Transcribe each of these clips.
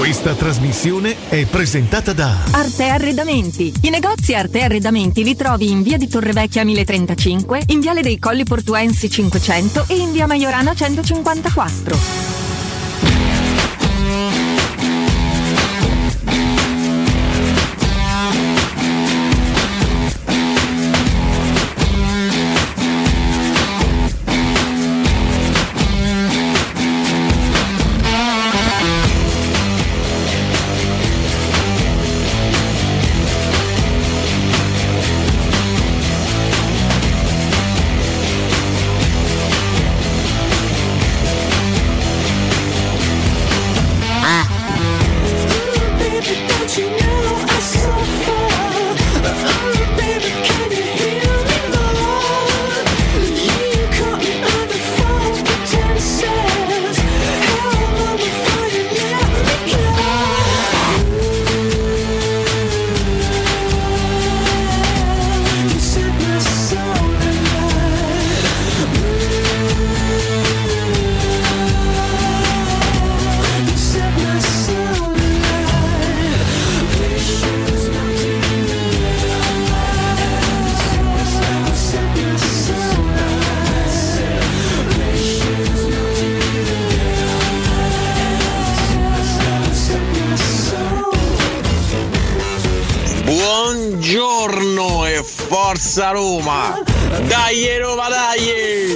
Questa trasmissione è presentata da Arte Arredamenti. I negozi Arte Arredamenti li trovi in via di Torrevecchia 1035, in viale dei Colli Portuensi 500 e in via Maiorana 154. Buongiorno e forza Roma! Dai Roma, dai!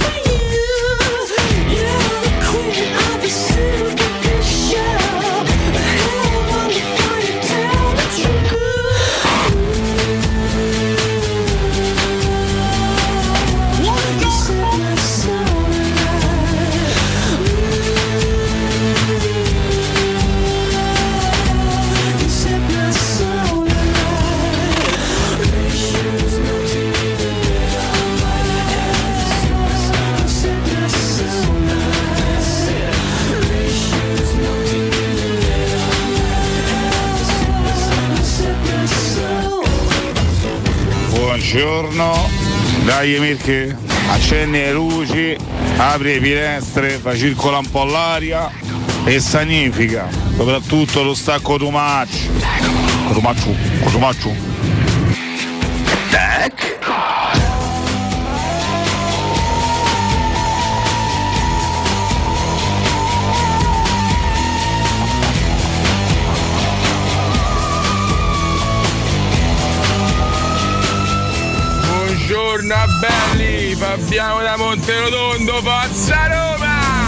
Buongiorno, dai Mirke, accendi le luci, apri le finestre, fa circola un po' l'aria e sanifica, soprattutto lo stacco Tomaccio. Tac. Buongiorno a belli, Fabiano da Monterotondo, forza Roma!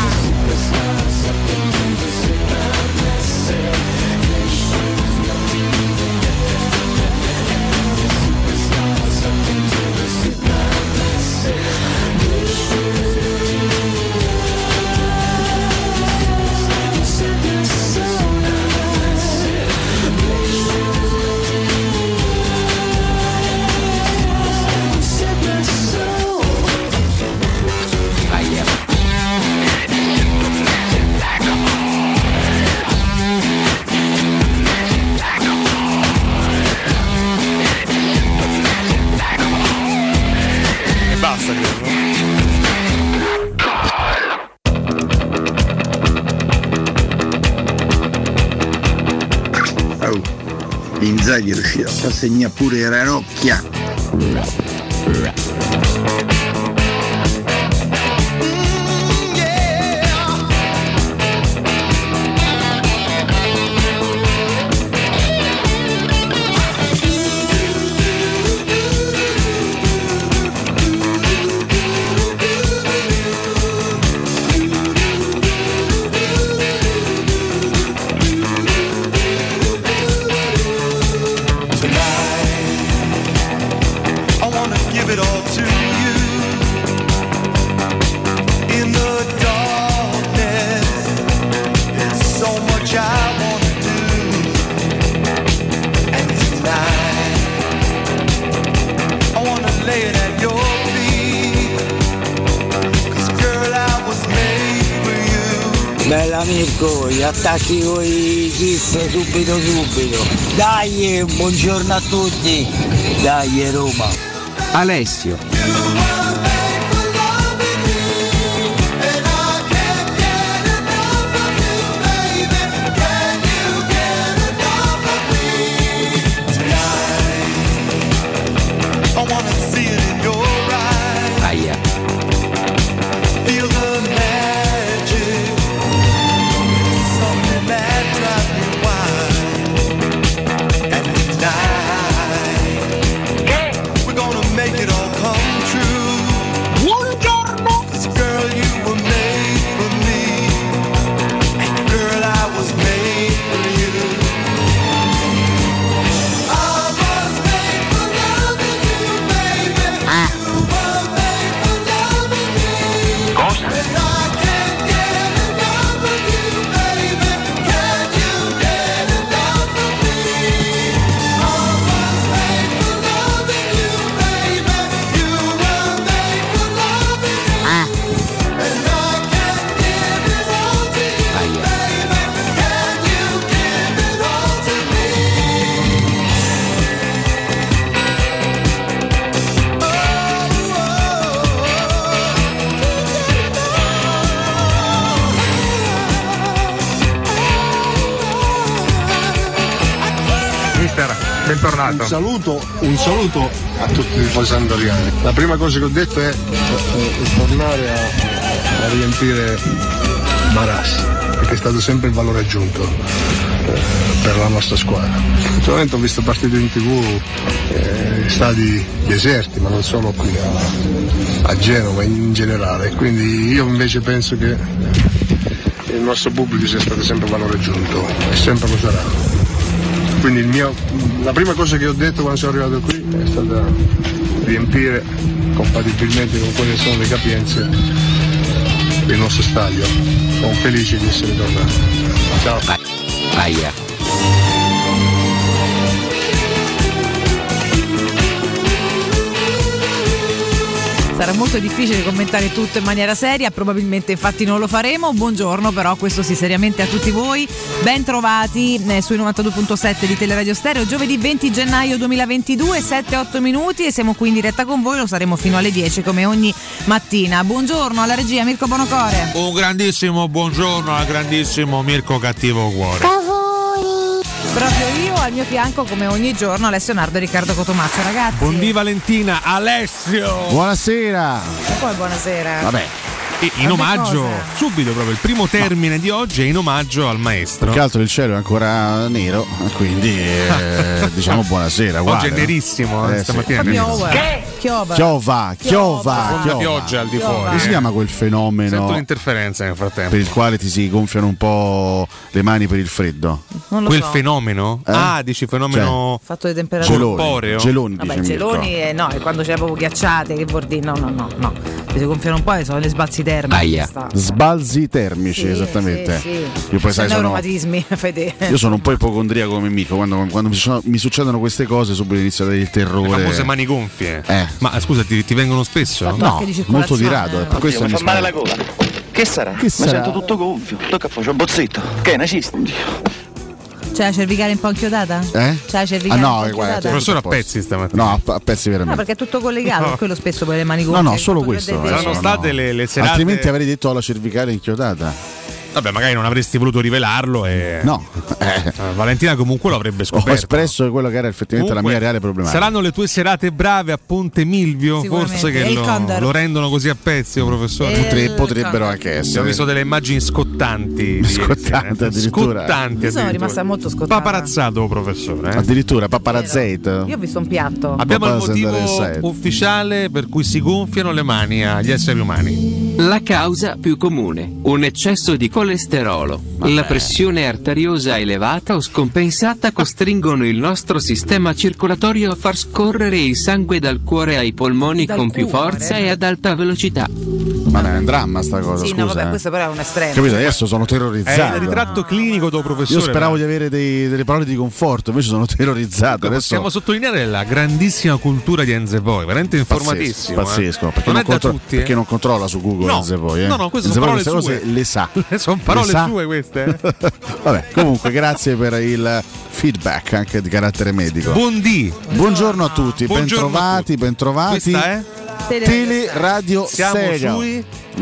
Inzaghi è riuscito a segnare pure Ranocchia. Bella Mirko, gli attacchi con i kiss subito. Dai, buongiorno a tutti. Dai Roma. Alessio. mister, bentornato. Un saluto a tutti i tifosi sampdoriani. La prima cosa che ho detto è tornare a riempire Marassi, perché è stato sempre il valore aggiunto per la nostra squadra. Ultimamente ho visto partite in TV, stadi deserti, ma non solo qui a Genova, in generale. Quindi io invece penso che il nostro pubblico sia stato sempre valore aggiunto e sempre lo sarà. Quindi la prima cosa che ho detto quando sono arrivato qui è stata riempire compatibilmente con quelle sono le capienze del nostro stadio. Sono felice di essere tornato. Ciao. Aia. Sarà molto difficile commentare tutto in maniera seria, probabilmente infatti non lo faremo. Buongiorno, però questo sì, seriamente a tutti voi. Ben trovati sui 92.7 di Teleradio Stereo, giovedì 20 gennaio 2022, 7-8 minuti, e siamo qui in diretta con voi, lo saremo fino alle 10 come ogni mattina. Buongiorno alla regia Mirko Bonocore. Un grandissimo buongiorno al grandissimo Mirko Cattivo Cuore. Proprio io, al mio fianco come ogni giorno Alessio Nardo e Riccardo Cotomaccio, ragazzi. Buondì Valentina, Alessio. Buonasera. E poi buonasera. Vabbè. In omaggio, subito proprio il primo termine di oggi è in omaggio al maestro. Più che altro il cielo è ancora nero, quindi diciamo buonasera. Oggi è nerissimo, stamattina. Chiova. Una pioggia al di fuori. Come si chiama quel fenomeno? Sento un'interferenza nel frattempo. Per il quale ti si gonfiano un po' le mani per il freddo. Non lo quel so. fenomeno? Dici fenomeno fatto di temperatura. corporeo? Geloni. Vabbè, geloni no, è quando c'è proprio ghiacciate, che vuol dire? No. Si gonfiano un po' e sono le sbalzi termici. Aia. Sbalzi termici, sì, esattamente. Sì. Io poi sai, io sono un po' ipocondriaco come Mico, quando mi succedono queste cose subito inizia a avere il terrore. Le famose mani gonfie. Ma scusa, ti vengono spesso? No, molto di rado. Per questo mi fa male la gola. Che sarà? Mi sento tutto gonfio. Tocca fare un bozzetto. Che è una cista? C'è la cervicale un po' inchiodata? C'è la cervicale un po' inchiodata? Il professore a pezzi stamattina. No, a pezzi veramente. No, perché è tutto collegato, quello spesso poi le mani gonfie. No, solo questo. Saranno state le serate. Altrimenti avrei detto alla cervicale inchiodata. Vabbè, magari non avresti voluto rivelarlo e... No. Valentina comunque lo avrebbe scoperto. Ho espresso quello che era effettivamente comunque, la mia reale problematica. Saranno le tue serate brave a Ponte Milvio? Forse che lo rendono così a pezzi, professore? Potrebbero anche essere. Ho visto delle immagini scottanti. Scottanti addirittura. Io sono rimasta molto scottata. Paparazzato, professore. Addirittura paparazzate. Io ho visto un piatto. Abbiamo il motivo ufficiale per cui si gonfiano le mani agli esseri umani. La causa più comune: un eccesso di colesterolo. La pressione arteriosa elevata o scompensata costringono il nostro sistema circolatorio a far scorrere il sangue dal cuore ai polmoni con più forza e ad alta velocità. Ma non è un dramma sta cosa, sì, scusa. No, vabbè, questo però è un estremo. Capito? Adesso sono terrorizzato. È il ritratto clinico del professore. Io speravo di avere delle parole di conforto, invece sono terrorizzato. Adesso possiamo sottolineare la grandissima cultura di Enzepoi, veramente informatissimo. Pazzesco, perché non è da tutti. Perché non controlla su Google Enzepoi. No, queste sono parole cose sue. Le sa. Sono parole sue queste. Vabbè, comunque grazie per il feedback anche di carattere medico. Buongiorno a tutti, bentrovati. Questa è Teleradio Stereo sui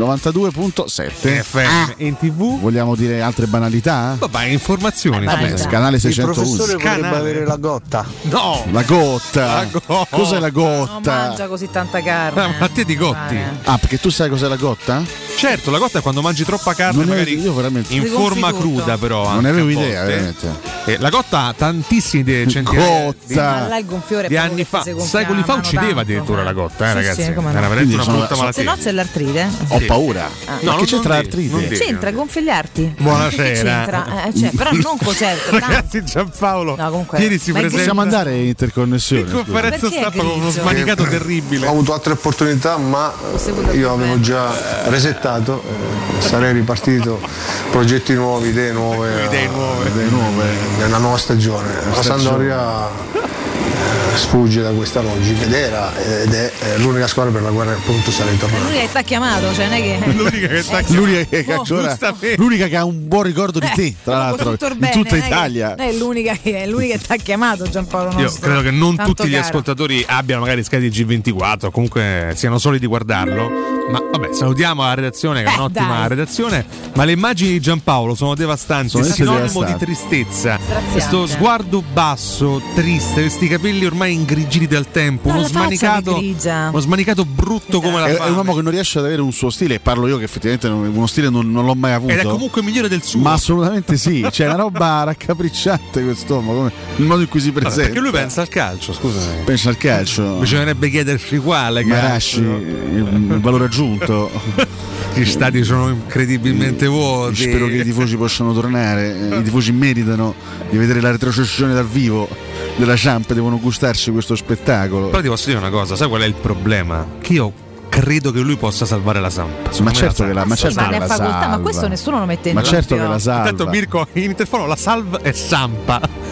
92.7 FM in TV. Vogliamo dire altre banalità? Vabbè, informazioni. Canale 601. Il professore vorrebbe avere la gotta. No, la gotta. Cos'è la gotta? Non mangia così tanta carne. Ma te di gotti. Perché tu sai cos'è la gotta? Certo, la gotta è quando mangi troppa carne, magari io veramente in forma cruda, però. Non ne avevo idea, veramente. La gotta ha tantissime centinaia di anni fa. Secoli fa uccideva addirittura la gotta, ragazzi. Sì, era veramente una brutta malattia. Se no c'è l'artrite. Ho paura. No, che c'entra l'artrite? C'entra, gonfia gli arti. Buonasera. Però non cos'è. Ragazzi, Giampaolo. No, comunque. Ieri si presenta. Possiamo andare in interconnessione. In conferenza stampa con uno smanicato terribile. Ho avuto altre opportunità, ma io avevo già resettato. Sarei ripartito. Progetti nuovi, idee nuove. Idee nuove. Nella nuova stagione. La Sampdoria sfugge da questa logica ed è l'unica squadra per la quale appunto sarei tornato. L'unica che t'ha chiamato, cioè non è che l'unica che ha un buon ricordo di te, tra l'altro, in tutta Italia. È l'unica che t'ha chiamato, Giampaolo nostro. Io credo che non tanto tutti gli caro. ascoltatori abbiano magari scarichi G24, comunque siano soliti guardarlo. Ma vabbè, salutiamo la redazione che è un'ottima dai. redazione. Ma le immagini di Giampaolo sono devastanti, sinonimo di tristezza. Questo sguardo basso, triste, questi capelli ormai ingrigiti dal tempo, uno smanicato brutto come la fame. È un uomo che non riesce ad avere un suo stile, e parlo io che effettivamente uno stile non l'ho mai avuto. Ed è comunque migliore del suo. Ma assolutamente sì, c'è una roba raccapricciante quest'uomo, come il modo in cui si presenta. Perché lui pensa al calcio, scusami. Pensa al calcio. Bisognerebbe chiedersi quale Marashi, il valore aggiunto. Gli stadi sono incredibilmente vuoti. Spero che i tifosi possano tornare. I tifosi meritano di vedere la retrocessione dal vivo della Champ, devono gustarsi questo spettacolo. Però ti posso dire una cosa, sai qual è il problema? Che io credo che lui possa salvare la Samp. Ma certo che la salva. Ma questo nessuno lo mette in dubbio. Ma certo che la salva. Intanto Mirko in interfono la salva è Sampa.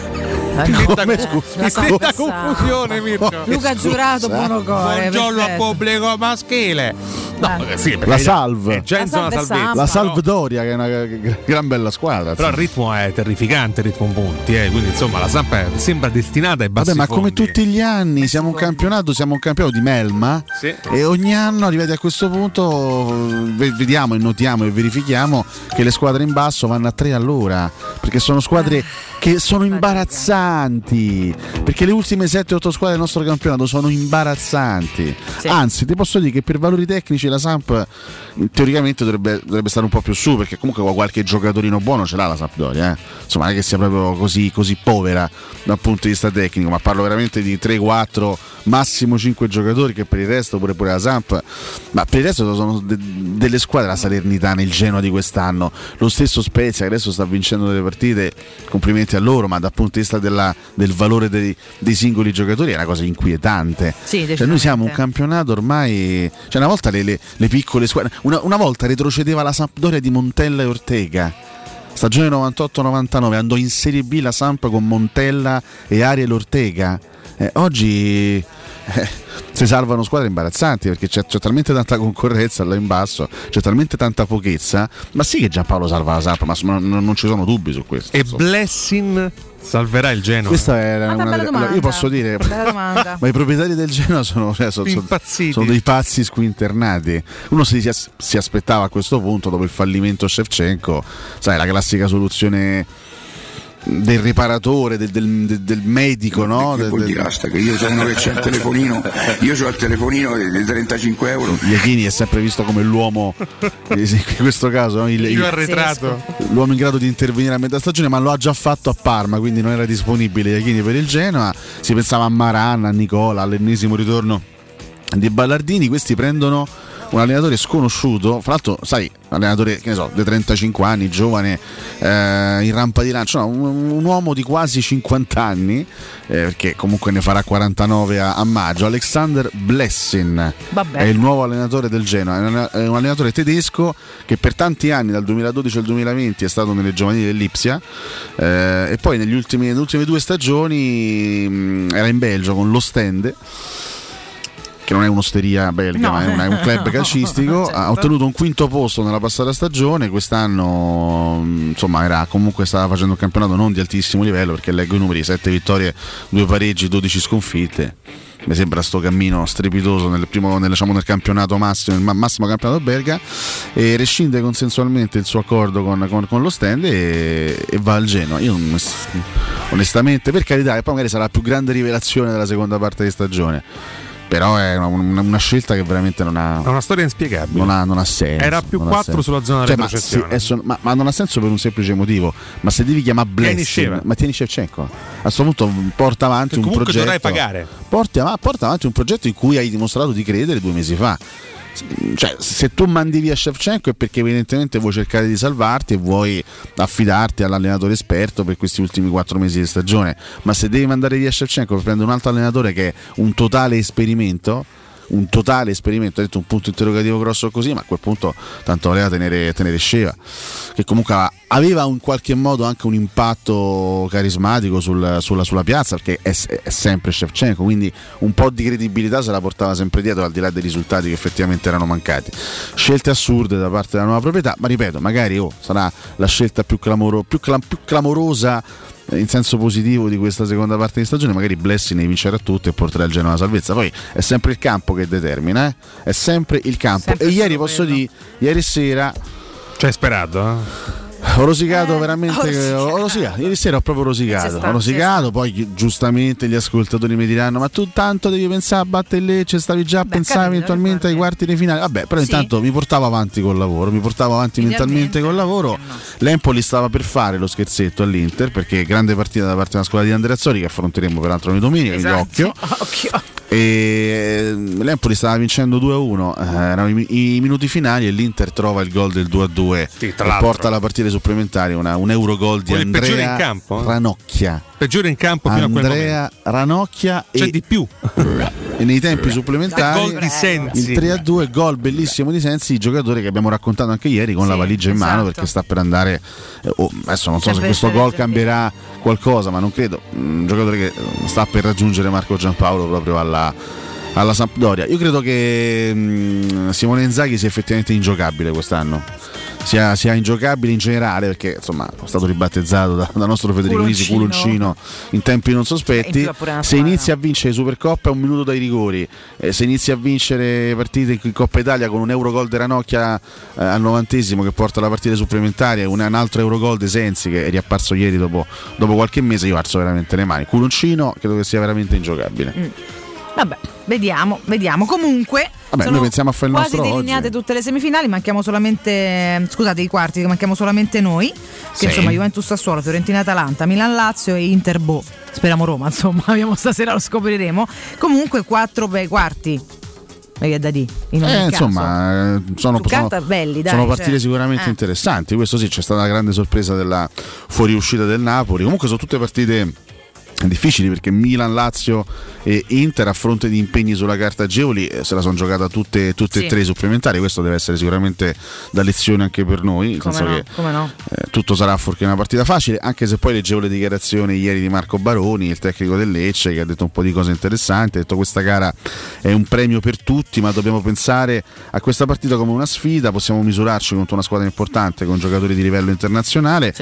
Questa confusione, Mirko. Luca Giurato, buono cuore. Buongiorno al pubblico maschile. No, sì, la Salve. La Salvdoria, che è una gran bella squadra. Però il ritmo è terrificante, il ritmo punti, quindi insomma la Samp sembra destinata ai bassi. Vabbè, ma fondi. come tutti gli anni siamo un campionato di melma, sì. E ogni anno arrivati a questo punto vediamo e notiamo e verifichiamo che le squadre in basso vanno a 3 all'ora, perché sono squadre che sono imbarazzanti, perché le ultime 7-8 squadre del nostro campionato sono imbarazzanti, sì. Anzi ti posso dire che per valori tecnici la Samp teoricamente dovrebbe stare un po' più su, perché comunque qualche giocatorino buono ce l'ha la Sampdoria, insomma non è che sia proprio così povera dal punto di vista tecnico, ma parlo veramente di 3-4 massimo 5 giocatori, che per il resto pure la Samp, ma per il resto sono delle squadre, la Salernitana, il Genoa di quest'anno, lo stesso Spezia che adesso sta vincendo delle partite, complimenti a loro, ma dal punto di vista del valore dei singoli giocatori è una cosa inquietante. Sì, cioè noi siamo un campionato ormai, cioè una volta le piccole squadre, una volta retrocedeva la Sampdoria di Montella e Ortega, stagione 98-99 andò in Serie B la Samp con Montella e Ariel Ortega. Oggi si salvano squadre imbarazzanti, perché c'è talmente tanta concorrenza là in basso, c'è talmente tanta pochezza. Ma sì che Giampaolo salva la Samp, ma non ci sono dubbi su questo. E Blessing salverà il Genoa? Questa era io posso dire, ma i proprietari del Genoa sono impazziti, sono dei pazzi squinternati. Uno si aspettava a questo punto, dopo il fallimento Shevchenko, sai, la classica soluzione del riparatore, del medico, no? Che vuol dire asta, che io sono uno che c'ha il telefonino, io ho il telefonino di 35 euro. Iachini è sempre visto come l'uomo, in questo caso, no? L'uomo in grado di intervenire a metà stagione, ma lo ha già fatto a Parma, quindi non era disponibile Iachini per il Genoa. Si pensava a Maran, a Nicola, all'ennesimo ritorno di Ballardini. Questi prendono un allenatore sconosciuto, fra l'altro sai, un allenatore che ne so, dei 35 anni, giovane, in rampa di lancio, no, un uomo di quasi 50 anni, perché comunque ne farà 49 a maggio. Alexander Blessing è il nuovo allenatore del Genoa, è un allenatore tedesco che per tanti anni, dal 2012 al 2020, è stato nelle giovanili dell'Ipsia, e poi nelle ultime 2 stagioni era in Belgio con l'Ostende, che non è un'osteria belga, ma è un club calcistico. Certo. Ha ottenuto un 5° posto nella passata stagione. Quest'anno insomma stava facendo un campionato non di altissimo livello, perché leggo i numeri: 7 vittorie, 2 pareggi, 12 sconfitte. Mi sembra sto cammino strepitoso nel campionato massimo, il massimo campionato belga, e rescinde consensualmente il suo accordo con lo stand e va al Genoa. Io onestamente, per carità, e poi magari sarà la più grande rivelazione della seconda parte di stagione, però è una scelta che veramente non ha, è una storia inspiegabile, non ha senso. Era più 4 sulla zona retrocessione, ma non ha senso per un semplice motivo. Ma se devi chiamare Blessing, ma tieni Shevchenko, a questo punto porta avanti un progetto, dovrai pagare. Porta avanti un progetto in cui hai dimostrato di credere 2 mesi fa. Cioè, se tu mandi via Shevchenko è perché evidentemente vuoi cercare di salvarti e vuoi affidarti all'allenatore esperto per questi ultimi 4 mesi di stagione. Ma se devi mandare via Shevchenko per prendere un altro allenatore che è un totale esperimento, un totale esperimento, ha detto un punto interrogativo grosso così, ma a quel punto tanto voleva tenere Sheva, che comunque aveva in qualche modo anche un impatto carismatico sulla piazza, perché è sempre Shevchenko, quindi un po' di credibilità se la portava sempre dietro, al di là dei risultati che effettivamente erano mancati. Scelte assurde da parte della nuova proprietà, ma ripeto, magari sarà la scelta più clamorosa in senso positivo di questa seconda parte di stagione, magari Blessing ne vincerà tutto e porterà il Genoa alla salvezza. Poi è sempre il campo che determina, è sempre il campo. Sempre, e ieri posso dire, ieri sera c'hai sperato, ho rosicato veramente. Ieri sera ho proprio rosicato. Poi giustamente gli ascoltatori mi diranno: ma tu tanto devi pensare a battere Lecce, stavi già a pensare eventualmente ai quarti di finale. Vabbè, però intanto mi portavo avanti col lavoro, mentalmente col lavoro. L'Empoli stava per fare lo scherzetto all'Inter, perché grande partita da parte della squadra di Andreazzoli, che affronteremo peraltro ogni domenica, quindi occhio. E l'Empoli stava vincendo 2-1, erano i minuti finali e l'Inter trova il gol del 2-2 e porta alla partita supplementari un Eurogol di Andrea Ranocchia. Peggiore in campo fino a quel momento. Andrea Ranocchia, c'è di più. E nei tempi supplementari gol di Sensi. Il 3-2, gol bellissimo di Sensi, giocatore che abbiamo raccontato anche ieri con la valigia in mano, perché sta per andare adesso non so se questo gol cambierà qualcosa, ma non credo. Un giocatore che sta per raggiungere Marco Giampaolo proprio alla Sampdoria. Io credo che Simone Inzaghi sia effettivamente ingiocabile quest'anno, sia ingiocabile in generale, perché insomma è stato ribattezzato da nostro Federico Nisi Culoncino in tempi non sospetti. Se inizia a vincere Supercoppa è un minuto dai rigori, se inizia a vincere partite in Coppa Italia con un Eurogol di Ranocchia al 90esimo che porta alla partita supplementare, un altro Eurogol di Sensi che è riapparso ieri dopo qualche mese, io alzo veramente le mani. Culoncino credo che sia veramente ingiocabile. Vabbè, vediamo. Comunque noi pensiamo a fare il nostro quasi delineate tutte le semifinali, manchiamo solamente i quarti, manchiamo solamente noi, che insomma Juventus Sassuolo, Fiorentina Atalanta, Milan Lazio e Inter speriamo Roma, insomma, stasera lo scopriremo. Comunque 4 per i quarti. Da dire, insomma, sono partite sicuramente interessanti. Questo sì, c'è stata la grande sorpresa della fuoriuscita del Napoli. Comunque sono tutte partite difficili, perché Milan, Lazio e Inter, a fronte di impegni sulla carta agevoli, se la sono giocata tutte e tre supplementari. Questo deve essere sicuramente da lezione anche per noi, nel senso che tutto sarà fuorché una partita facile, anche se poi leggevo le dichiarazioni ieri di Marco Baroni, il tecnico del Lecce, che ha detto un po' di cose interessanti. Ha detto: questa gara è un premio per tutti, ma dobbiamo pensare a questa partita come una sfida, possiamo misurarci contro una squadra importante con giocatori di livello internazionale,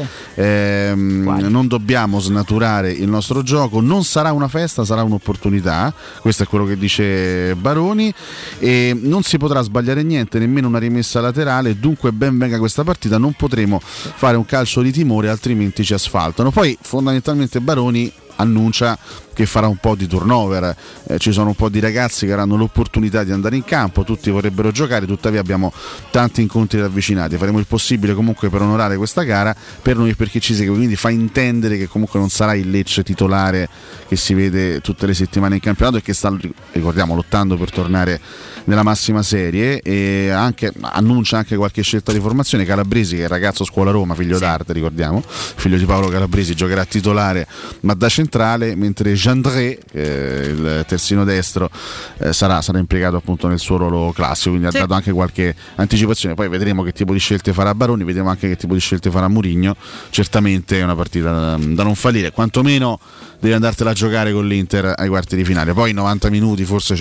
non dobbiamo snaturare il nostro gioco, non sarà una festa, sarà un'opportunità. Questo è quello che dice Baroni, e non si potrà sbagliare niente, nemmeno una rimessa laterale, dunque ben venga questa partita, non potremo fare un calcio di timore, altrimenti ci asfaltano. Poi fondamentalmente Baroni annuncia che farà un po' di turnover, ci sono un po' di ragazzi che avranno l'opportunità di andare in campo, tutti vorrebbero giocare, tuttavia abbiamo tanti incontri ravvicinati, faremo il possibile comunque per onorare questa gara per noi e per chi ci segue, quindi fa intendere che comunque non sarà il Lecce titolare che si vede tutte le settimane in campionato e che sta, ricordiamo, lottando per tornare nella massima serie, e annuncia anche qualche scelta di formazione. Calabresi, che è ragazzo scuola Roma, figlio d'arte, ricordiamo, figlio di Paolo Calabresi, giocherà titolare ma da centrale, mentre Gendré, il terzino destro, sarà impiegato appunto nel suo ruolo classico, quindi ha dato anche qualche anticipazione. Poi vedremo che tipo di scelte farà Baroni, vedremo anche che tipo di scelte farà Mourinho. Certamente è una partita da non fallire, quantomeno devi andartela a giocare con l'Inter ai quarti di finale. Poi 90 minuti, forse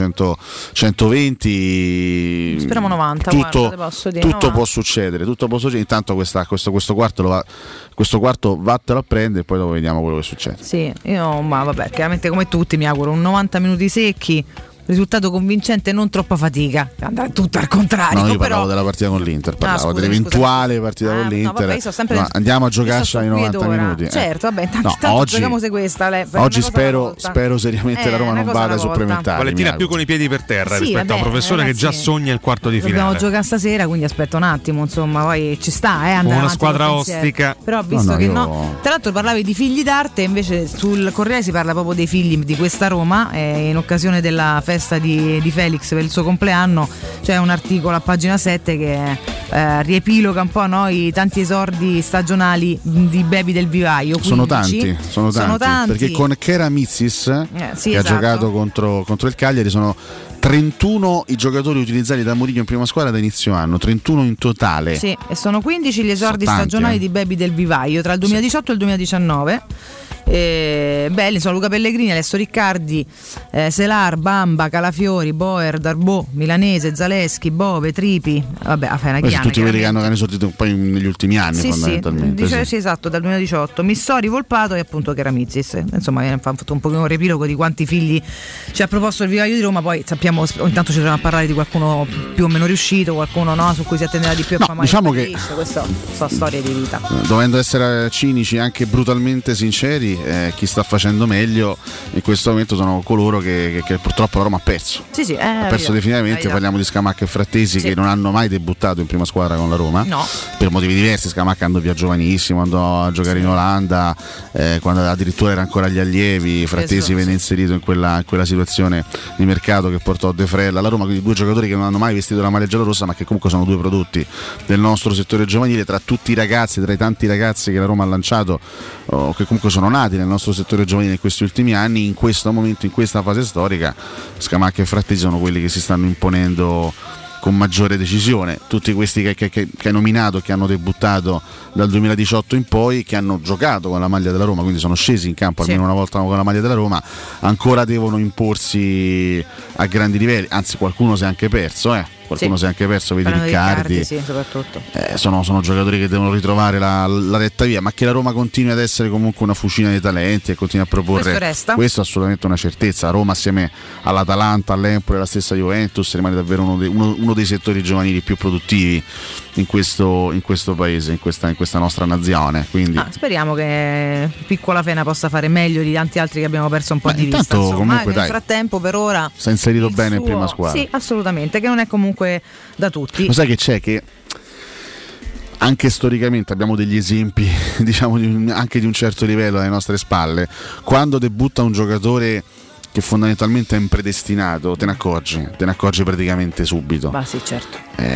120, speriamo 90, tutto può succedere, intanto questo quarto vattelo a prendere e poi dopo vediamo quello che succede. Ma vabbè, chiaramente come tutti mi auguro un 90 minuti secchi, risultato convincente, non troppa fatica, andare tutto al contrario. No, io parlavo della partita con l'Inter, dell'eventuale partita con l'Inter. Andiamo a giocarci ai 90 minuti. Certo, vabbè, tanto giochiamo se questa. Oggi spero seriamente la Roma non vada ai supplementari. Valentina più con i piedi per terra rispetto a un professore che già sogna il quarto di finale. Dobbiamo giocare stasera, quindi aspetta un attimo, insomma, poi ci sta andare una squadra ostica. Però visto che tra l'altro parlavi di figli d'arte, invece sul Corriere si parla proprio dei figli di questa Roma, in occasione della festa di Felix per il suo compleanno. C'è un articolo a pagina 7 che riepiloga un po', no, i tanti esordi stagionali di Bebi del Vivaio. 15. Sono tanti, perché con Kera Mitzis che ha giocato contro il Cagliari sono 31 i giocatori utilizzati da Mourinho in prima squadra da inizio anno, 31 in totale. Sì, e sono 15 gli esordi stagionali di Baby del vivaio tra il 2018 e il 2019. Belli sono Luca Pellegrini, Alessio Riccardi, Selar, Bamba, Calafiori, Boer, Darboe, Milanese, Zaleschi, Bove, Tripi, vabbè, sono tutti quelli che hanno esordito un po' negli ultimi anni, fondamentalmente. Sì, esatto, dal 2018 Missori, Volpato e appunto Keramizis. Insomma, abbiamo fatto un pochino un riepilogo di quanti figli ci ha proposto il vivaio di Roma. Poi sappiamo, intanto ci troviamo a parlare di qualcuno più o meno riuscito, qualcuno no, su cui si attenderà di più. Diciamo che questa storia di vita, dovendo essere cinici, anche brutalmente sinceri, chi sta facendo meglio in questo momento sono coloro che purtroppo la Roma ha perso. Ha perso definitivamente. Parliamo di Scamacca e Frattesi, che non hanno mai debuttato in prima squadra con la Roma, per motivi diversi. Scamacca andò via giovanissimo, andò a giocare in Olanda, quando addirittura era ancora agli allievi. Frattesi venne inserito in quella situazione di mercato che portò De Frella alla Roma, quindi due giocatori che non hanno mai vestito la maglia giallorossa, ma che comunque sono due prodotti del nostro settore giovanile. Tra tutti i ragazzi, tra i tanti ragazzi che la Roma ha lanciato, che comunque sono nati nel nostro settore giovanile in questi ultimi anni, in questo momento, in questa fase storica, Scamacca e Frattesi sono quelli che si stanno imponendo con maggiore decisione. Tutti questi che hai nominato, che hanno debuttato dal 2018 in poi, che hanno giocato con la maglia della Roma, quindi sono scesi in campo almeno una volta con la maglia della Roma, ancora devono imporsi a grandi livelli, anzi qualcuno si è anche perso, si è anche perso, vedi Riccardi, soprattutto. Sono giocatori che devono ritrovare la retta via, ma che la Roma continui ad essere comunque una fucina di talenti e continui a proporre, questo è assolutamente una certezza. Roma assieme all'Atalanta, all'Empoli, alla stessa Juventus rimane davvero uno dei settori giovanili più produttivi in questo paese, in questa nostra nazione, quindi speriamo che Piccola Fena possa fare meglio di tanti altri che abbiamo perso un po' di vista, comunque, nel frattempo per ora si è inserito bene in prima squadra. Sì, assolutamente, che non è comunque da tutti. Lo sai che c'è, che anche storicamente abbiamo degli esempi, diciamo, anche di un certo livello alle nostre spalle. Quando debutta un giocatore che fondamentalmente è impredestinato, te ne accorgi praticamente subito. Ma sì, certo.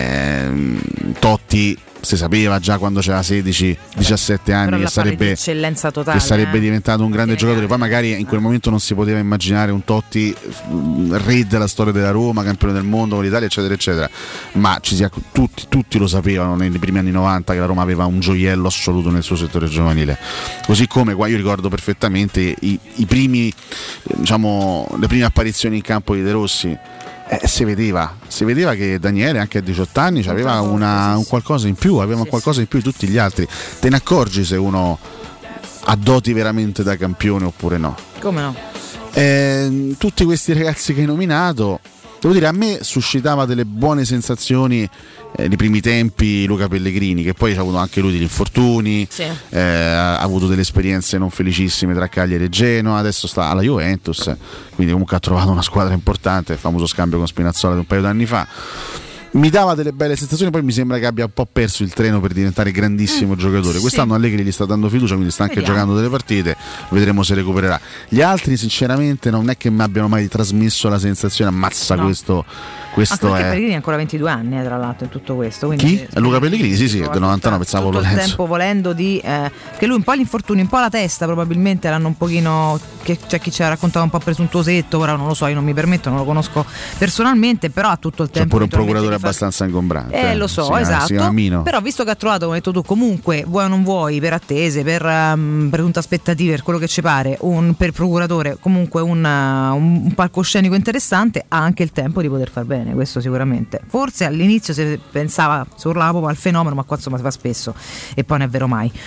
Totti si sapeva già quando c'era 16-17 anni che sarebbe diventato un grande giocatore. Poi magari in quel momento non si poteva immaginare un Totti re della storia della Roma, campione del mondo con l'Italia, eccetera eccetera, ma tutti lo sapevano nei primi anni 90 che la Roma aveva un gioiello assoluto nel suo settore giovanile. Così come qua io ricordo perfettamente le prime apparizioni in campo di De Rossi. Si vedeva che Daniele anche a 18 anni aveva un qualcosa in più, qualcosa in più di tutti gli altri. Te ne accorgi se uno ha doti veramente da campione oppure no? Come no? Tutti questi ragazzi che hai nominato, devo dire, a me suscitava delle buone sensazioni nei primi tempi Luca Pellegrini, che poi ha avuto anche lui degli infortuni, ha avuto delle esperienze non felicissime tra Cagliari e Genoa, adesso sta alla Juventus, quindi comunque ha trovato una squadra importante, il famoso scambio con Spinazzola di un paio d'anni fa. Mi dava delle belle sensazioni, poi mi sembra che abbia un po' perso il treno per diventare grandissimo giocatore. Quest'anno Allegri gli sta dando fiducia, quindi sta anche giocando delle partite, vedremo se recupererà. Gli altri sinceramente non è che mi abbiano mai trasmesso la sensazione ammazza questo anche Pellegrini ha ancora 22 anni tra l'altro in tutto questo, quindi chi? Luca Pellegrini, sì, del 99, pensavo tutto il tempo volendo che lui un po' gli infortuni, un po' la testa probabilmente l'hanno un pochino, che c'è chi ci ha raccontato un po' presuntuosetto, ora non lo so, io non mi permetto, non lo conosco personalmente, però ha tutto il tempo. C'è pure un procuratore abbastanza ingombrante. Lo so, esatto. Però visto che ha trovato, come hai detto tu, comunque vuoi o non vuoi, per attese, per presunte aspettative, per quello che ci pare, per procuratore comunque un palcoscenico interessante, ha anche il tempo di poter far bene, questo sicuramente. Forse all'inizio si pensava, si urlava proprio al fenomeno, ma qua insomma si fa spesso e poi non è vero mai.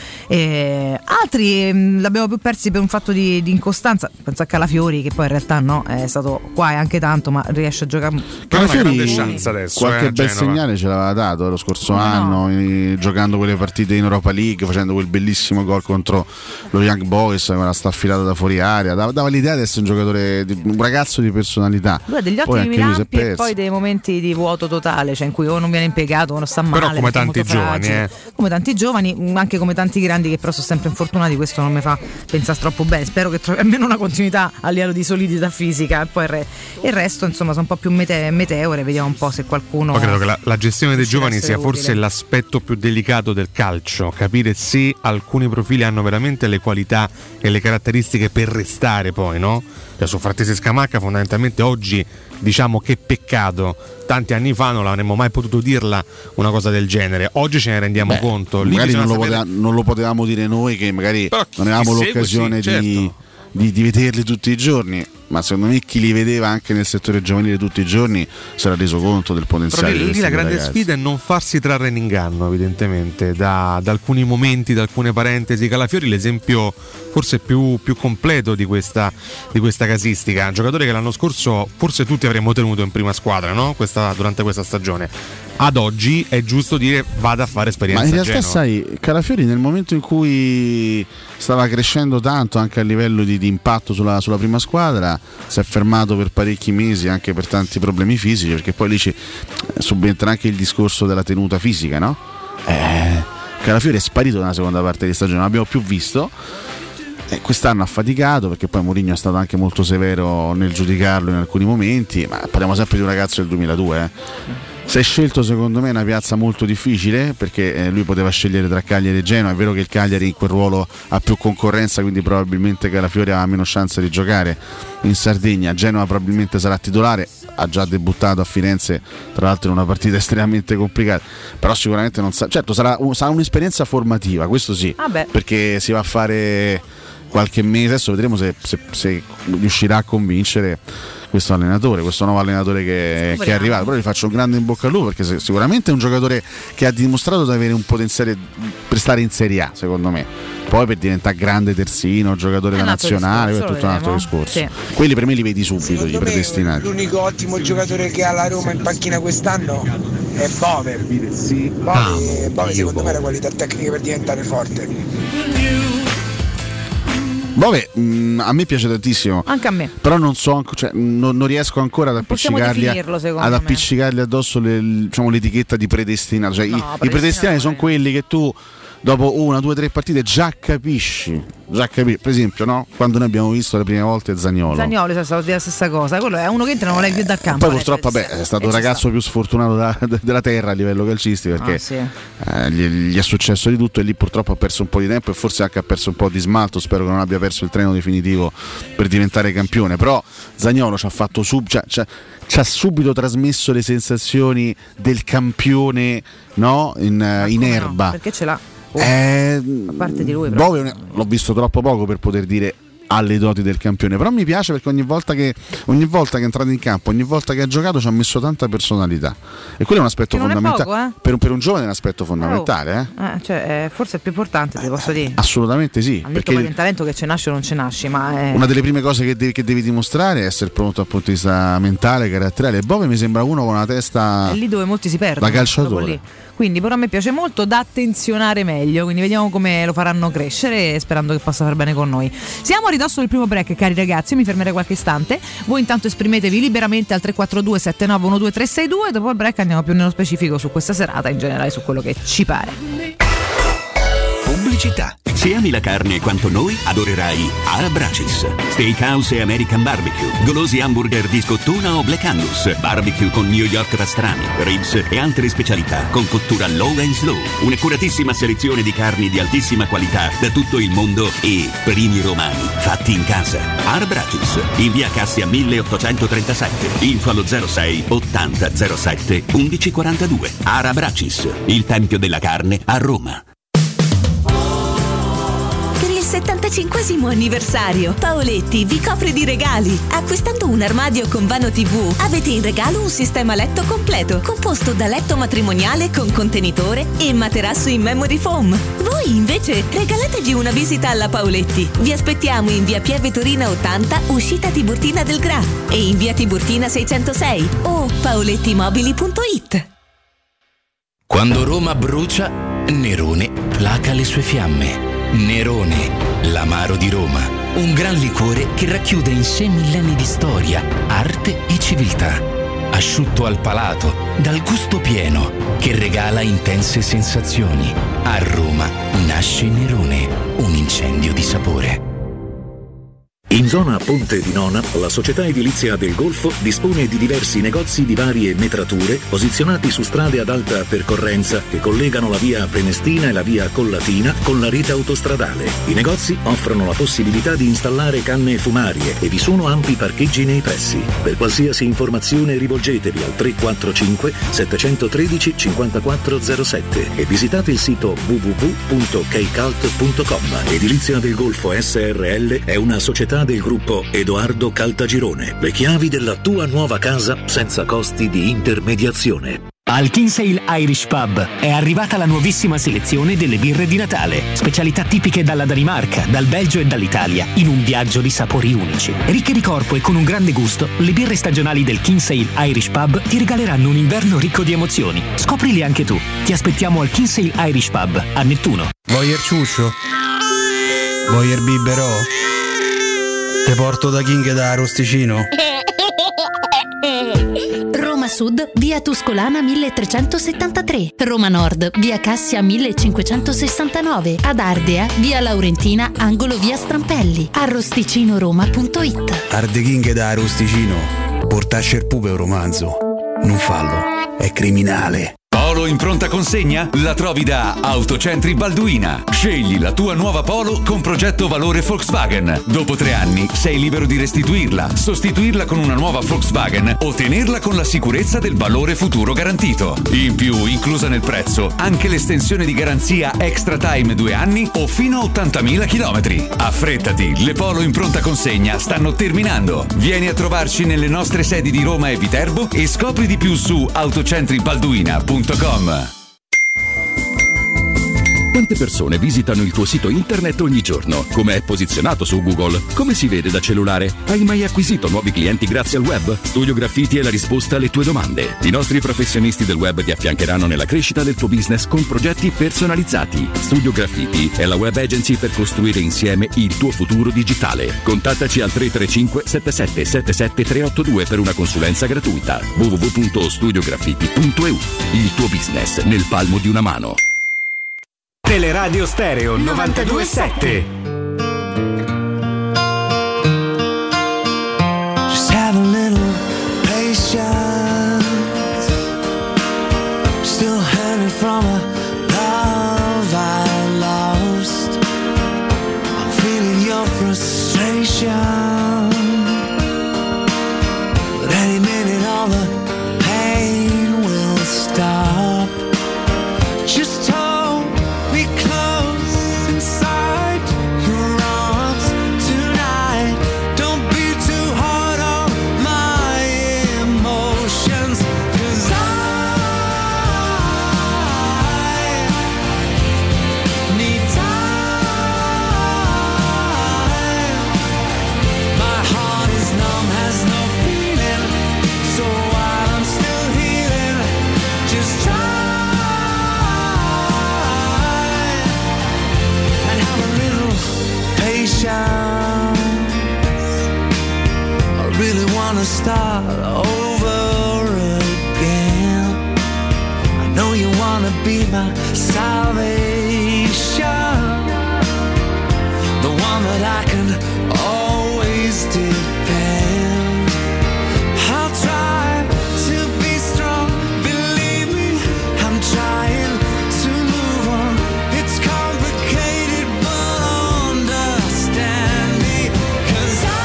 Altri l'abbiamo più persi per un fatto di incostanza, penso a Calafiori, che poi in realtà no, è stato qua e anche tanto, ma riesce a giocare. Calafiori adesso, qualche bel segnale ce l'aveva dato lo scorso anno, giocando quelle partite in Europa League, facendo quel bellissimo gol contro lo Young Boys, quella staffilata da fuori area, dava l'idea di essere un giocatore, un ragazzo di personalità. Lui ha degli ottimi lampi e poi dei momenti di vuoto totale, cioè in cui o non viene impiegato o non sta male. Però come tanti giovani, come tanti giovani, anche come tanti grandi che però sono sempre infortunati, questo non mi fa pensare troppo bene. Spero che trovi almeno una continuità a livello di solidità fisica, e poi il resto insomma sono un po' più meteore, vediamo un po' se qualcuno. Poi credo che la gestione dei giovani sia forse l'aspetto più delicato del calcio, capire se alcuni profili hanno veramente le qualità e le caratteristiche per restare poi, no? Cioè, su Frattesi e Scamacca fondamentalmente oggi diciamo che peccato, tanti anni fa non avremmo mai potuto dirla una cosa del genere, oggi ce ne rendiamo conto. Lì magari non lo potevamo dire noi che magari non avevamo l'occasione di vederli tutti i giorni, ma secondo me chi li vedeva anche nel settore giovanile tutti i giorni si era reso conto del potenziale. Però lì la grande sfida è non farsi trarre in inganno, evidentemente, da alcuni momenti, da alcune parentesi. Calafiori l'esempio forse più completo di questa casistica, un giocatore che l'anno scorso forse tutti avremmo tenuto in prima squadra, no? Durante questa stagione. Ad oggi è giusto dire vada a fare esperienza. Ma in realtà sai, Calafiori nel momento in cui stava crescendo tanto anche a livello di impatto sulla prima squadra si è fermato per parecchi mesi anche per tanti problemi fisici, perché poi lì subentra anche il discorso della tenuta fisica, no? Calafiori è sparito nella seconda parte di stagione, non l'abbiamo più visto. Quest'anno ha faticato perché poi Mourinho è stato anche molto severo nel giudicarlo in alcuni momenti, ma parliamo sempre di un ragazzo del 2002. Si è scelto secondo me una piazza molto difficile perché lui poteva scegliere tra Cagliari e Genoa. È vero che il Cagliari in quel ruolo ha più concorrenza, quindi probabilmente Calafiori ha meno chance di giocare in Sardegna. Genoa probabilmente sarà titolare, ha già debuttato a Firenze tra l'altro in una partita estremamente complicata, però sicuramente non certo sarà un'esperienza formativa, questo sì, perché si va a fare qualche mese, adesso vedremo se riuscirà a convincere questo nuovo allenatore che è arrivato. Però gli faccio un grande in bocca al lupo perché sicuramente è un giocatore che ha dimostrato di avere un potenziale per stare in Serie A, secondo me. Poi per diventare grande terzino, giocatore da nazionale, è tutto un altro discorso. Sì. Quelli per me li vedi subito, i predestinati. L'unico ottimo giocatore che ha la Roma in panchina quest'anno è Bove. Bove secondo me ha la qualità tecnica per diventare forte. Bove, a me piace tantissimo. Anche a me. Però non so, non riesco ancora ad appiccicargli addosso l'etichetta di predestinato. Cioè, i predestinati sono quelli che tu dopo 1, 2, 3 partite già capisci. Per esempio, no? Quando noi abbiamo visto le prime volte Zaniolo è stato la stessa cosa. Quello è uno che entra non è più dal campo. Poi purtroppo è stato il ragazzo più sfortunato della terra a livello calcistico, perché gli è successo di tutto e lì purtroppo ha perso un po' di tempo e forse anche ha perso un po' di smalto. Spero che non abbia perso il treno definitivo per diventare campione. Però Zaniolo ci ha fatto ci ha subito trasmesso le sensazioni del campione, no? In erba. No? Perché ce l'ha? A parte di lui, Bove l'ho visto troppo poco per poter dire alle doti del campione, però mi piace perché ogni volta che è entrato in campo, ogni volta che ha giocato ci ha messo tanta personalità e quello è un aspetto fondamentale. Per un giovane è un aspetto fondamentale. Cioè, forse è più importante, ti posso dire. Assolutamente sì. Hanno detto che il talento che ce nasce o non ce nasce, ma una delle prime cose che devi dimostrare è essere pronto dal punto di vista mentale, caratteriale. E Bove mi sembra uno con una testa, è lì dove molti si perdono, da calciatore. Quindi però a me piace molto, da attenzionare meglio, quindi vediamo come lo faranno crescere, sperando che possa far bene con noi. Siamo a ridosso del primo break, cari ragazzi, io mi fermerei qualche istante, voi intanto esprimetevi liberamente al 342 7912 362, dopo il break andiamo più nello specifico su questa serata, in generale su quello che ci pare. Pubblicità. Se ami la carne quanto noi, adorerai Arabracis, Steakhouse e American Barbecue, golosi hamburger di scottuna o Black Angus, barbecue con New York pastrami, ribs e altre specialità con cottura low and slow, un'accuratissima selezione di carni di altissima qualità da tutto il mondo e primi romani fatti in casa. Arabracis, in via Cassia 1837, info allo 06 80 07 1142. Arabracis, il tempio della carne a Roma. 75° anniversario, Paoletti vi copre di regali. Acquistando un armadio con vano TV avete in regalo un sistema letto completo composto da letto matrimoniale con contenitore e materasso in memory foam. Voi invece regalatevi una visita alla Paoletti. Vi aspettiamo in via Pieve Torina 80, uscita Tiburtina del Gra, e in via Tiburtina 606 o paolettimobili.it. Quando Roma brucia, Nerone placa le sue fiamme. Nerone, l'amaro di Roma, un gran liquore che racchiude in sé millenni di storia, arte e civiltà. Asciutto al palato, dal gusto pieno, che regala intense sensazioni. A Roma nasce Nerone, un incendio di sapore. In In zona Ponte di Nona, la società edilizia del Golfo dispone di diversi negozi di varie metrature posizionati su strade ad alta percorrenza che collegano la via Prenestina e la via Collatina con la rete autostradale. I negozi offrono la possibilità di installare canne fumarie e vi sono ampi parcheggi nei pressi. Per qualsiasi informazione rivolgetevi al 345 713 5407 e visitate il sito www.keicalt.com. Edilizia del Golfo SRL è una società del gruppo Edoardo Caltagirone. Le chiavi della tua nuova casa senza costi di intermediazione. Al Kinsale Irish Pub è arrivata la nuovissima selezione delle birre di Natale. Specialità tipiche dalla Danimarca, dal Belgio e dall'Italia, in un viaggio di sapori unici. Ricche di corpo e con un grande gusto, le birre stagionali del Kinsale Irish Pub ti regaleranno un inverno ricco di emozioni. Scoprili anche tu. Ti aspettiamo al Kinsale Irish Pub, a Nettuno. Voyer ciuscio? Voyer biberò? Te porto da King da Arosticino? Roma Sud, via Tuscolana 1373. Roma Nord, via Cassia 1569. Ad Ardea, via Laurentina, angolo via Strampelli. Arrosticinoroma.it. Arde King da Arosticino. Portasce il pupe un romanzo. Non fallo, è criminale. Polo in pronta consegna? La trovi da Autocentri Balduina. Scegli la tua nuova Polo con progetto valore Volkswagen. Dopo 3 anni sei libero di restituirla, sostituirla con una nuova Volkswagen o tenerla con la sicurezza del valore futuro garantito. In più, inclusa nel prezzo, anche l'estensione di garanzia Extra Time 2 anni o fino a 80.000 km. Affrettati, le Polo in pronta consegna stanno terminando. Vieni a trovarci nelle nostre sedi di Roma e Viterbo e scopri di più su autocentribalduina.com. Quante persone visitano il tuo sito internet ogni giorno? Come è posizionato su Google? Come si vede da cellulare? Hai mai acquisito nuovi clienti grazie al web? Studio Graffiti è la risposta alle tue domande. I nostri professionisti del web ti affiancheranno nella crescita del tuo business con progetti personalizzati. Studio Graffiti è la web agency per costruire insieme il tuo futuro digitale. Contattaci al 335 7777 382 per una consulenza gratuita. www.studiograffiti.eu. Il tuo business nel palmo di una mano. Teleradio Stereo 92.7. Just have a little patience. I'm still hanging from a love I lost. I'm feeling your frustration. But any minute all the pain will stop. Just hold me close inside your arms tonight. Don't be too hard on my emotions, 'cause I need time. My heart is numb, has no feeling. So while I'm still healing, just try. I really wanna start over again. I know you wanna be my salvation, the one that I can always depend. I'll try to be strong, believe me, I'm trying to move on. It's complicated, but understand me, 'cause I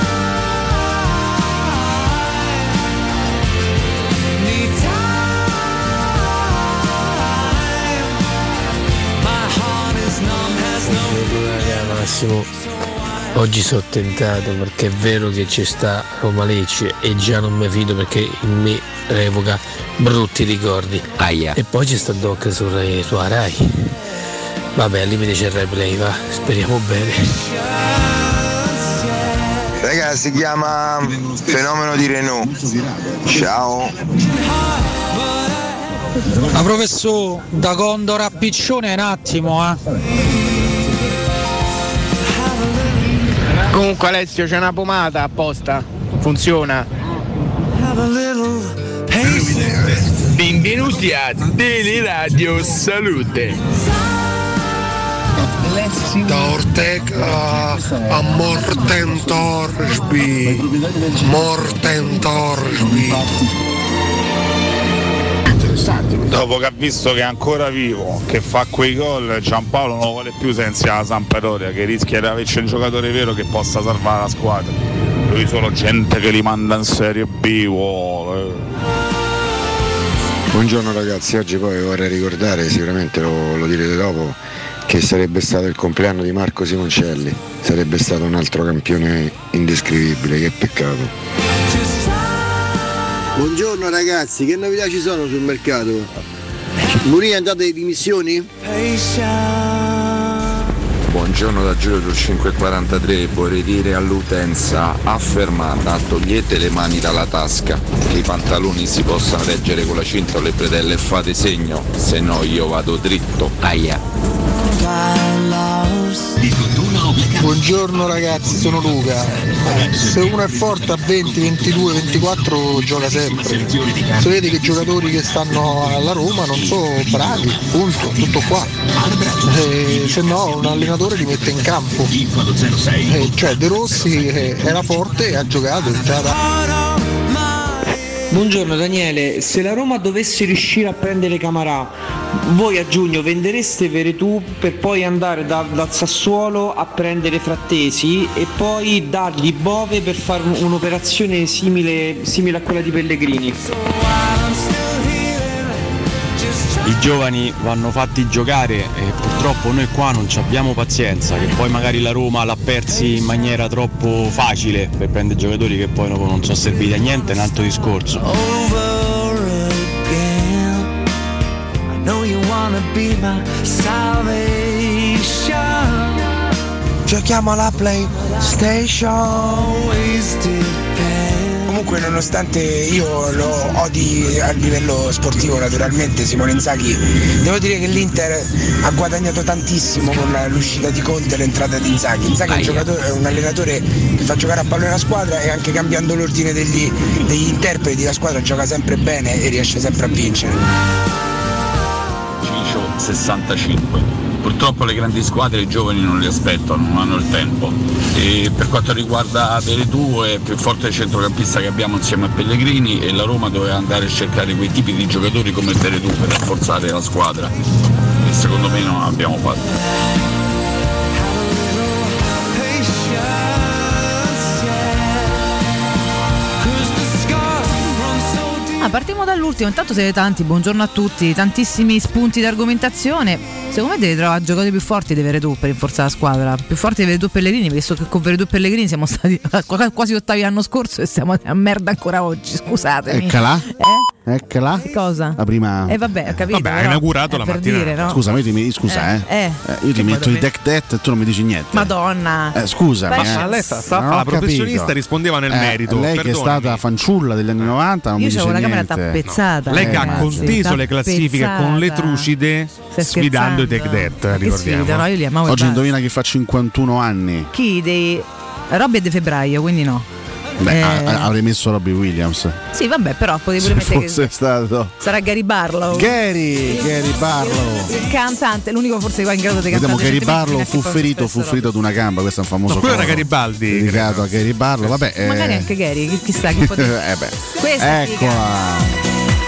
need time. My heart is numb, has no. Massimo, oggi sono tentato perché è vero che ci sta Roma Lecce e già non mi fido perché in me revoca brutti ricordi. Aia. E poi ci sta Doc su Rai. Vabbè, al limite c'è il replay, va, speriamo bene. Ragazzi, si chiama Fenomeno di Renault. Ciao. Ma professore, da Condor a Piccione un attimo, Comunque Alessio, c'è una pomata apposta, funziona. Benvenuti a Teleradio Salute. da Ortega a Morten Torsby. Dopo che ha visto che è ancora vivo, che fa quei gol, Giampaolo non lo vuole più senza la Sampdoria, che rischia di averci un giocatore vero che possa salvare la squadra. Lui solo gente che li manda in Serie B vuole. Buongiorno ragazzi, oggi poi vorrei ricordare, sicuramente lo direte dopo, che sarebbe stato il compleanno di Marco Simoncelli, sarebbe stato un altro campione indescrivibile, che peccato. Buongiorno ragazzi, che novità ci sono sul mercato? Mourinho è andato in dimissioni? Buongiorno da Giulio sul 543, vorrei dire all'utenza affermata: togliete le mani dalla tasca, che i pantaloni si possano leggere con la cinta o le bretelle e fate segno, se no io vado dritto. Aia. Buongiorno ragazzi, sono Luca. Se uno è forte a 20, 22, 24 gioca sempre. Se vedi che i giocatori che stanno alla Roma non sono bravi, punto, tutto qua. Se no un allenatore li mette in campo. Cioè De Rossi era forte e ha giocato. Buongiorno Daniele, se la Roma dovesse riuscire a prendere Camarà, voi a giugno vendereste Veretù per poi andare dal Sassuolo a prendere Frattesi e poi dargli Bove per fare un'operazione simile a quella di Pellegrini? I giovani vanno fatti giocare e purtroppo noi qua non abbiamo pazienza, che poi magari la Roma l'ha persi in maniera troppo facile per prendere giocatori che poi non sono serviti a niente, è un altro discorso. Giochiamo alla PlayStation. Comunque nonostante io lo odi a livello sportivo naturalmente Simone Inzaghi, devo dire che l'Inter ha guadagnato tantissimo con l'uscita di Conte e l'entrata di Inzaghi. Inzaghi è un allenatore che fa giocare a pallone la squadra e anche cambiando l'ordine degli interpreti la squadra gioca sempre bene e riesce sempre a vincere. Ciccio 65. Purtroppo le grandi squadre i giovani non li aspettano, non hanno il tempo. E per quanto riguarda Veretù è il più forte centrocampista che abbiamo insieme a Pellegrini e la Roma doveva andare a cercare quei tipi di giocatori come Veretù per rafforzare la squadra. E secondo me non l'abbiamo fatto. Partiamo dall'ultimo, intanto siete tanti, buongiorno a tutti, tantissimi spunti di argomentazione. Secondo me devi trovare giocatori più forti di Veretù per rinforzare la squadra, più forti di Veretù e Pellegrini, visto che con Veretù e Pellegrini siamo stati quasi ottavi l'anno scorso e siamo a merda ancora oggi, scusatemi. Eccola. Eccola. Che cosa? La prima. Vabbè, ho capito. Vabbè, ha inaugurato la mattina. Dire, no? Scusa, io ti metto i deck det e tu non mi dici niente. Madonna. Scusa, ma lei la professionista rispondeva nel merito. Lei che è stata fanciulla degli anni 90, non io mi dice niente. Niente. Tappezzata. Lei che ha conteso le classifiche con le trucide sfidando i Tech Dead, ricordiamo. Sfida, no? Io li amavo. Oggi indovina chi fa 51 anni. Chi? Dei Robby è di febbraio, quindi no. Beh, avrei messo Robbie Williams. Sì, vabbè, però potevi pure mettere fosse stato. Sarà Gary Barlow. Gary Barlow. Il cantante, l'unico forse qua in grado di cantare. Vediamo, Gary Barlow fu ferito ad una gamba, questo è un famoso. No, quello era Garibaldi. Dedicato a Gary Barlow, vabbè. Magari anche Gary, chissà chi poteva. Questa eccola.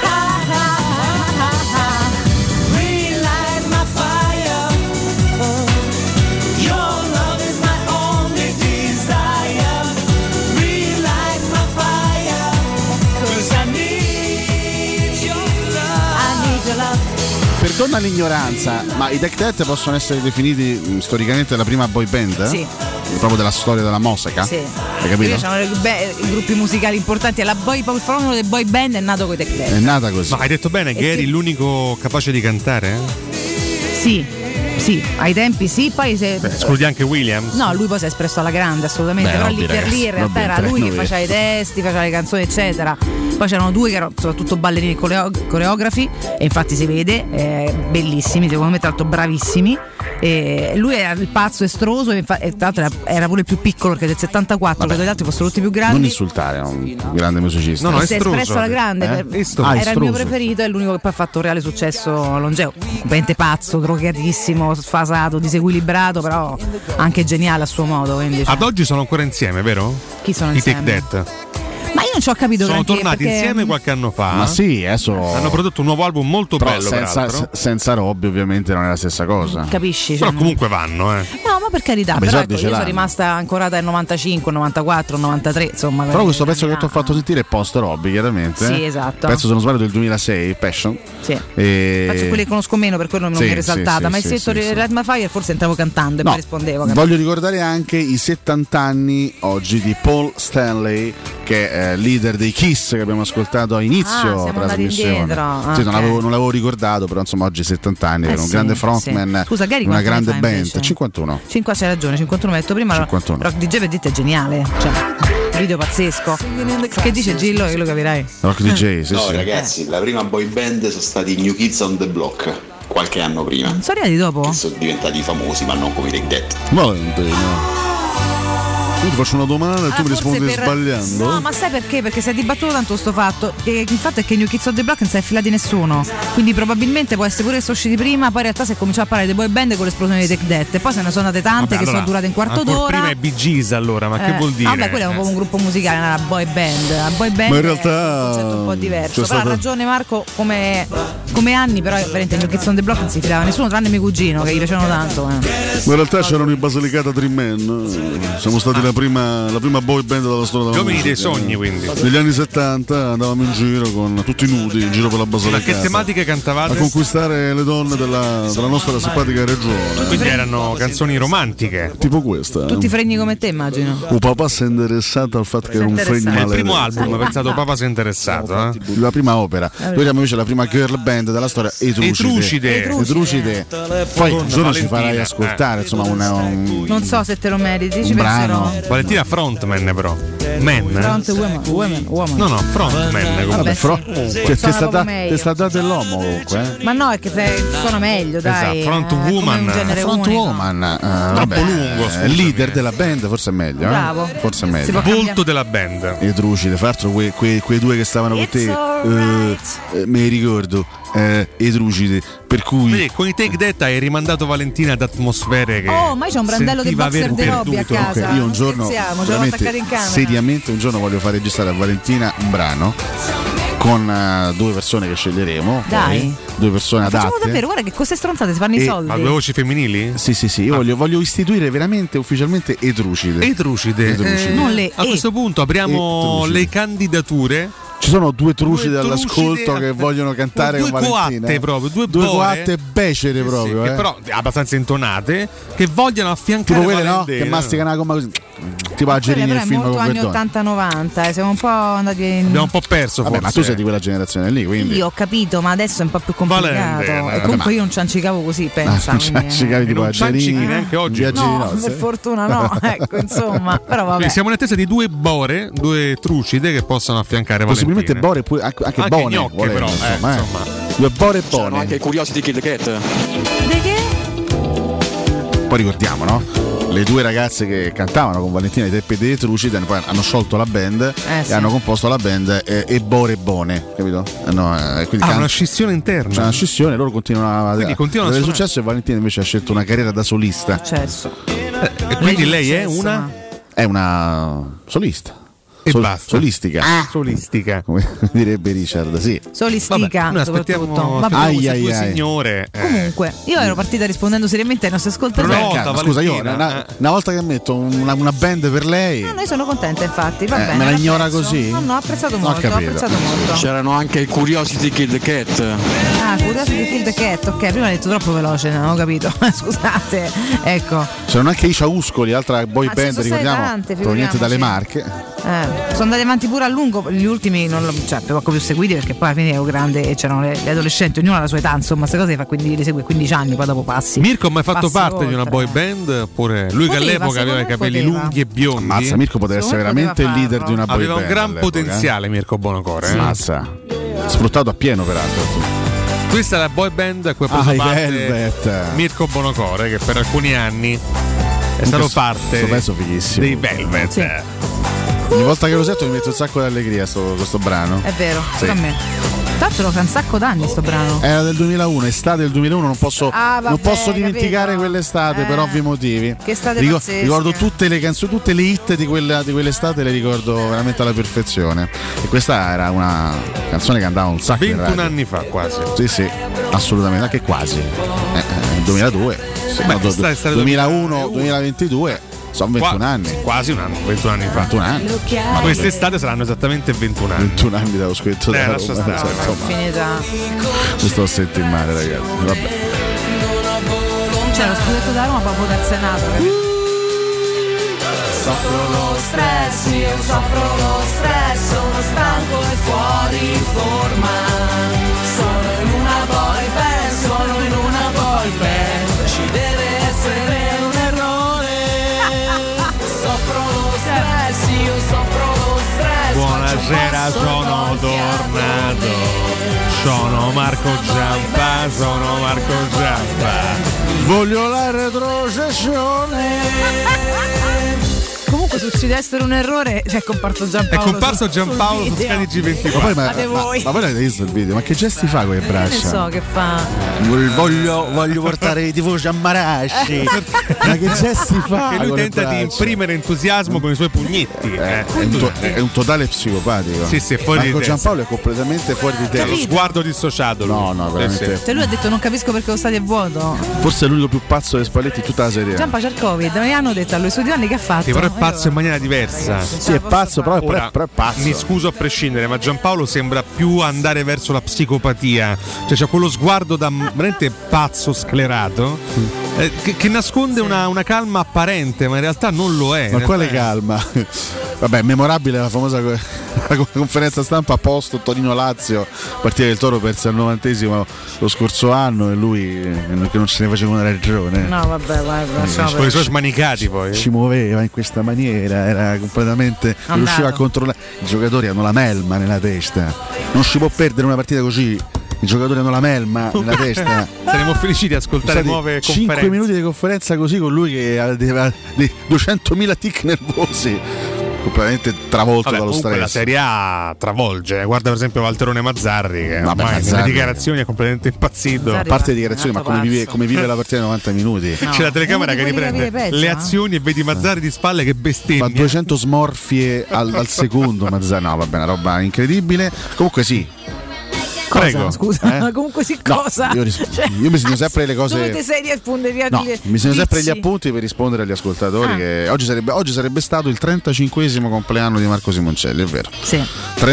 Perdona l'ignoranza, ma i Tech Dead possono essere definiti storicamente la prima boy band? Sì. Proprio della storia della musica? Sì. Hai capito? C'erano i gruppi musicali importanti. Il fenomeno del boy band è nato con i Tech Dead. È nata così. Ma hai detto bene, Gary è l'unico capace di cantare? Sì, ai tempi sì, poi se. Escludi anche Williams? No, lui poi si è espresso alla grande, assolutamente. Però lì per lì in realtà era lui che faceva i testi, faceva le canzoni, eccetera. Poi c'erano due che erano soprattutto ballerini e coreografi, e infatti si vede, bellissimi, secondo me tra l'altro bravissimi. E lui era il pazzo estroso e tra l'altro era pure il più piccolo perché del 74, credo gli altri fossero tutti più grandi. Non insultare, è un grande musicista. No, si è espresso alla grande, era il mio preferito, è l'unico che poi ha fatto un reale successo longevo, completamente pazzo, drogatissimo, sfasato, disequilibrato, però anche geniale a suo modo. Quindi, ad oggi sono ancora insieme, vero? Chi sono insieme? I Take That. Ma io non ci ho capito. Sono tornati insieme qualche anno fa. Ma sì, adesso hanno prodotto un nuovo album molto però bello. Senza Robby, ovviamente, non è la stessa cosa. Capisci? Però comunque vanno, No, ma per carità. Però ecco, io sono rimasta ancorata nel 95, 94, 93. Insomma. Però questo pezzo che ti ho fatto sentire è post Robby, chiaramente. Sì, esatto. Pezzo, se non sbaglio, del 2006, Passion. Sì. Faccio quelli che conosco meno, per quello non mi è risaltata. Ma il setto di Red My Fire forse entravo cantando e poi rispondevo. Voglio ricordare anche i 70 anni oggi di Paul Stanley, che è leader dei Kiss, che abbiamo ascoltato a inizio trasmissione. Sì, non l'avevo ricordato, però insomma oggi 70 anni, era un grande frontman, Scusa, Gary, una grande band. Invece? 51. C'hai ragione, 51 metto prima. 51. Rock DJ per dite è geniale, cioè video pazzesco. Che dice Gillo? Che lo capirai. Rock DJ, sì. No, ragazzi, la prima boy band sono stati New Kids on the Block qualche anno prima. Sono arrivati dopo? Che sono diventati famosi, ma non come i Take That. No. Io ti faccio una domanda e tu mi rispondi sbagliando. No, ma sai perché? Perché si è dibattuto tanto sto fatto. Che il fatto è che New Kids on the Block non si è affilati nessuno. Quindi probabilmente può essere pure che sono usciti prima. Poi in realtà si è cominciato a parlare di boy band con l'esplosione dei Take That. E poi se ne sono andate tante che sono durate un quarto d'ora. Prima è Bee Gees, allora, ma che vuol dire? Vabbè, quello è un po' un gruppo musicale, non era boy band. La boy band ma in realtà è un concetto un po' diverso. Però ha ragione Marco, come anni, però veramente New Kids on the Block non si filava nessuno tranne mio cugino, che gli piacevano tanto. Ma in realtà c'erano i Basilicata Dream Men. Siamo stati la prima boy band della storia della musica. Dei sogni, quindi. Negli anni 70 andavamo in giro con tutti nudi, in giro per la Basilicata. Ma che tematiche cantavate? A conquistare le donne della nostra simpatica regione. Quindi erano canzoni romantiche. Tipo questa. Tutti fregni come te, immagino. O papà si è interessato al fatto che era un fregno male. È il primo album, ho pensato papà si è interessato. La prima opera. Noi abbiamo invece la prima girl band della storia, Etrucide. Poi un giorno ci farai ascoltare, insomma, non so se te lo meriti, ci penserò. Valentina frontman, però. Front woman. No, frontman. Ti sta dato dell'uomo comunque. Ma no, è che suona meglio, dai. Esatto, front woman. Front woman. Troppo lungo. Leader della band, forse è meglio. Bravo. Forse è meglio. Volto della band. Etrucide, fra l'altro quei due che stavano con te, me ricordo. Etrucide, per cui vedi, con i Take That hai rimandato Valentina ad atmosfere che ma io c'ho un brandello di boxer di Robby a casa. Io un giorno seriamente un giorno voglio far registrare a Valentina un brano con due persone che sceglieremo. Dai. Due persone adatte. Facciamo davvero, guarda che queste stronzate si fanno i soldi. Ma due voci femminili? Sì, io voglio istituire veramente ufficialmente Etrucide. Non le a questo punto apriamo le candidature. Ci sono due trucide all'ascolto che vogliono cantare con Valentina. Due coatte becere proprio. Che però abbastanza intonate, che vogliono affiancare tipo quelle, no? Che masticano la gomma così. Tipo a Gerini nel film molto anni 80-90, siamo un po' andati abbiamo un po' perso. Vabbè, ma tu sei di quella generazione lì, quindi. Io ho capito, ma adesso è un po' più complicato. E comunque io non ciancicavo così, pensa. Non ciancicavi tipo a Gerini neanche oggi. No, per fortuna no, ecco, insomma. Però vabbè. Quindi siamo in attesa di due trucide che possano affiancare Valentina. Possibilmente Bore e anche Bone, gnocche, però, insomma. Due Bore e Bone. Anche Curiosity Kid Cat. Di che? Poi ricordiamo, no? Le due ragazze che cantavano con Valentina di Teppe e Etrucide poi hanno sciolto la band e hanno composto la band e Bore e Bone, capito? Una scissione interna. C'è una scissione, loro continuano a avere successo e Valentina invece ha scelto una carriera da solista. Successo. E quindi lei è una? È una solista. E basta. Solistica, come direbbe Richard, sì. Solistica. Noi aspettiamo queste due signore. Comunque, io ero partita rispondendo seriamente ai nostri ascoltatori. Scusa, io una volta che metto una band per lei. No, io sono contenta, infatti. Va bene. Me la ignora così? No, ho apprezzato molto. C'erano anche il Curiosity Kid Cat. Curiosity Kid Cat, ok, prima hai detto troppo veloce, non ho capito. Scusate, ecco. C'erano anche i Ciauscoli, altra boy band, ricordiamo, proveniente dalle Marche. Sono andati avanti pure a lungo, gli ultimi non poco più seguiti perché poi alla fine ero grande e c'erano le adolescenti, ognuno ha la sua età, insomma, queste cose fa, quindi le segue 15 anni, poi dopo passi. Mirko ha mai fatto parte di una boy band? Oppure lui che all'epoca aveva i capelli lunghi e biondi? Mazza, Mirko poteva essere veramente il leader di una boy band. Aveva un gran potenziale Mirko Bonocore. Mazza, sfruttato appieno peraltro. Questa è la boy band a cui ha preso parte Mirko Bonocore, che per alcuni anni è stato parte dei Velvet. Sì. Ogni volta che lo sento mi metto un sacco di allegria questo brano. È vero, sì. a me. Tanto lo fa un sacco d'anni sto brano. Era del 2001, estate del 2001, non posso dimenticare quell'estate per ovvi motivi. Che estate ricordo tutte le canzoni, tutte le hit di quell'estate le ricordo veramente alla perfezione. E questa era una canzone che andava un sacco 21 anni fa quasi. Sì, assolutamente, anche quasi. 2002, sì, 2001, 2022. Sono 21 anni. Quasi un anno, 21 anni fa. 21 anni. Ma quest'estate saranno esattamente 21 anni. 21 anni dallo scritto della Roma. Finita. Mi sto a sentire male, ragazzi. Vabbè. Cioè lo scudetto da Roma proprio dal Senato. Soffro lo stress, io soffro lo stress, sono stanco e fuori forma. Sono in una boy band, sono in una boy band. Ci deve essere un errore. Soffro lo stress, io soffro lo stress. Buonasera, sono tornato. Sono Marco Giampa, Voglio la retrocessione. Comunque succede essere un errore, è comparso Giampaolo. È comparso Giampaolo su Sky TG24. Ma voi l'avete visto il video? Ma che gesti fa con le braccia? Ne so che fa. Voglio portare i tifosi a Marasci. Ma che gesti fa? Che lui tenta di imprimere entusiasmo con i suoi pugnetti. È un totale psicopatico. Sì, fuori Marco di testa. Giampaolo è completamente fuori di testa. Lo sguardo dissociato. No, veramente. Cioè lui ha detto non capisco perché lo stadio è vuoto. Forse è l'unico più pazzo dei Spalletti in tutta la serie. Giampa c'ha il Covid, mi hanno detto a lui sui 2 anni che ha fatto. Sì, però è pazzo in maniera diversa. Sì, è pazzo, però è pazzo. Mi scuso a prescindere, ma Giampaolo sembra più andare verso la psicopatia. Cioè c'ha quello sguardo da veramente pazzo sclerato che nasconde una calma apparente, ma in realtà non lo è. Ma quale calma? Vabbè, memorabile la famosa conferenza stampa post Torino-Lazio, partita del Toro persa al 90esimo lo scorso anno e lui che non se ne faceva una ragione. No, vabbè, vai, con i suoi smanicati poi. Ci muoveva in questa maniera, era completamente non riusciva a controllare. I giocatori hanno la melma nella testa. Non si può perdere una partita così. I giocatori hanno la melma nella testa. Saremo felici di ascoltare nuove conferenze. 5 minuti di conferenza così con lui che aveva 200.000 tic nervosi. Completamente travolto dallo stress. La Serie A travolge. Guarda per esempio Valterone Mazzarri che nelle dichiarazioni è completamente impazzito. A parte le dichiarazioni, ma come vive la partita 90 minuti. No. C'è la telecamera che riprende le azioni e vedi Mazzarri di spalle che bestemmia. Fa 200 smorfie al secondo Mazzarri. No, vabbè, una roba incredibile. Comunque sì. Cosa? Prego. Scusa, ma comunque sì, cosa? Io mi segno sempre le cose. Dove ti sei a rispondere mi segno sempre gli appunti per rispondere agli ascoltatori. Che oggi sarebbe stato il 35esimo compleanno di Marco Simoncelli, è vero? Sì.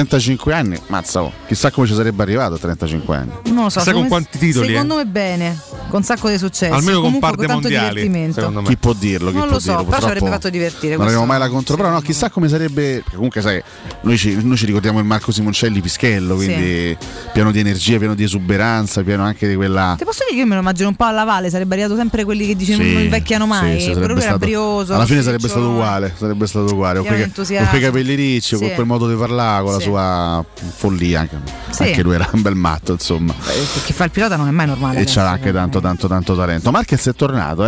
35 anni, mazza, chissà come ci sarebbe arrivato a 35 anni. Non lo so. Chissà con quanti titoli. Secondo me bene, con un sacco di successo. Almeno con comunque, parte con tanto mondiali. Divertimento. Chi può dirlo? Non lo so, però ci avrebbe fatto divertire. Non abbiamo mai la controprova. No, chissà come sarebbe. Comunque, sai, noi ci ricordiamo il Marco Simoncelli Pischello, quindi pieno di energia, pieno di esuberanza, pieno anche di quella. Ti posso dire che io me lo immagino un po' alla Valle, sarebbe arrivato sempre quelli che dicono non invecchiano mai. Sì, però lui era brioso. Alla fine sarebbe stato uguale. Con quei capelli ricci, con quel modo di parlare, con la sua follia anche. Anche lui era un bel matto, insomma. Chi fa il pilota non è mai normale. E c'ha anche tanto talento. Marquez è tornato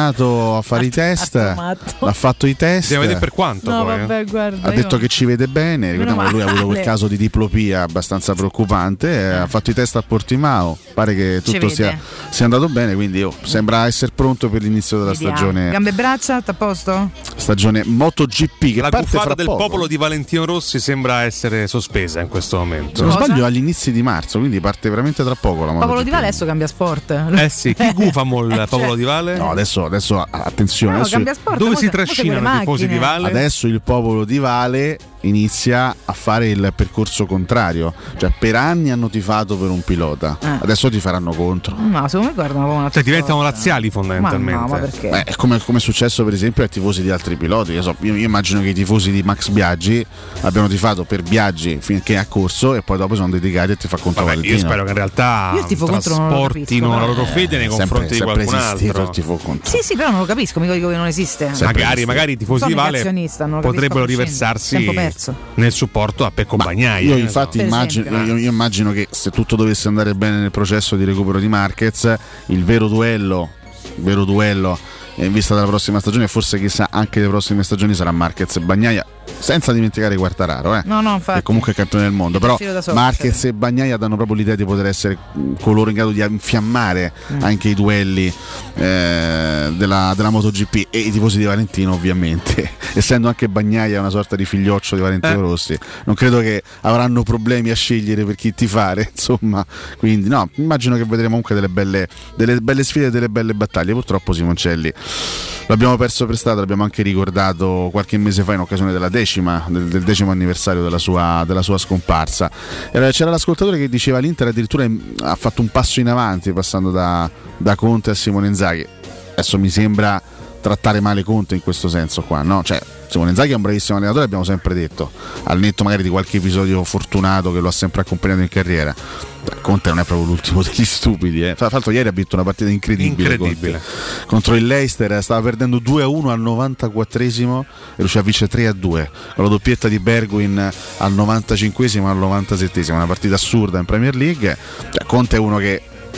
a fare i test. Ha fatto i test. Bisogna vedere per quanto. No, poi, vabbè, guarda, ha detto che ci vede bene. Ricordiamo che lui ha avuto quel caso di diplopia abbastanza preoccupante. Ha fatto i test a Portimao. Pare che tutto sia andato bene. Quindi sembra essere pronto per l'inizio della stagione. Gambe e braccia, a posto? Stagione MotoGP che la parte gufata fra del poco. Popolo di Valentino Rossi sembra essere sospesa in questo momento. Se non sbaglio agli inizi di marzo, quindi parte veramente tra poco la MotoGP. Popolo di Vale adesso cambia sport. Sì, chi gufa il Popolo di Vale? No, adesso attenzione, adesso cambia sport, dove si trascinano i tifosi di Vale? Adesso il Popolo di Vale inizia a fare il percorso contrario, cioè per anni hanno tifato per un pilota, adesso ti faranno contro. No, secondo me guardano come una diventano laziali fondamentalmente. Ma perché? È come è successo per esempio ai tifosi di altri piloti. Io immagino che i tifosi di Max Biaggi abbiano tifato per Biaggi finché ha corso e poi dopo sono dedicati e ti fa contro Valentino. Io spero che in realtà trasportino la loro fede nei confronti di qualcun altro. Sì, però non lo capisco, mica dico che non esiste. Magari i tifosi di Vale potrebbero riversarsi diverso. Nel supporto a Pecco Bagnaia. Io infatti io immagino che se tutto dovesse andare bene nel processo di recupero di Marquez, il vero duello in vista della prossima stagione, forse chissà anche le prossime stagioni, sarà Marquez e Bagnaia, senza dimenticare Quartararo, No, infatti. che comunque è campione del mondo, però Marquez e Bagnaia danno proprio l'idea di poter essere coloro in grado di infiammare anche i duelli della MotoGP, e i tifosi di Valentino ovviamente, essendo anche Bagnaia una sorta di figlioccio di Valentino Rossi, non credo che avranno problemi a scegliere per chi tifare, insomma, quindi no, immagino che vedremo comunque delle belle sfide e delle belle battaglie. Purtroppo Simoncelli l'abbiamo perso per strada, l'abbiamo anche ricordato qualche mese fa in occasione del decimo anniversario della sua scomparsa. C'era l'ascoltatore che diceva l'Inter addirittura ha fatto un passo in avanti passando da Conte a Simone Inzaghi. Adesso mi sembra trattare male Conte in questo senso qua, no? Cioè, Simone Inzaghi è un bravissimo allenatore, abbiamo sempre detto, al netto magari di qualche episodio fortunato che lo ha sempre accompagnato in carriera. Conte non è proprio l'ultimo degli stupidi, Tra l'altro ieri ha vinto una partita incredibile. Contro il Leicester, stava perdendo 2-1 al 94esimo e riuscì a vincere 3-2 con la doppietta di Bergwijn al 95esimo e al 97esimo, una partita assurda in Premier League. Conte è uno che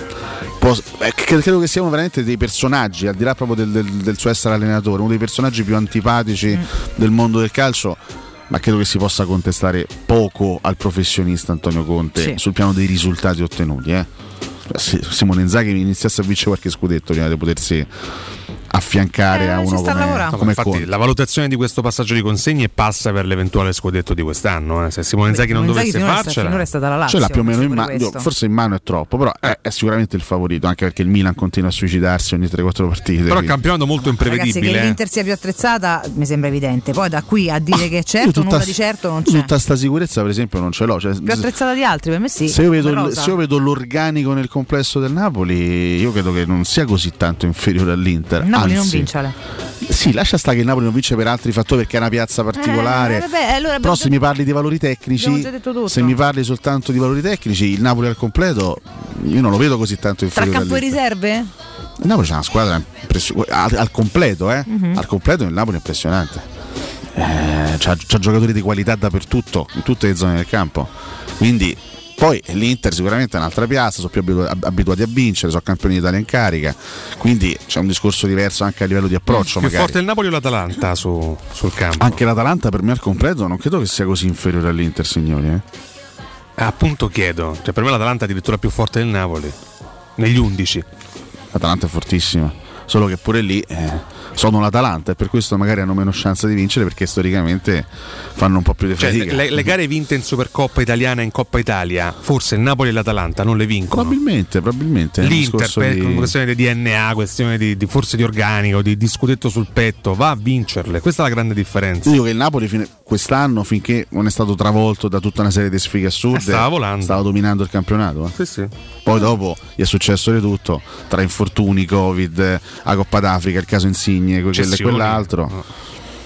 credo che sia uno veramente dei personaggi, al di là proprio del suo essere allenatore, uno dei personaggi più antipatici del mondo del calcio, ma credo che si possa contestare poco al professionista Antonio Conte sul piano dei risultati ottenuti. Simone Inzaghi iniziasse a vincere qualche scudetto prima di potersi affiancare a uno come infatti Conte. La valutazione di questo passaggio di consegne passa per l'eventuale scudetto di quest'anno, Se Simone Inzaghi non dovesse farcela, finora è stata la Lazio, ce l'ha più o meno in mano, forse in mano è troppo, però è sicuramente il favorito, anche perché il Milan continua a suicidarsi ogni 3-4 partite. Però è un campionato molto imprevedibile. Ragazzi, che l'Inter sia più attrezzata mi sembra evidente, poi da qui a dire che è certo nulla di certo non c'è. Tutta sta sicurezza per esempio non ce l'ho, più attrezzata di altri, per me sì. Se io vedo l'organico nel complesso del Napoli, io credo che non sia così tanto inferiore all'Inter. Il Napoli non vince. Sì, lascia stare che il Napoli non vince per altri fattori, perché è una piazza particolare. Però se mi parli di valori tecnici, se mi parli soltanto di valori tecnici, il Napoli al completo io non lo vedo così tanto inferiore. Tra campo e riserve? Il Napoli c'è una squadra al completo, al completo il Napoli è impressionante. C'ha giocatori di qualità dappertutto, in tutte le zone del campo. Quindi poi l'Inter sicuramente è un'altra piazza, sono più abituati a vincere, sono campioni d'Italia in carica, quindi c'è un discorso diverso anche a livello di approccio. Più forte il Napoli o l'Atalanta sul campo? Anche l'Atalanta per me al completo non credo che sia così inferiore all'Inter, signori. Appunto chiedo, cioè per me l'Atalanta è addirittura più forte del Napoli, negli 11. L'Atalanta è fortissima, solo che pure lì sono l'Atalanta e per questo magari hanno meno chance di vincere, perché storicamente fanno un po' più di fatica. Le gare vinte in Supercoppa italiana e in Coppa Italia, forse il Napoli e l'Atalanta non le vincono. Probabilmente. L'Inter per questione di DNA, questione di forse di organico, di scudetto sul petto, va a vincerle. Questa è la grande differenza. Io dico che il Napoli quest'anno, finché non è stato travolto da tutta una serie di sfighe assurde, stava dominando il campionato. Sì. Poi dopo gli è successo di tutto, tra infortuni, Covid, la Coppa d'Africa, il caso Insigne, quello e quell'altro.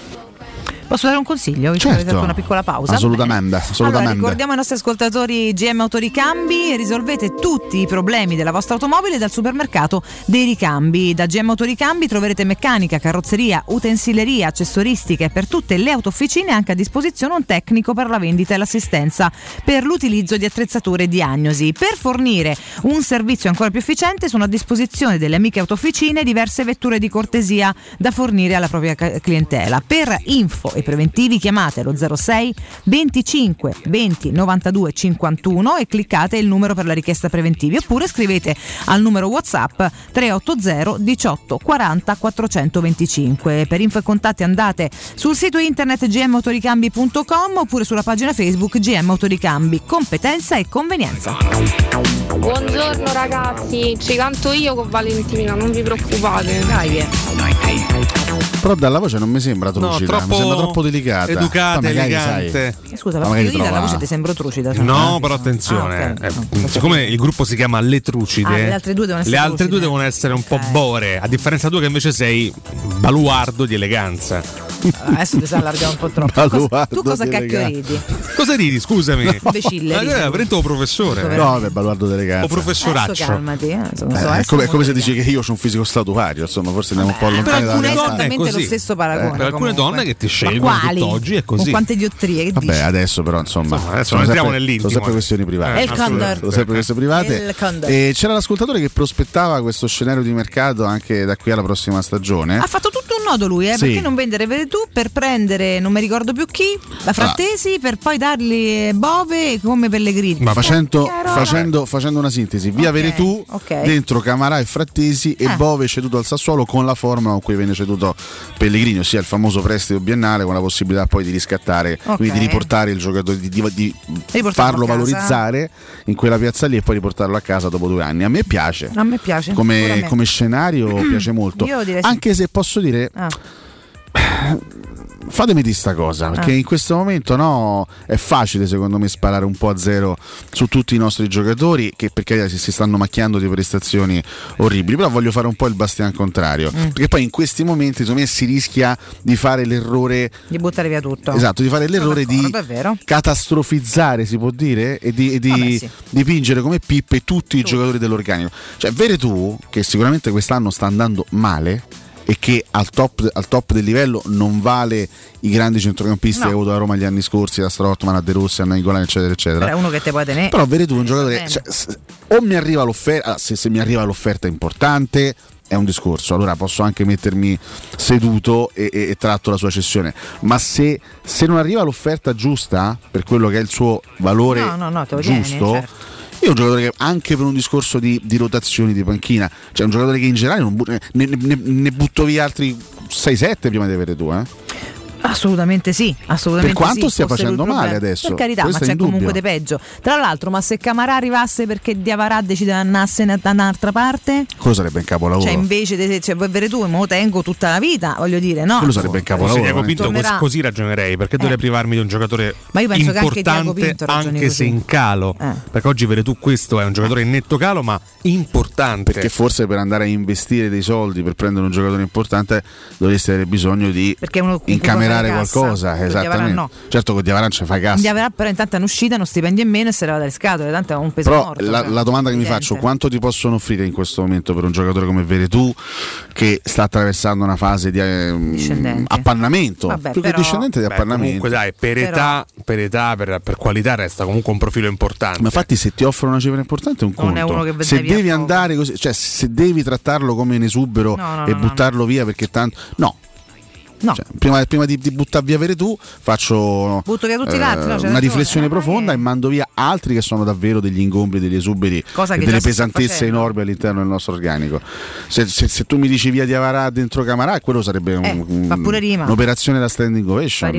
Posso dare un consiglio? Avete fatto una piccola pausa? Assolutamente. Allora, ricordiamo ai nostri ascoltatori GM Autoricambi, risolvete tutti i problemi della vostra automobile dal supermercato dei ricambi. Da GM Autoricambi troverete meccanica, carrozzeria, utensileria, accessoristica, e per tutte le autofficine anche a disposizione un tecnico per la vendita e l'assistenza per l'utilizzo di attrezzature e diagnosi. Per fornire un servizio ancora più efficiente sono a disposizione delle amiche autofficine diverse vetture di cortesia da fornire alla propria clientela. Per info e preventivi chiamate lo 06 25 20 92 51 e cliccate il numero per la richiesta preventivi, oppure scrivete al numero WhatsApp 380 18 40 425. Per info e contatti andate sul sito internet gmautoricambi.com oppure sulla pagina Facebook GM Autoricambi, competenza e convenienza. Buongiorno ragazzi, ci canto io con Valentina, non vi preoccupate. Dai. Però dalla voce non mi sembra trucida, mi sembra troppo delicata, educata, elegante. Scusa, perché io dalla voce ti sembro trucida. No, però attenzione, siccome il gruppo si chiama Le Trucide, le altre due devono essere un po' bore, a differenza tua che invece sei baluardo di eleganza. Adesso ti sei allargato un po' troppo. Tu cosa cacchio ridi? Cosa ridi, scusami? Imbecille. Prendo il professore. No, vabbè, baluardo delle cazze. O professoraccio. Calmati, è come se dici che io ho un fisico statuario, insomma, forse andiamo un po' lontani dalla realtà. È esattamente lo stesso paragone. Per alcune donne che ti scelgono tutt'oggi è così. Con quante dioptrie che vabbè, dici? Adesso però insomma adesso non entriamo nell'intimo. Sono sempre questioni private. Sono sempre questioni private. E c'era l'ascoltatore che prospettava questo scenario di mercato anche da qui alla prossima stagione. Ha fatto tutto un nodo lui, Sì. perché non vendere Veretù per prendere non mi ricordo più chi, la Frattesi, per poi dargli Bove come Pellegrini. Ma facendo una sintesi, via Veretù, dentro Camarà e Frattesi e Bove ceduto al Sassuolo con la formula con cui viene ceduto Pellegrini, ossia il famoso prestito biennale con la possibilità poi di riscattare, quindi di riportare il giocatore, di farlo valorizzare in quella piazza lì e poi riportarlo a casa dopo 2 anni. A me piace come scenario, piace molto, anche se posso dire fatemi di sta cosa, perché in questo momento è facile secondo me sparare un po' a zero su tutti i nostri giocatori che perché si stanno macchiando di prestazioni orribili, però voglio fare un po' il bastian contrario, perché poi in questi momenti secondo me si rischia di fare l'errore di buttare via tutto, esatto, di fare l'errore di catastrofizzare, si può dire, e di dipingere come pippe tutti i giocatori dell'organico. Cioè Veretù, che sicuramente quest'anno sta andando male e che al top del livello non vale i grandi centrocampisti che ha avuto la Roma gli anni scorsi, da Strootman a De Rossi a Nainggolan eccetera eccetera. È uno che te puoi tenere. Però Veretù è un giocatore, o mi arriva l'offerta, se mi arriva l'offerta importante è un discorso, allora posso anche mettermi seduto e tratto la sua cessione, ma se non arriva l'offerta giusta per quello che è il suo valore giusto, certo. Io un giocatore che anche per un discorso di rotazioni di panchina, cioè un giocatore che in generale ne butto via altri 6-7 prima di avere tu, Assolutamente sì, assolutamente per quanto sì, stia facendo male adesso, per carità, ma c'è comunque di peggio. Tra l'altro, ma se Camarà arrivasse perché Diavarà decide di andarsene da un'altra parte, quello sarebbe un capolavoro. Cioè invece vuoi vedere tu, me lo tengo tutta la vita, voglio dire, no? Quello sarebbe un capolavoro. Diego Pinto, così ragionerei, perché dovrei privarmi di un giocatore importante anche se in calo, perché oggi Veretù questo è un giocatore in netto calo ma importante, perché forse per andare a investire dei soldi per prendere un giocatore importante dovresti avere bisogno di incamerare qualcosa, esattamente. No. Certo con Diavarà ci fai cassa. Diavarà però intanto è un'uscita, uno stipendio in meno e se leva dalle scatole, tanto è un peso però morto. La domanda che mi faccio, quanto ti possono offrire in questo momento per un giocatore come Veretù che sta attraversando una fase di appannamento, più che discendente di appannamento. Comunque dai, per età, per qualità resta comunque un profilo importante. Ma infatti se ti offrono una cifra importante è un conto. Non è uno che se devi andare così, cioè se devi trattarlo come un esubero e buttarlo via perché tanto cioè, prima di buttare via Veretù butto via tutti gli altri, una riflessione profonda e mando via altri che sono davvero degli ingombri, degli esuberi e delle pesantezze enormi all'interno del nostro organico. Se tu mi dici via Diavarà dentro Camarà, quello sarebbe un'operazione da standing ovation.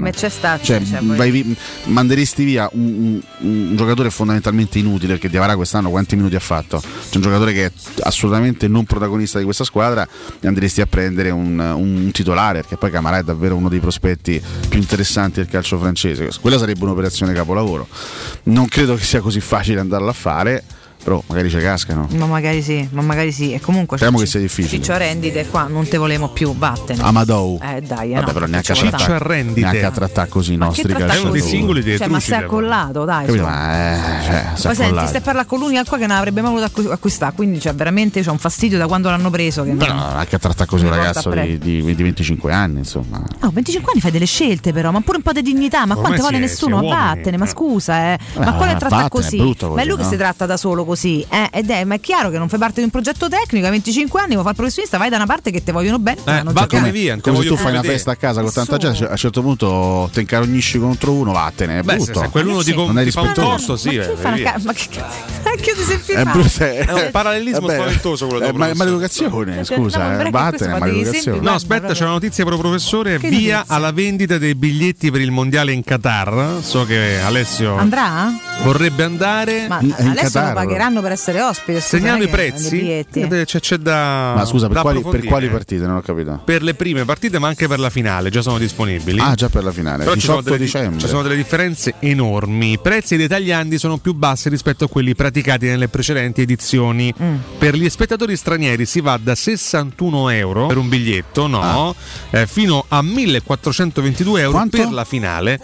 Manderesti via un giocatore fondamentalmente inutile, perché Diavarà quest'anno quanti minuti ha fatto? C'è un giocatore che è assolutamente non protagonista di questa squadra e andresti a prendere un titolare, perché poi Camarà è davvero uno dei prospetti più interessanti del calcio francese. Quella sarebbe un'operazione capolavoro. Non credo che sia così facile andarla a fare, però magari ci cascano. Ma magari sì. E comunque speriamo che sia difficile. Ciccio Arrendite qua non te volemo più, vattene. Amadou. Dai, vabbè, però neanche a trattare così i nostri calciatori. È uno dei singoli dei ma si è accollato, dai. Poi senti, stai a parlare con l'unica qua che non avrebbe mai voluto acquistare, quindi veramente c'è un fastidio da quando l'hanno preso. Che anche a trattare così un ragazzo di 25 anni, insomma. 25 anni fai delle scelte, però, ma pure un po' di dignità. Ma quante vuole nessuno? Ma vattene, ma scusa, ma quale tratta così? Ma è lui che si tratta da solo così, ma è chiaro che non fai parte di un progetto tecnico. A 25 anni vuoi fare il professionista, vai da una parte che te vogliono bene. Come se tu fai una festa a casa con tanta gente, a un certo punto te incarognisci contro uno, vattene, è brutto. Se quell'uno non è rispettoso, sì. Ma che cacchio ti sei firmato? È un parallelismo spaventoso quello. Ma maleducazione, scusa, vattene, maleducazione. No, aspetta, c'è una notizia pro professore, via alla vendita dei biglietti per il mondiale in Qatar. So che Alessio andrà? Vorrebbe andare. Ma Alessio lo pagheranno per essere ospite. Segnando i prezzi, c'è da. Ma scusa, per quali partite? Non ho capito. Per le prime partite, ma anche per la finale, già sono disponibili. Ah, già per la finale. Però 18 dicembre. Ci sono delle differenze enormi. I prezzi dei tagliandi sono più bassi rispetto a quelli praticati praticati nelle precedenti edizioni. Per gli spettatori stranieri si va da 61 euro per un biglietto, fino a 1422 euro. Quanto? Per la finale,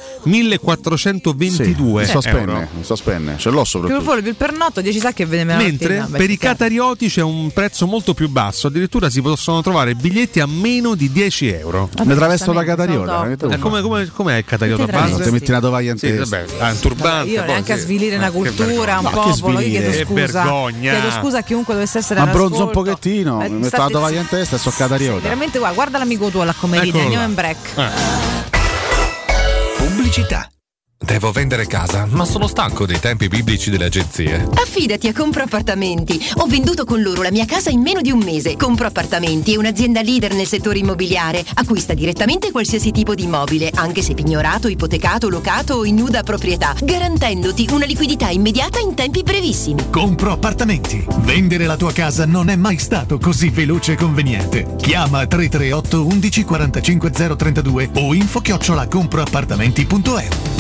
1422 euro. So spenne, ce l'ho soprattutto. Il pernotto 10 sacchi e ve ne Mentre per i catarioti c'è un prezzo molto più basso, addirittura si possono trovare biglietti a meno di 10 euro. Ne travesto la catariota. Com'è il catariota base? Ti metti una tovaglia in testa. Un turbante. Io neanche a svilire una cultura, un popolo. Io chiedo scusa. Chiedo scusa a chiunque dovesse essere all'ascolto. Abbronzo un pochettino, mi metto la tovaglia in testa e so catariota. Veramente guarda l'amico tuo alla commedia, andiamo in break. Pubblicità. Devo vendere casa, ma sono stanco dei tempi biblici delle agenzie. Affidati a Compro Appartamenti. Ho venduto con loro la mia casa in meno di un mese. Compro Appartamenti è un'azienda leader nel settore immobiliare. Acquista direttamente qualsiasi tipo di immobile, anche se pignorato, ipotecato, locato o in nuda proprietà, garantendoti una liquidità immediata in tempi brevissimi. Compro Appartamenti. Vendere la tua casa non è mai stato così veloce e conveniente. Chiama 338 11 45 032 o info@comproappartamenti.eu.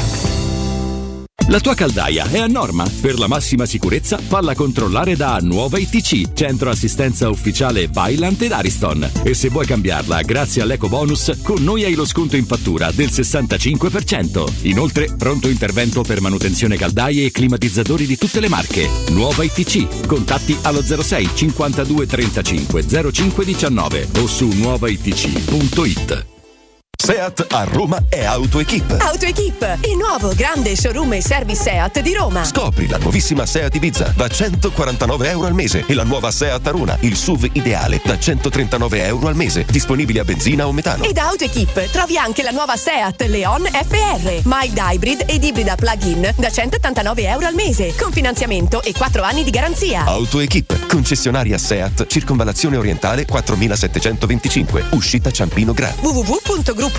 La tua caldaia è a norma? Per la massima sicurezza falla controllare da Nuova ITC, centro assistenza ufficiale Vaillant ed Ariston. E se vuoi cambiarla grazie all'eco bonus, con noi hai lo sconto in fattura del 65%. Inoltre, pronto intervento per manutenzione caldaie e climatizzatori di tutte le marche. Nuova ITC. Contatti allo 06 52 35 05 19 o su nuovaitc.it. Seat a Roma è AutoEquip. AutoEquip, il nuovo grande showroom e service Seat di Roma. Scopri la nuovissima Seat Ibiza da 149 euro al mese e la nuova Seat Arona, il SUV ideale, da 139 euro al mese, disponibili a benzina o metano. E da AutoEquip trovi anche la nuova Seat Leon FR, mild hybrid ed ibrida plug-in da 189 euro al mese, con finanziamento e 4 anni di garanzia. AutoEquip, concessionaria Seat, Circonvallazione Orientale 4725, uscita Ciampino Gra. www.gruppoautoequip.it.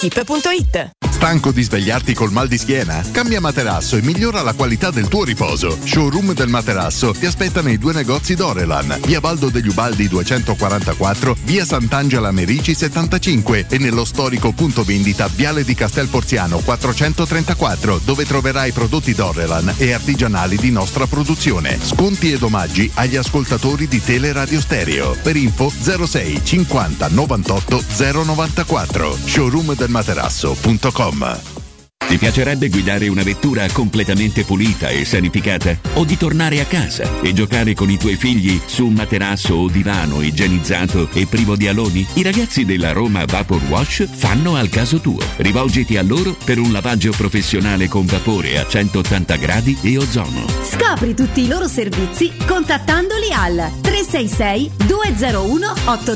Stanco di svegliarti col mal di schiena? Cambia materasso e migliora la qualità del tuo riposo. Showroom del materasso ti aspetta nei 2 negozi Dorelan, via Baldo degli Ubaldi 244, via Sant'Angela Merici 75 e nello storico punto vendita Viale di Castel Porziano 434, dove troverai prodotti Dorelan e artigianali di nostra produzione. Sconti ed omaggi agli ascoltatori di Teleradio Stereo. Per info 06 50 98 094. showroomdelmaterasso.com. Ti piacerebbe guidare una vettura completamente pulita e sanificata? O di tornare a casa e giocare con i tuoi figli su un materasso o divano igienizzato e privo di aloni? I ragazzi della Roma Vapor Wash fanno al caso tuo. Rivolgiti a loro per un lavaggio professionale con vapore a 180 gradi e ozono. Scopri tutti i loro servizi contattandoli al 366 201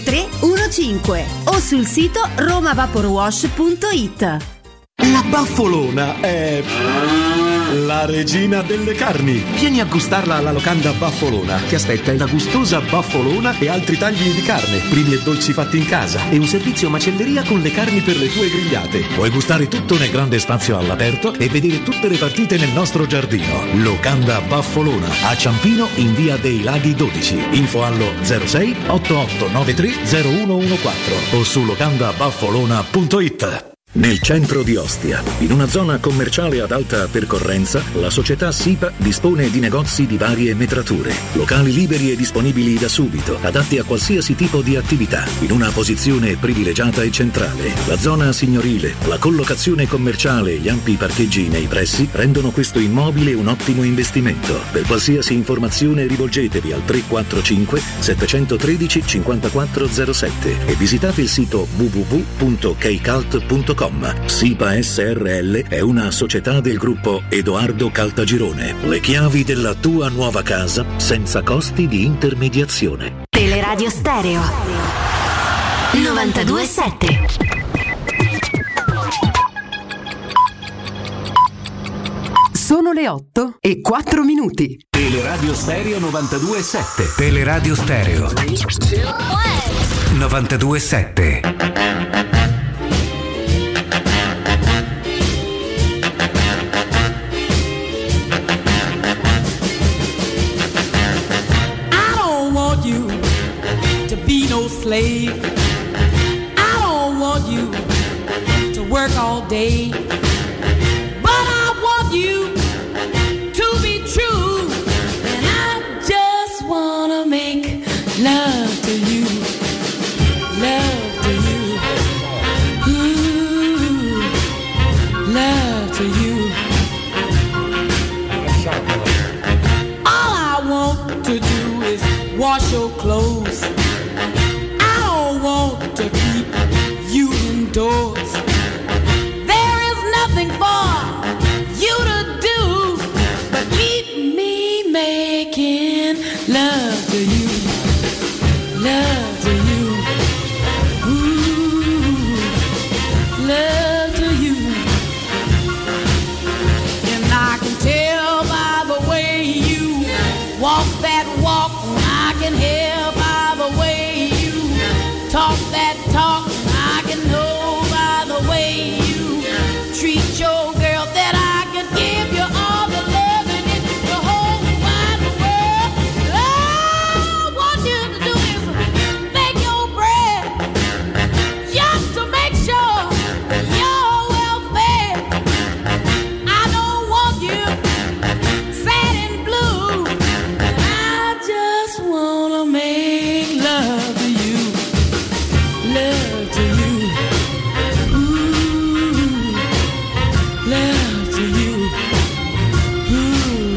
8315 o sul sito romavaporwash.it. La Baffolona è la regina delle carni. Vieni a gustarla alla locanda Baffolona. Ti aspetta una gustosa baffolona e altri tagli di carne, primi e dolci fatti in casa e un servizio macelleria con le carni per le tue grigliate. Puoi gustare tutto nel grande spazio all'aperto e vedere tutte le partite nel nostro giardino. Locanda Baffolona a Ciampino in via dei Laghi 12. Info allo 06 8893 0114 o su locandabaffolona.it. Nel centro di Ostia, in una zona commerciale ad alta percorrenza, la società SIPA dispone di negozi di varie metrature, locali liberi e disponibili da subito, adatti a qualsiasi tipo di attività, in una posizione privilegiata e centrale. La zona signorile, la collocazione commerciale e gli ampi parcheggi nei pressi rendono questo immobile un ottimo investimento. Per qualsiasi informazione rivolgetevi al 345 713 5407 e visitate il sito www.keicalt.com. SIPA SRL è una società del gruppo Edoardo Caltagirone. Le chiavi della tua nuova casa senza costi di intermediazione. Teleradio Stereo 92.7. Sono le 8:04. Teleradio Stereo 92.7. Teleradio Stereo 92.7. No slave. I don't want you to work all day, but I want you to be true, and I love to you. All I want to do is wash your clothes. I don't want to keep you indoors. There is nothing for you to do but keep me making love to you. Love to you. Ooh, love to you. And I can tell by the way you walk that walk. I can hear by the way you talk that talk. I can know by the way you treat your girl that I could give you all the love in the whole wide world. All I want you to do is make your bread just to make sure you're well fed. I don't want you sad and blue. I just wanna make love to you. Love to you. Ooh, love to you. Ooh.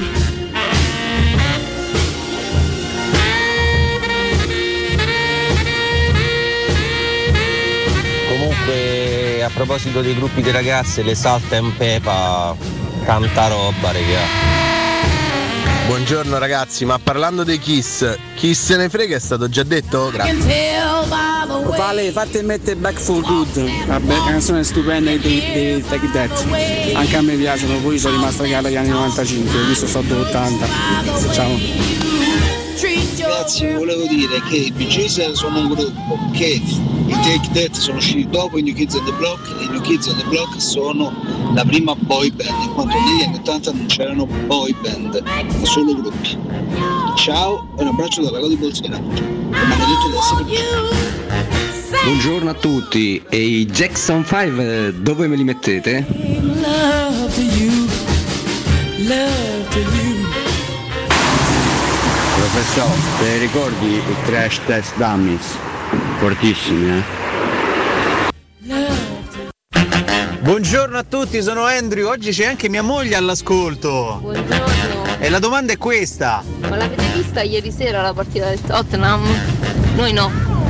Comunque, a proposito dei gruppi di ragazze, le Salt and Peppa, tanta roba, raga. Buongiorno ragazzi, ma parlando dei Kiss, chi se ne frega è stato già detto? Grazie. Vale, fate mettere Back for Good, la canzone stupenda di Take That. Anche a me piacciono, poi sono rimasto regalo agli anni 95, visto sotto 80. Ciao. Ragazzi, volevo dire che i Bee Gees sono un gruppo, che i Take That sono usciti dopo i New Kids on the Block, e i New Kids on the Block sono la prima boy band, in quanto negli anni 80 non c'erano boy band, ma solo gruppi. Ciao e un abbraccio dalla Godi Bolsena. Come hanno detto adesso. Buongiorno a tutti, e i Jackson 5 dove me li mettete? Love to you. Love to you. Professore, te ricordi i Crash Test Dummies? Fortissimi, Buongiorno a tutti, sono Andrew, oggi c'è anche mia moglie all'ascolto. Buongiorno. E la domanda è questa. Ma l'avete vista ieri sera la partita del Tottenham? Noi no.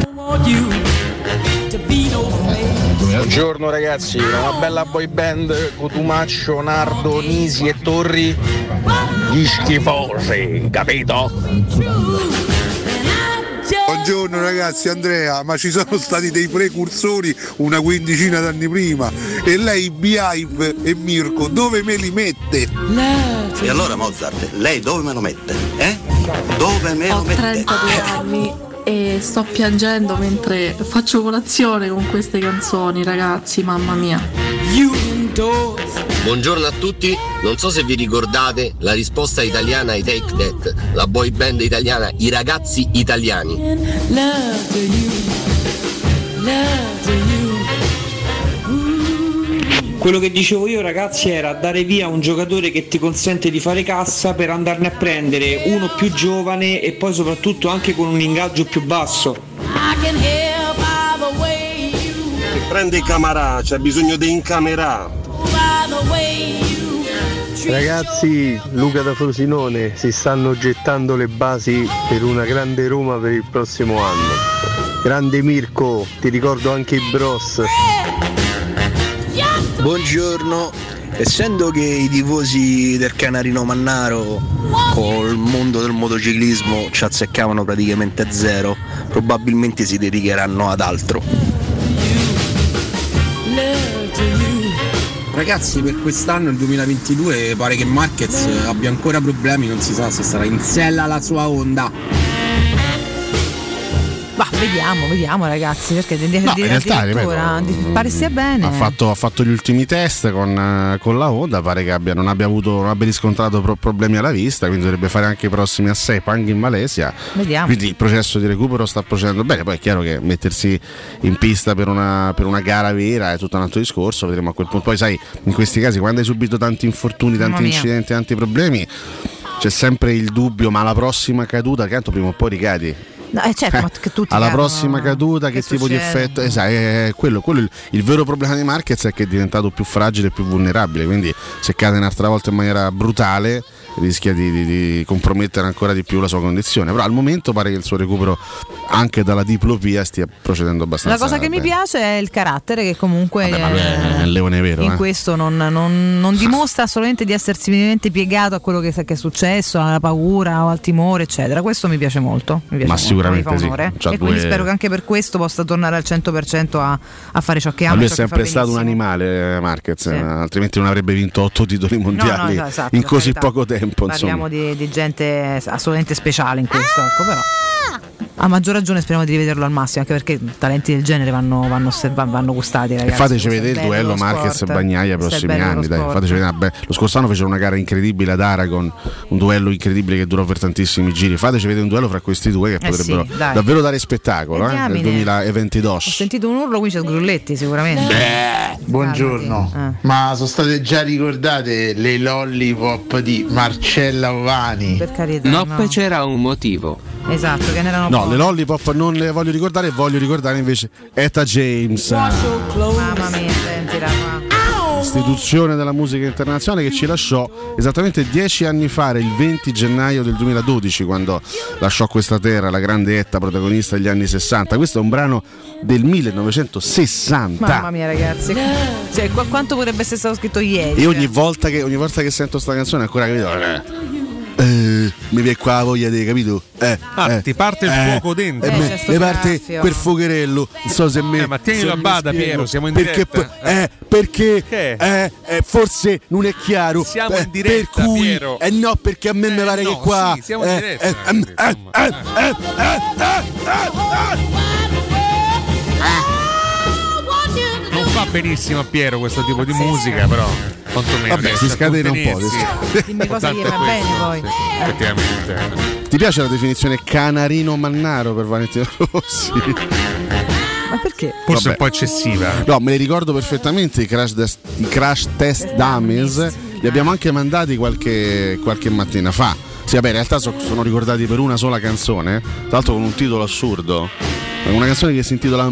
Buongiorno ragazzi, una bella boy band, Cotumaccio, Nardo, Nisi e Torri, gli schifosi, capito? Buongiorno ragazzi, Andrea, ma ci sono stati dei precursori una quindicina d'anni prima, e lei Beehive e Mirko dove me li mette? E allora Mozart, lei dove me lo mette? Dove me lo mette? Ho 32 anni e sto piangendo mentre faccio colazione con queste canzoni, ragazzi, mamma mia. Buongiorno a tutti, non so se vi ricordate la risposta italiana ai Take That, la boy band italiana, i ragazzi italiani. Quello che dicevo io ragazzi era dare via un giocatore che ti consente di fare cassa per andarne a prendere uno più giovane e poi soprattutto anche con un ingaggio più basso. Se prende Camarà, c'è bisogno di incamerà. Ragazzi, Luca da Frosinone, si stanno gettando le basi per una grande Roma per il prossimo anno. Grande Mirko, ti ricordo anche i Bros. Buongiorno, essendo che i tifosi del Canarino Mannaro col mondo del motociclismo ci azzeccavano praticamente a zero, probabilmente si dedicheranno ad altro. Ragazzi, per quest'anno, il 2022, pare che Marquez abbia ancora problemi, non si sa se sarà in sella alla sua Honda. Ma vediamo ragazzi, perché in realtà pare stia bene. Ha fatto gli ultimi test con la Honda, pare che non abbia riscontrato problemi alla vista, quindi dovrebbe fare anche i prossimi a Sepang in Malesia. Vediamo. Quindi il processo di recupero sta procedendo bene, poi è chiaro che mettersi in pista per una gara vera è tutto un altro discorso, vedremo a quel punto. Poi sai, in questi casi quando hai subito tanti infortuni, tanti incidenti, tanti problemi, c'è sempre il dubbio, ma la prossima caduta, che tanto prima o poi ricadi. No, certo, ma che tutti alla cadono, prossima caduta che tipo succede? di effetto, esatto, quello il vero problema di Marquez è che è diventato più fragile e più vulnerabile, quindi se cade un'altra volta in maniera brutale rischia di compromettere ancora di più la sua condizione, però al momento pare che il suo recupero anche dalla diplopia stia procedendo abbastanza La cosa che bene. mi piace è il carattere che comunque Ma lui è un leone vero, in questo non dimostra assolutamente di essersi minimamente piegato a quello che è successo, alla paura o al timore eccetera. Questo mi piace molto, mi piace ma molto, sicuramente mi fa sì. onore. C'ha E quindi due- spero che anche per questo possa tornare al 100% a fare ciò che Ma ama. lui è ciò che sempre fa stato un benissimo. animale, Marquez, altrimenti non avrebbe vinto 8 titoli mondiali esatto, in per così carità. poco tempo. Parliamo Insomma. di gente assolutamente speciale in questo, ecco, però a maggior ragione speriamo di rivederlo al massimo, anche perché talenti del genere vanno gustati, ragazzi. E fateci Questo è vedere il bello duello lo Marquez sport. Bagnaia ai Questo è prossimi bello anni, lo dai, sport. fateci vedere. Lo scorso anno fecero una gara incredibile ad Aragon, un duello incredibile che durò per tantissimi giri. Fateci vedere un duello fra questi due che potrebbero sì, dai. davvero dare spettacolo nel Diamine. 2022. Ho sentito un urlo, qui c'è Grulletti sicuramente. Buongiorno, ma sono state già ricordate le lollipop di Marcella Ovani? Per carità, no. C'era un motivo. Esatto, che ne erano No, pochi. le lollipop non le voglio ricordare, voglio ricordare invece Etta James, Mamma mia, sentila qua. istituzione della musica internazionale che ci lasciò esattamente 10 anni fa, il 20 gennaio del 2012, quando lasciò questa terra la grande Etta, protagonista degli anni 60. Questo è un brano del 1960. Mamma mia, ragazzi. Cioè, quanto potrebbe essere stato scritto ieri? E ogni volta che sento sta canzone ancora capito mi viene qua la voglia di, capito? Ti parte il fuoco dentro. Mi parte quel fuocherello. Non so se me. Ma tienilo a bada, Piero, siamo in perché, diretta. Perché forse non è chiaro. Siamo in diretta, per cui, Piero. no, perché a me mi pare che qua. Sì, siamo in diretta. Non fa benissimo a Piero questo tipo di musica, però quantomeno Vabbè, si scatena un po'. Dimmi cosa gli va bene poi. Effettivamente. Ti piace la definizione canarino mannaro per Valentino Rossi? Ma perché? Forse un po' eccessiva. No, me li ricordo perfettamente i crash test dummies. Li abbiamo anche mandati qualche mattina fa. Sì, vabbè, in realtà sono ricordati per una sola canzone, tra l'altro con un titolo assurdo. Una canzone che si intitola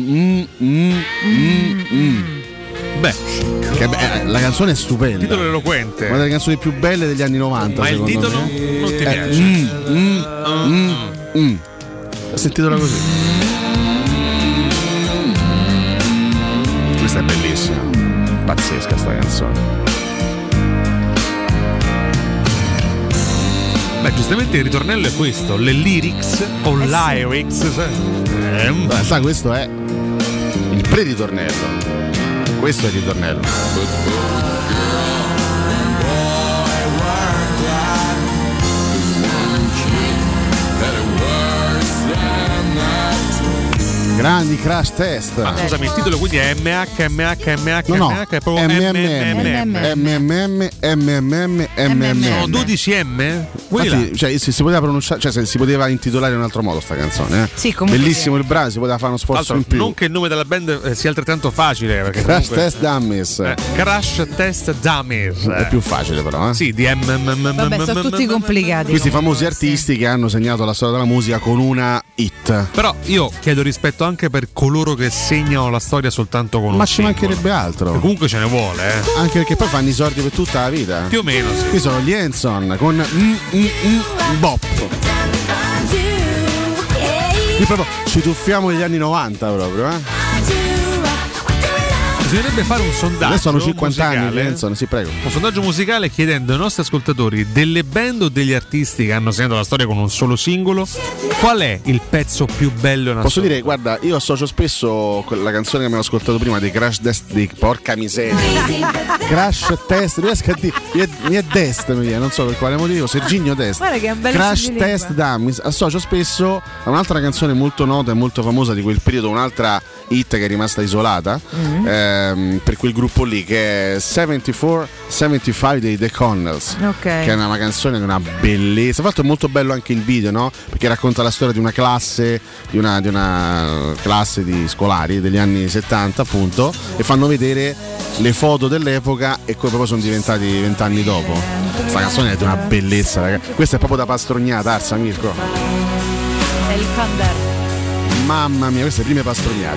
la canzone è stupenda. Titolo eloquente. Una delle canzoni più belle degli anni 90. Ma il titolo me. non ti piace? Si intitola così. Questa è bellissima. Pazzesca sta canzone. Beh, giustamente il ritornello è questo, le lyrics o lyrics. Sa, questo è il pre-ritornello. Questo è il ritornello. Grandi crash test. Ma scusami, il titolo quindi è MH, No, è proprio Sono 12 M? Infatti, cioè, si poteva pronunciare, cioè si poteva intitolare in un altro modo sta canzone, Sì, comunque bellissimo il brano, si poteva fare uno sforzo in più. Non che il nome della band sia altrettanto facile, perché Crash comunque, Test Dummies. Crash Test Dummies. È più facile però, Sì, di Vabbè, sono tutti complicati. Questi famosi artisti che hanno segnato la storia della musica con una hit. Però io chiedo rispetto anche per coloro che segnano la storia soltanto con un Ma ci singolo. mancherebbe altro. Che comunque ce ne vuole, Anche perché poi fanno i sordi per tutta la vita. Più o meno, sì. Qui sono gli Hanson con Bop. Qui proprio ci tuffiamo negli anni 90 proprio, Bisognerebbe fare un sondaggio. Adesso hanno 50 anni, musicale, Hanson, sì, prego. Un sondaggio musicale chiedendo ai nostri ascoltatori delle band o degli artisti che hanno segnato la storia con un solo singolo, qual è il pezzo più bello in Posso assoluto? dire, guarda, io associo spesso la canzone che abbiamo ascoltato prima dei Crash Test di porca miseria. Crash Test, riesco a dire, mi è Dest, non so per quale motivo, Serginio Dest. Guarda che è un bel Crash Test Dummies, associo spesso a un'altra canzone molto nota e molto famosa di quel periodo, un'altra hit che è rimasta isolata per quel gruppo lì, che è 74-75 dei The Connells, che è una canzone di una bellezza. Tra l'altro è molto bello anche il video, no? Perché racconta la storia di una classe di una classe di scolari degli anni 70 appunto, e fanno vedere le foto dell'epoca e come proprio sono diventati 20 anni dopo. Questa canzone è di una bellezza, ragazzi. Questa è proprio da pastrogna, Tarsa, Mirko. È il Thunder. Mamma mia, queste prime pastognate.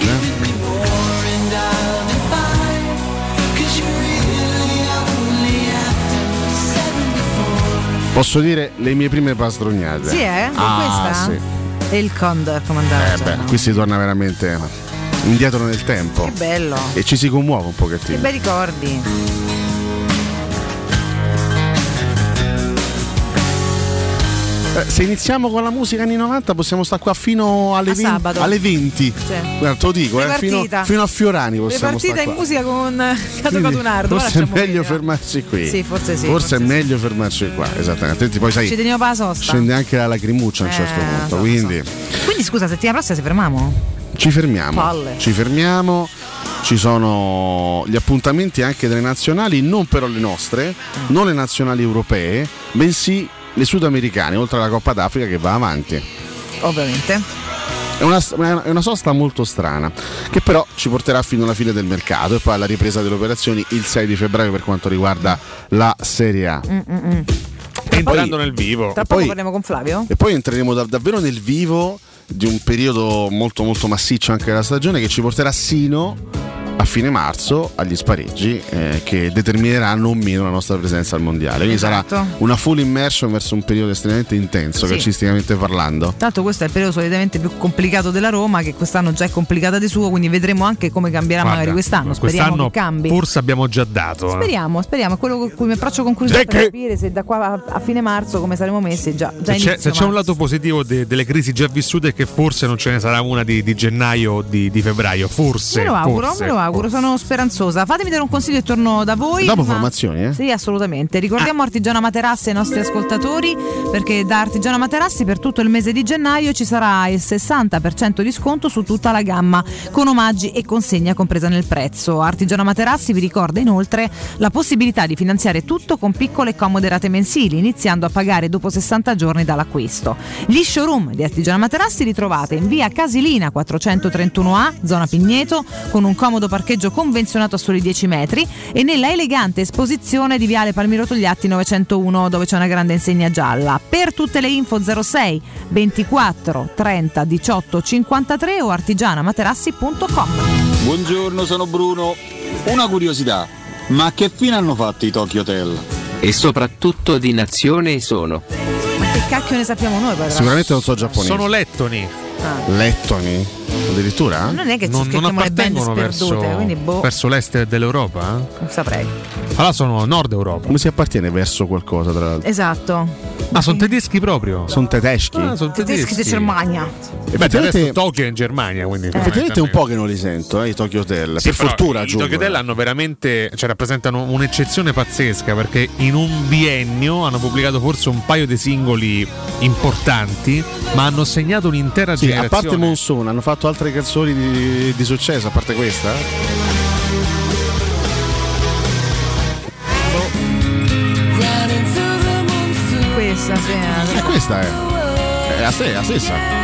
Posso dire le mie prime pastognate? Sì, questa? Sì. E il Condor comandante. Qui si torna veramente indietro nel tempo. Che bello. E ci si commuove un pochettino. Che bei ricordi. Se iniziamo con la musica anni 90 possiamo stare qua fino alle 20. Alle 20. Sì. Guarda, te lo dico, fino a Fiorani possiamo stare in qua. musica con Cato Catunardo. Forse è meglio fermarsi qui. Sì, forse sì. Forse è meglio fermarsi qua, esattamente. Poi sai, ci teniamo per la sosta. Scende anche la lacrimuccia a un certo punto. Quindi scusa, settimana prossima ci fermiamo? Ci fermiamo. Palle. Ci fermiamo. Ci sono gli appuntamenti anche delle nazionali, non però le nostre, non le nazionali europee, bensì le sudamericane, oltre alla Coppa d'Africa che va avanti. Ovviamente. È una sosta molto strana, che però ci porterà fino alla fine del mercato e poi alla ripresa delle operazioni il 6 di febbraio per quanto riguarda la Serie A. Entrando nel vivo. Tra poco parliamo con Flavio. E poi entreremo davvero nel vivo di un periodo molto molto massiccio anche della stagione che ci porterà sino a fine marzo agli spareggi che determineranno o meno la nostra presenza al mondiale. Quindi sarà una full immersion verso un periodo estremamente intenso, calcisticamente parlando. Tanto questo è il periodo solitamente più complicato della Roma, che quest'anno già è complicata di suo, quindi vedremo anche come cambierà magari quest'anno. Speriamo che cambi. Forse abbiamo già dato. Speriamo, è quello con cui mi approccio con curiosità per capire se da qua a fine marzo come saremo messi già se c'è un lato positivo delle crisi già vissute è che forse non ce ne sarà una di gennaio o di febbraio. Forse. Me lo auguro. Sono speranzosa. Fatemi dare un consiglio e torno da voi. Dopo formazioni, Sì, assolutamente. Ricordiamo Artigiana Materassi ai nostri ascoltatori, perché da Artigiana Materassi per tutto il mese di gennaio ci sarà il 60% di sconto su tutta la gamma, con omaggi e consegna compresa nel prezzo. Artigiana Materassi vi ricorda inoltre la possibilità di finanziare tutto con piccole e comode rate mensili, iniziando a pagare dopo 60 giorni dall'acquisto. Gli showroom di Artigiana Materassi li trovate in via Casilina 431A, zona Pigneto, con un comodo parcheggio convenzionato a soli 10 metri, e nella elegante esposizione di viale Palmiro Togliatti 901, dove c'è una grande insegna gialla. Per tutte le info 06 24 30 18 53 o artigianamaterassi.com. Buongiorno, sono Bruno. Una curiosità, ma che fine hanno fatto i Tokyo Hotel? E soprattutto di nazione sono? Ma che cacchio ne sappiamo noi? Sicuramente non so giapponesi. Sono lettoni. Lettoni? Addirittura? Non è che ci scherziamo le band sperdute, quindi verso l'est dell'Europa? Non saprei. Allora sono Nord Europa. Come si appartiene verso qualcosa, tra l'altro? Esatto. Sono tedeschi proprio. Sono tedeschi? Sono tedeschi di Germania. Adesso Tokyo è in Germania, quindi effettivamente un po' che non li sento, i Tokyo Hotel. Sì, per fortuna i Tokyo Hotel hanno veramente, rappresentano un'eccezione pazzesca, perché in un biennio hanno pubblicato forse un paio di singoli importanti, ma hanno segnato un'intera generazione. A parte Monsoon, hanno fatto altre canzoni di successo, a parte questa? Questa è la stessa.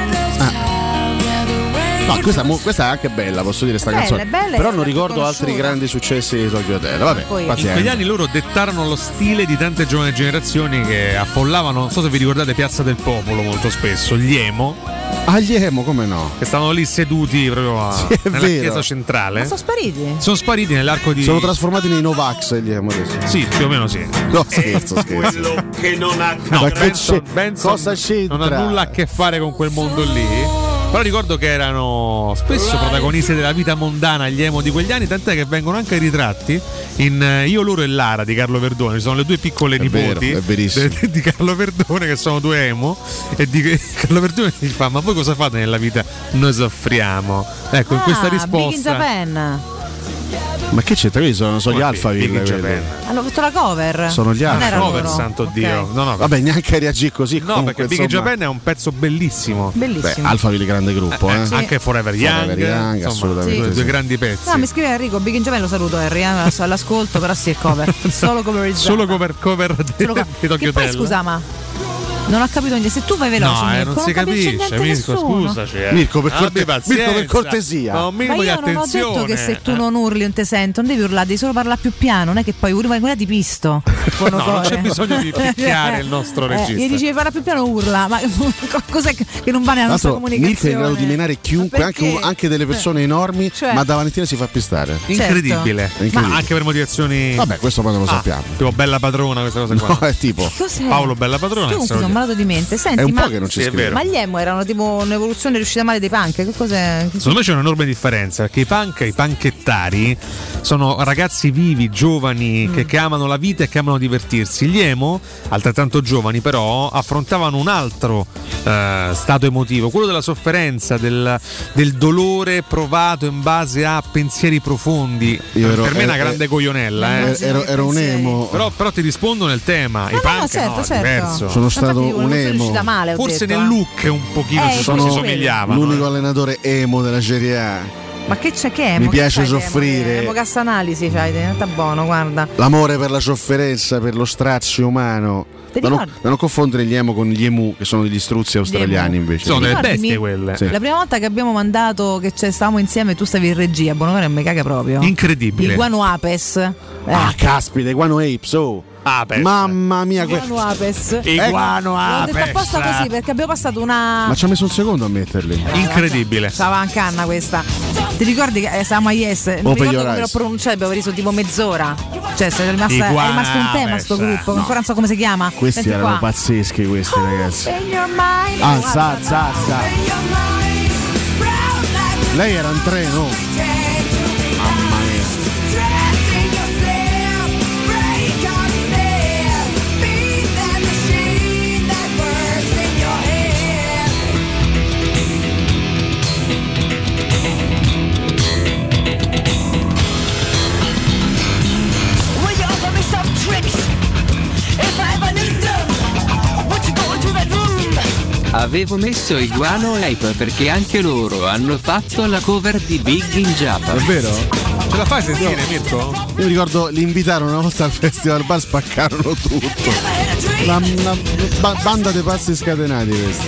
No, questa è anche bella, posso dire, sta canzone. Però non ricordo altri grandi successi di Tokyo Hotel. Vabbè, in quegli anni loro dettarono lo stile di tante giovani generazioni che affollavano, non so se vi ricordate, Piazza del Popolo molto spesso, gli emo. Gli emo, come no? Che stavano lì seduti proprio nella chiesa centrale. Ma sono spariti? Sono spariti nell'arco di. Sono trasformati nei Novax gli emo adesso. Sì, più o meno sì. No, scherzo. Quello che non ha Benson cosa c'entra? Non ha nulla a che fare con quel mondo lì. Però ricordo che erano spesso protagonisti della vita mondana gli emo di quegli anni, tant'è che vengono anche ritratti in Io, loro e Lara di Carlo Verdone. Ci sono le due piccole nipoti di Carlo Verdone che sono due emo, e Carlo Verdone gli fa: ma voi cosa fate nella vita? Noi soffriamo. Ecco, in questa risposta Big in Japan. Ma che c'entra? Quelli sono gli Alphaville. Hanno fatto la cover. Sono gli Alphaville. Cover, santo Dio. No, vabbè, neanche a reagire così. No, perché Big in Japan è un pezzo bellissimo. Bellissimo. Alphaville, grande gruppo. Sì. Anche Forever Young, insomma, assolutamente. Due grandi pezzi. No, mi scrive Enrico, Big in Japan lo saluto Harry, all'ascolto, però sì è cover. Solo cover. Solo cover di Tokyo Hotel. Poi scusa, ma Non ho capito niente. Se tu vai veloce, No, Mirko, non si capisce, Mirko, scusaci. Mirko, per cortesia. Ma un minimo Ma di io non ho attenzione. detto che se tu non urli non ti sento, non devi urlare, devi solo parlare più piano, non è che poi urla quella di pisto. No, non c'è bisogno di picchiare il nostro regista. Gli dicevi parla più piano, urla, ma cos'è che non va nella nostra comunicazione? Mirko è in grado di menare chiunque, anche delle persone enormi, ma da Valentina si fa pistare. Incredibile. Certo. Ma anche per motivazioni. Vabbè, questo poi non lo sappiamo. Tipo Bella Padrona, questa cosa qua. No, è tipo Cos'è? Paolo Bella Padrona. Tu sono malato di mente. Senti, è un ma po' che non ci scrive. Ma gli emo erano tipo un'evoluzione riuscita male dei punk? Che cos'è? Secondo me c'è un'enorme differenza, perché i panchettari sono ragazzi vivi, giovani, che amano la vita e che amano divertirsi. Gli emo, altrettanto giovani però, affrontavano un altro stato emotivo, quello della sofferenza, del dolore provato in base a pensieri profondi. Per me è una grande coglionella. Ero un emo. Però ti rispondo nel tema. I punk certo. diverso. Sono stato un emo. Male, forse detto, nel look un pochino si somigliavano. L'unico allenatore emo della Serie A. Ma che c'è che mi piace soffrire. Emo cassa analisi, sta buono, guarda. L'amore per la sofferenza, per lo strazio umano. Da non confondere gli emo con gli emu, che sono degli struzzi australiani invece. Sono delle bestie quelle. Sì. La prima volta che abbiamo mandato, che stavamo insieme, tu stavi in regia, Bonavera mi caga proprio. Incredibile. Il Guano Apes. Caspita, i Guano Apes, oh. Apes. Mamma mia, Guano Apes. Guano Apes. L'ho detto apposta così perché abbiamo passato una. Ma ci ha messo un secondo a metterli. Incredibile. Stava in canna questa. Ti ricordi che stavamo a Yes? Non mi ricordo come l'ho pronunciato, abbiamo riso tipo mezz'ora. Cioè, è rimasto un tema sto gruppo, ancora non so come si chiama. Questi erano pazzeschi questi ragazzi. Alza. Lei era in treno. Mamma mia. Avevo messo i Guano Ape perché anche loro hanno fatto la cover di Big in Japan. È vero? Ce la fai sentire, Mirko? Io ricordo li invitarono una volta al Festival Bar, spaccarono tutto. La banda dei pazzi scatenati questi.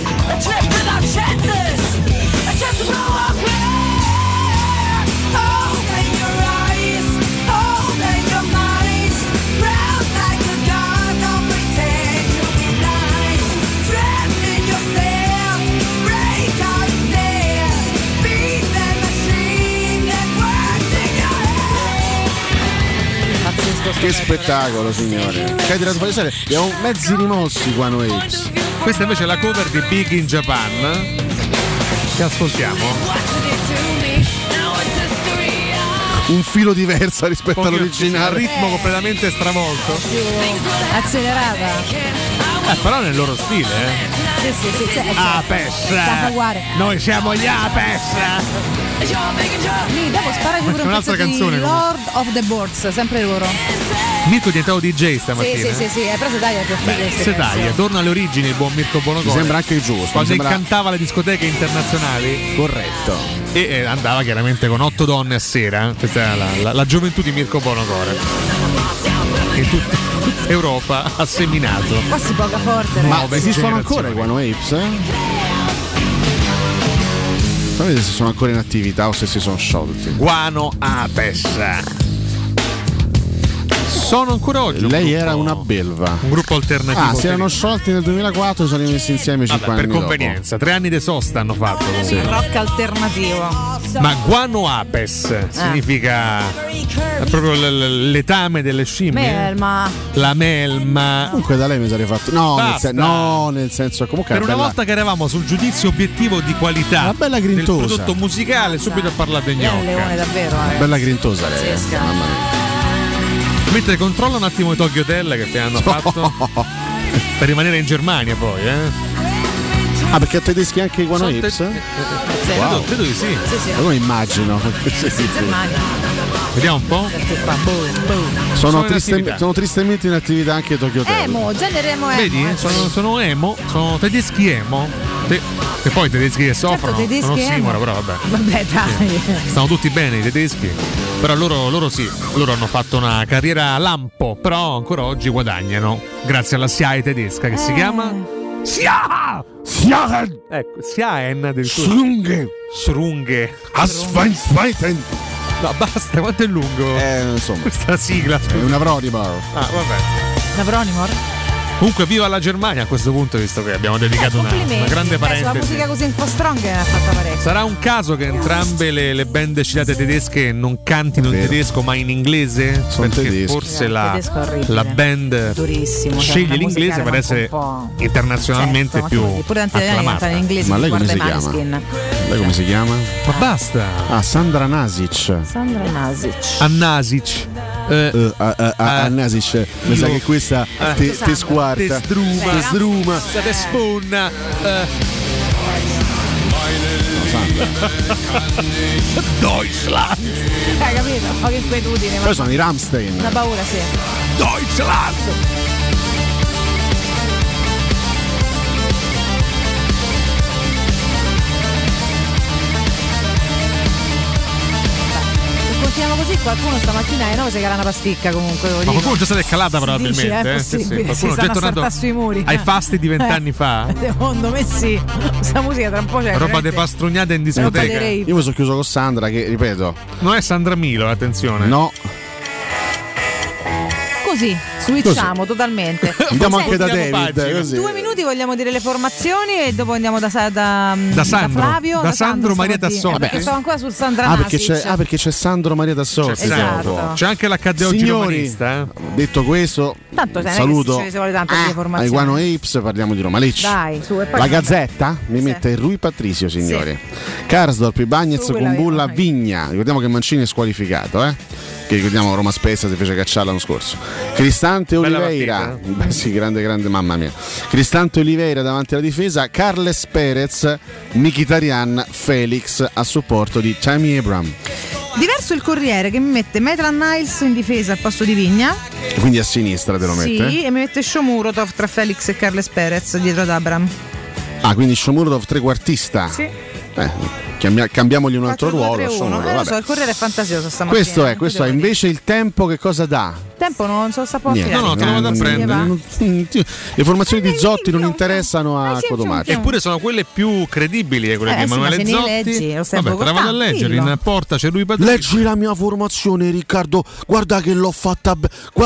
Che spettacolo, signore! Che hai tirato fuori serie? Abbiamo mezzi rimossi qua noi. Questa invece è la cover di Big in Japan. Che ascoltiamo. Un filo diverso rispetto all'originale. Ritmo completamente stravolto. Accelerata. Però nel loro stile, Sì. Apes. Noi siamo gli Apes. Dopo spara pure un'altra canzone. Lord of the Boards, sempre loro. Mirko è diventato DJ stamattina. Sì, però se taglia per se taglia, torna alle origini il buon Mirko Bonocore. Mi sembra anche giusto. Quando incantava le discoteche internazionali. Corretto. E andava chiaramente con 8 donne a sera. Questa è la gioventù di Mirko Bonocore. In tutta Europa ha seminato. Qua si poca forte. Ma esistono ancora i Guano Apes? Sapete se sono ancora in attività o se si sono sciolti? Guano Apes. Sono ancora oggi. Lei era una belva. Un gruppo alternativo. Si erano sciolti nel 2004 e sono rimessi insieme 5 anni per convenienza. 3 anni di sosta hanno fatto. Sì. Rock alternativo. Ma Guano Apes significa proprio letame delle scimmie. Melma. La melma. Comunque da lei mi sarei fatto. Nel senso comunque. Per una volta che eravamo sul giudizio obiettivo di qualità. Una bella grintosa. Del prodotto musicale, subito a parlare di gnocca. Leone davvero. Bella grintosa lei. Mamma mia. Mentre controlla un attimo i Tokyo Hotel che ti hanno fatto per rimanere in Germania poi, perché a tedeschi anche i Guano Apes? Wow. Credo di sì. Io immagino. Vediamo un po'. Sono tristemente in attività anche i Tokyo Hotel. Genere emo. Vedi? Sono emo, sono tedeschi emo. E poi i tedeschi che soffrono. Sono ossimoro, però vabbè. Vabbè, dai. Stanno tutti bene i tedeschi. Però loro sì, loro hanno fatto una carriera lampo, però ancora oggi guadagnano grazie alla SIAE tedesca che si chiama Ecco, Siaen addirittura. Srunghe. Asfalten. No, basta, quanto è lungo? Insomma. Questa sigla. È una Prodimor. Ah, vabbè. Una Pronimor? Comunque viva la Germania a questo punto, visto che abbiamo dedicato una grande parentesi. La musica così un po' strong ha fatto parecchio. Sarà un caso che entrambe le band citate tedesche non cantino in tedesco ma in inglese? Sono perché tedeschi. forse la band durissimo, sceglie l'inglese per essere internazionalmente più pure tanti italiani cantano in inglese. Ma lei come si chiama? Lei come si chiama? Ma basta. Sandra Nasic. Annasic. Nasic. Mi sa che questa te squarta. Te struma. Te spunna. Deutschland. Hai capito? Ma che inquietudine. Poi sono i Rammstein. Una paura, sì. Deutschland. Continuiamo così, qualcuno stamattina alle 9 si cala una pasticca comunque. Ma qualcuno già stata calata probabilmente. Dice, sì. Qualcuno si già è tornato sui muri. ai fasti di 20 anni fa. Secondo me sì. Questa musica tra un po' c'è. Roba de pastrugnata in discoteca. Io mi sono chiuso con Sandra che, ripeto, non è Sandra Milo, attenzione. No. Così, switchiamo totalmente. Andiamo anche da David. Così. 2 minuti vogliamo dire le formazioni e dopo andiamo da Flavio. Da Sandro Maria Tassotti. Perché stavo ancora sul Sandra Nasic. Perché c'è Sandro Maria Tassotti. Esatto. C'è anche l'HDO giovanista. Detto questo, tanto saluto ci vuole tanto di formazione. ai Guano Apes, parliamo di Roma Lecce. Dai, su, e poi la Gazzetta mi mette il Rui Patrizio, signori. Karsdorp, Ibañez, Kumbulla, Vigna. Ricordiamo che Mancini è squalificato, che ricordiamo Roma Spezia si fece cacciare l'anno scorso. Cristante Oliveira, sì, grande, mamma mia. Cristante Oliveira davanti alla difesa, Carles Perez, Mkhitaryan, Felix a supporto di Tammy Abraham. Diverso il Corriere che mi mette Maitland Niles in difesa al posto di Vigna. Quindi a sinistra te lo mette? Sì, e mi mette Shomurodov tra Felix e Carles Perez dietro ad Abraham. Quindi Shomurodov trequartista. Sì. Cambiamogli un altro ruolo. Non lo so, il Corriere è fantasioso stamattina. Questo è invece il tempo che cosa dà? Tempo non so sta poco. No, te lo vado a prendere. Le formazioni di Zotti non interessano a Cotomaccio. Eppure sono quelle più credibili, quelle di Emanuele Zotti. Vabbè, te la vado a leggere. In porta c'è lui Patrizio. Leggi la mia formazione, Riccardo. Guarda che l'ho fatta.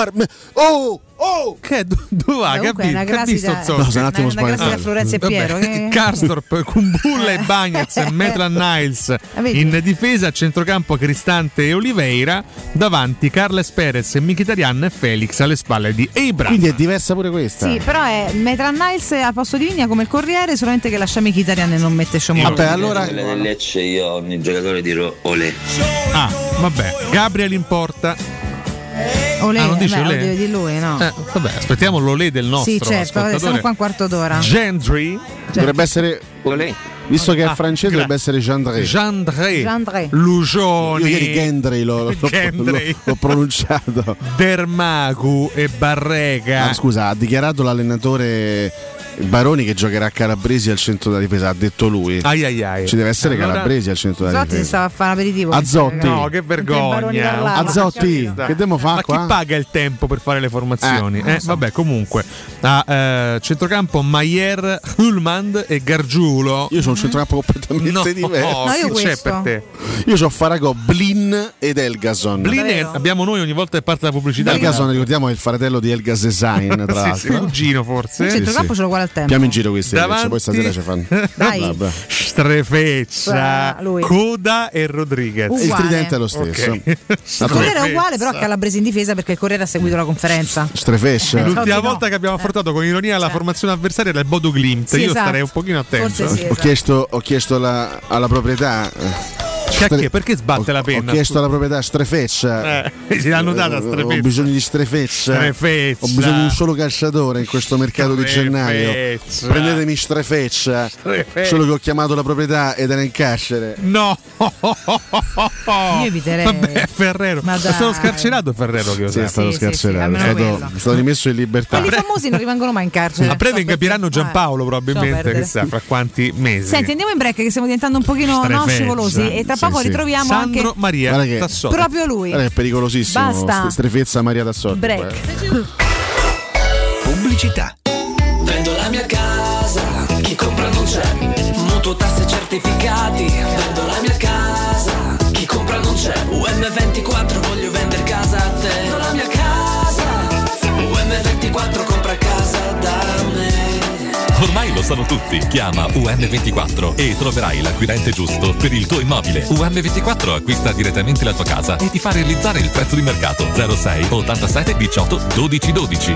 Che dove va? Che ha visto Zotti? No, sei un attimo spaventato. Florenzi e Piero. Karsdorp, Kumbulla e Bagnez, Maitland Niles in difesa, a centrocampo Cristante e Oliveira, davanti Carles Perez e Mkhitaryan e Felix alle spalle di Abraham. Quindi è diversa pure questa. Sì, però è Maitland Niles a posto di Vigna come il Corriere, solamente che lascia Mkhitaryan e non mette Shomurodov. Vabbè, allora nel Lecce io ogni giocatore dirò olè. Vabbè, Gabriel in porta. Olè, non dice Olè? Devi di lui, no? Vabbè, aspettiamo l'Olè del nostro. Sì, certo, siamo qua un quarto d'ora. Gendry dovrebbe essere Olè. Visto che è francese dovrebbe essere Gendry. Lugioni. Io ieri Gendry l'ho pronunciato. Dermagu e Barrega. Scusa, ha dichiarato l'allenatore Baroni che giocherà a Calabresi al centro della difesa, ha detto lui. Ci deve essere Calabresi al centro della difesa. Zotti stava a fare un aperitivo. Azzotti. No, che vergogna. Azzotti, che devo fare? Ma chi paga il tempo per fare le formazioni? Vabbè, comunque a centrocampo Maier, Hulmand e Gargiulo. Io sono un centrocampo completamente diverso. No, chi c'è per te? Io ho Faragò, Blin ed Elgason. Blin abbiamo noi ogni volta che parte la pubblicità. Elgason, ricordiamo, è il fratello di Elgas Design, tra l'altro. Cugino forse. Il centrocampo ce lo guarda al tempo. Andiamo in giro questi invece, poi stasera ci fanno. Dai. Strefeccia, Coda e Rodriguez. Il tridente è lo stesso. Il Corriere è uguale, però Calabresi in difesa perché il Corriere ha seguito la conferenza. Strefeccia. L'ultima volta che abbiamo affrontato con ironia la formazione avversaria era il Bodo Glimt. Sì, io esatto. starei un pochino attento. Sì, ho chiesto alla proprietà. Perché sbatte la penna? Ho chiesto alla proprietà Strefeccia. Si l'hanno data Strefeccia. Ho bisogno di Strefeccia. Ho bisogno di un solo calciatore in questo mercato di gennaio. Prendetemi Strefeccia. Solo che ho chiamato la proprietà ed era in carcere. No. Io eviterei. Vabbè, Ferrero. È stato scarcerato Ferrero che è stato scarcerato. È stato rimesso in libertà. Quelli famosi non rimangono mai in carcere. A breve incapiranno Giampaolo probabilmente, chissà fra quanti mesi. Senti, andiamo in break che stiamo diventando un pochino scivolosi e tra poco ritroviamo Sandro anche Maria Tassotti. Proprio lui. È pericolosissimo. Basta. Strefezza Maria Tassotti. Break. Pubblicità. Vendo la mia casa certificati, vendo la mia casa, chi compra non c'è. UM24 voglio vendere casa a te. Vendo la mia casa, UM24 compra casa da me. Ormai lo sanno tutti. Chiama UM24 e troverai l'acquirente giusto per il tuo immobile. UM24 acquista direttamente la tua casa e ti fa realizzare il prezzo di mercato. 06 87 18 12 12.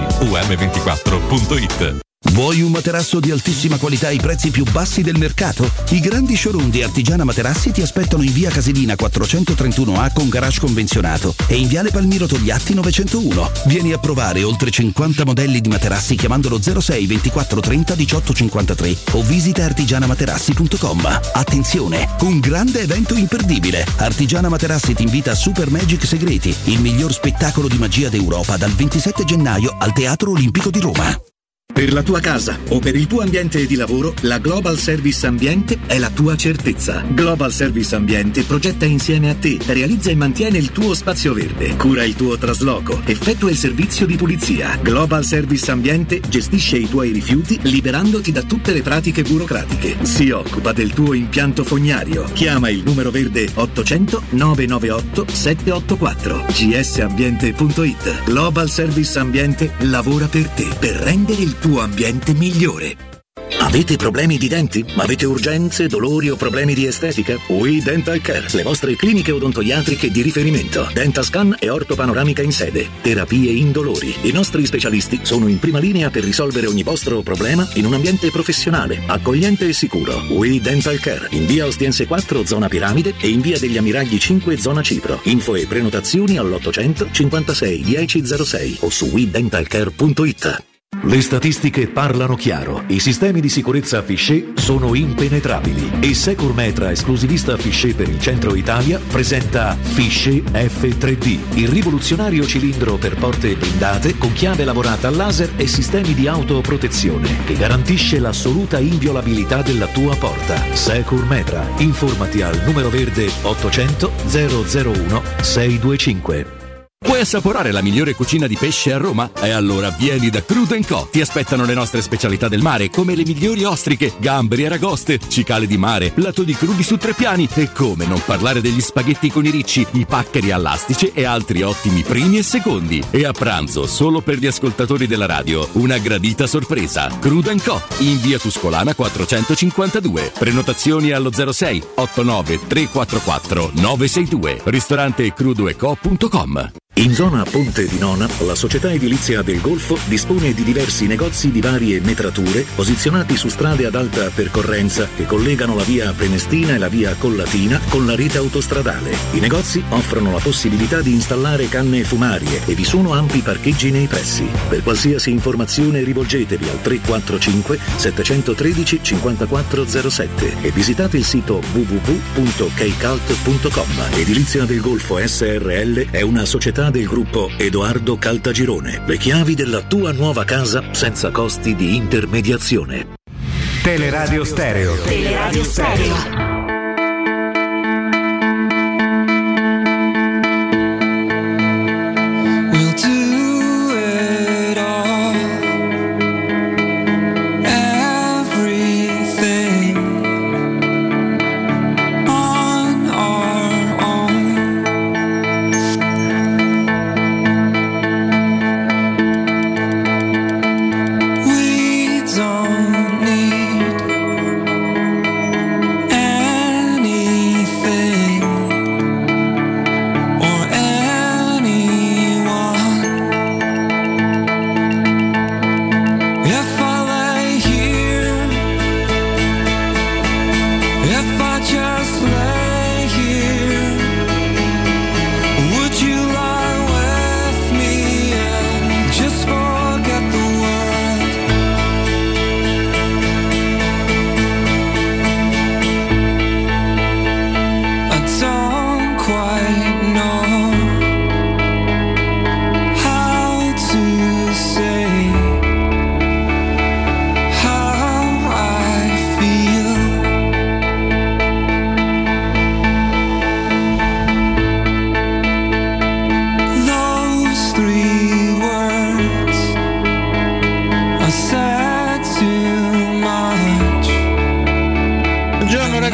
UM24.it. Vuoi un materasso di altissima qualità ai prezzi più bassi del mercato? I grandi showroom di Artigiana Materassi ti aspettano in via Casilina 431A con garage convenzionato e in viale Palmiro Togliatti 901. Vieni a provare oltre 50 modelli di materassi chiamandolo 06 24 30 18 53 o visita artigianamaterassi.com. Attenzione, un grande evento imperdibile. Artigiana Materassi ti invita a Super Magic Segreti, il miglior spettacolo di magia d'Europa dal 27 gennaio al Teatro Olimpico di Roma. Per la tua casa o per il tuo ambiente di lavoro, la Global Service Ambiente è la tua certezza. Global Service Ambiente progetta insieme a te, realizza e mantiene il tuo spazio verde, cura il tuo trasloco, effettua il servizio di pulizia. Global Service Ambiente gestisce i tuoi rifiuti liberandoti da tutte le pratiche burocratiche. Si occupa del tuo impianto fognario. Chiama il numero verde 800 998 784. gsambiente.it. Global Service Ambiente lavora per te, per rendere il tuo ambiente migliore. Avete problemi di denti? Avete urgenze, dolori o problemi di estetica? We Dental Care, le vostre cliniche odontoiatriche di riferimento. Dentascan e ortopanoramica in sede. Terapie indolori. I nostri specialisti sono in prima linea per risolvere ogni vostro problema in un ambiente professionale, accogliente e sicuro. We Dental Care, in via Ostiense 4, zona Piramide, e in via degli Ammiragli 5, zona Cipro. Info e prenotazioni all'800 56 1006 o su wedentalcare.it. Le statistiche parlano chiaro. I sistemi di sicurezza Fichet sono impenetrabili e Securmetra, esclusivista Fichet per il centro Italia, presenta Fichet F3D, il rivoluzionario cilindro per porte blindate con chiave lavorata a laser e sistemi di autoprotezione che garantisce l'assoluta inviolabilità della tua porta. Securmetra. Informati al numero verde 800 001 625. Vuoi assaporare la migliore cucina di pesce a Roma? E allora vieni da Crudo & Co. Ti aspettano le nostre specialità del mare, come le migliori ostriche, gamberi, aragoste, cicale di mare, plato di crudi su 3 piani e come non parlare degli spaghetti con i ricci, i paccheri all'astice e altri ottimi primi e secondi. E a pranzo, solo per gli ascoltatori della radio, una gradita sorpresa. Crudo & Co. in via Tuscolana 452. Prenotazioni allo 06 89 344 962. Ristorante crudoeco.com. In zona Ponte di Nona, la società edilizia del Golfo dispone di diversi negozi di varie metrature posizionati su strade ad alta percorrenza che collegano la via Prenestina e la via Collatina con la rete autostradale. I negozi offrono la possibilità di installare canne fumarie e vi sono ampi parcheggi nei pressi. Per qualsiasi informazione rivolgetevi al 345 713 5407 e visitate il sito www.keicalt.com. Edilizia del Golfo SRL è una società del gruppo Edoardo Caltagirone. Le chiavi della tua nuova casa senza costi di intermediazione. Teleradio Stereo. Teleradio Stereo.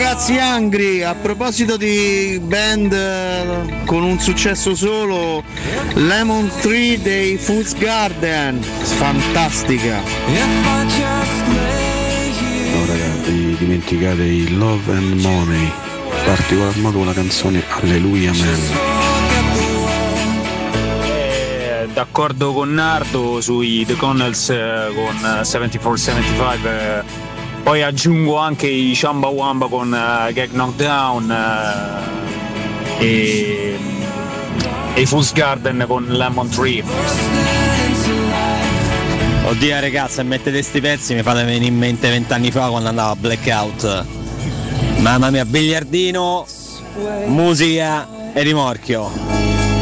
ragazzi Angry, a proposito di band con un successo solo, Lemon Tree dei Fools Garden, fantastica. No ragazzi, dimenticate il Love and Money, in particolar modo la canzone Alleluia Man. D'accordo con Nardo sui The Connells con 74-75, poi aggiungo anche i Chamba Wamba con Gag Knockdown e i Fool's Garden con Lemon Tree. Oddio ragazzi, mettete sti pezzi mi fate venire in mente 20 anni fa quando andavo a Blackout. Mamma mia, biliardino, musica e rimorchio.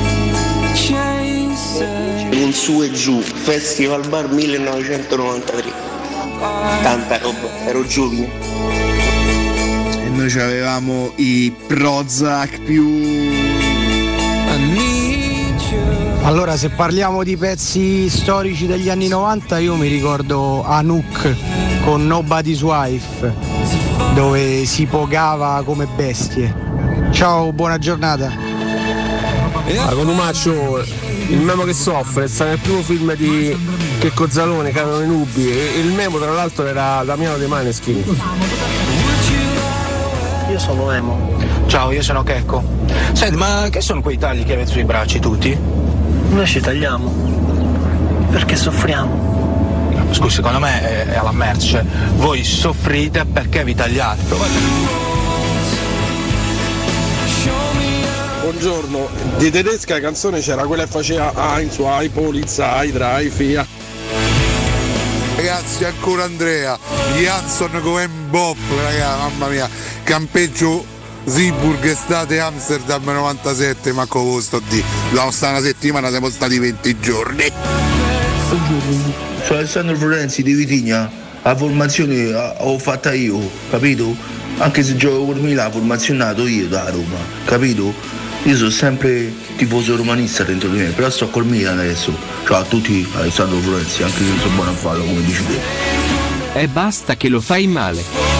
Un su e giù, Festival Bar 1993. Tanta roba, ero giovane. E noi avevamo i Prozac più. Allora, se parliamo di pezzi storici degli anni 90, io mi ricordo Anouk con Nobody's Wife, dove si pogava come bestie. Ciao, buona giornata. Conumaccio, il memo che soffre, sta nel primo film di Checco Zalone, Carono i Nubi, e il memo tra l'altro era Damiano De Maneskin. Io sono Memo. Ciao, io sono Checco. Senti, ma che sono quei tagli che avete sui bracci tutti? Noi ci tagliamo perché soffriamo. Scusi, secondo me è alla merce. Voi soffrite perché vi tagliate. Buongiorno, di tedesca canzone c'era quella che faceva Ein, zwei, Polizei, drei, via. Ragazzi, ancora Andrea, Jansson come Bob, ragazzi, mamma mia, campeggio Seaburg, estate Amsterdam 97, ma come sto di? Dobbiamo stare una settimana, siamo stati 20 giorni. Buongiorno, sono Alessandro Florenzi di Vitigna, la formazione ho fatta io, capito? Anche se gioco con Milano, la formazione nato io da Roma, capito? Io sono sempre tifoso romanista dentro di me, però sto col Milan adesso. Ciao a tutti, Alessandro Florenzi, anche se sono buono a farlo come dici te. E basta che lo fai male.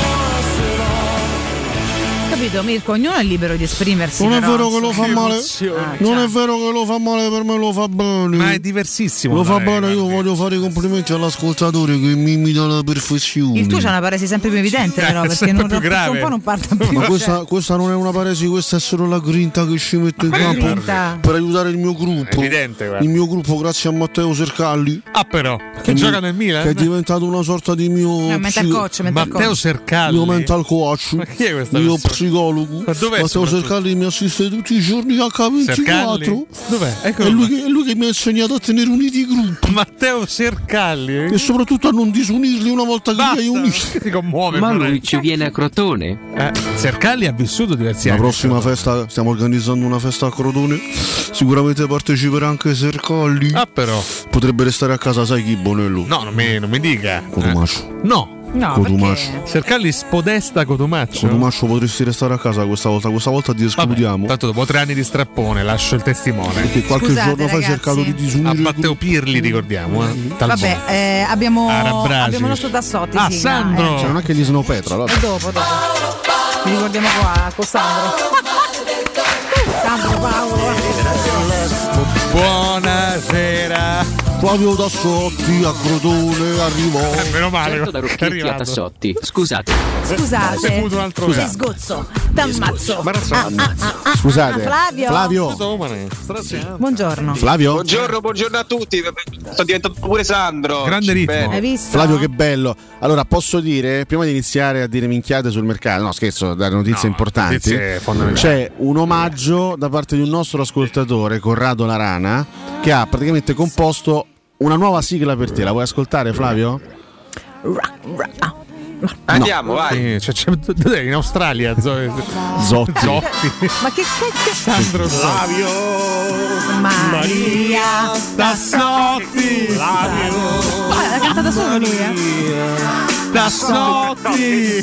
Capito Mirko, ognuno è libero di esprimersi. Non però, è vero che lo fa male. Non è vero che lo fa male, per me lo fa bene. Ma è diversissimo. Lo fa bene, io voglio fare i complimenti all'ascoltatore che mi imita alla perfezione. Il tuo c'è una paresi sempre più evidente, però, perché non, un po' non parta più. Ma questa non è una paresi, questa è solo la grinta che ci metto in campo per aiutare il mio gruppo. È evidente, guarda. Il mio gruppo, grazie a Matteo Sercalli. Ah, però, che gioca nel Milan? Che è diventato una sorta di mio Matteo Sercalli. Mio mental coach. Ma chi è questa mio persona? Psicologo. Ma dov'è? Matteo Sercalli mi assiste tutti i giorni H24. Sercalli? Dov'è? È lui che mi ha insegnato a tenere uniti i gruppi. Matteo Sercalli. E soprattutto a non disunirli una volta che li hai uniti. Si commuove. Ma lui ci viene a Crotone. Sercalli ha vissuto diversi anni. La prossima festa, stiamo organizzando una festa a Crotone. Sicuramente parteciperà anche Sercalli. Ah, però. Potrebbe restare a casa, sai chi, Bonello? No, non mi dica. Cotumaccio. No. Cotumaccio. Sercalli spodesta Cotumaccio. Cotumaccio, potresti restare a casa questa volta ti escludiamo. Tanto dopo 3 anni di strappone lascio il testimone. Perché qualche giorno fa hai cercato di disunire. A Matteo Pirli ricordiamo. Vabbè, abbiamo il nostro Tassotti. Ah, Sandro! C'erano anche gli Snow Petra. E dopo. Ci ricordiamo qua con Sandro. Sandro Paolo. Buonasera. Flavio Tassotti a Crotone arrivò. Meno male. Certo, da Rocchetti a Tassotti. Scusate. Ti sgozzo. T'ammazzo. Scusate. Flavio. Buongiorno. Flavio. Buongiorno a tutti. Sto diventando pure Sandro. Grande ritmo. Hai visto? Flavio, che bello. Allora, posso dire, prima di iniziare a dire minchiate sul mercato, no scherzo, dare notizie importanti. Notizie fondamentali. C'è un omaggio da parte di un nostro ascoltatore, Corrado Larana, che ha praticamente composto una nuova sigla per te. La vuoi ascoltare, Flavio? Andiamo, vai. C'è in Australia Zotti. Ma che Sandro Flavio Maria Tassotti. L'ha cantata solo lui, Tassotti.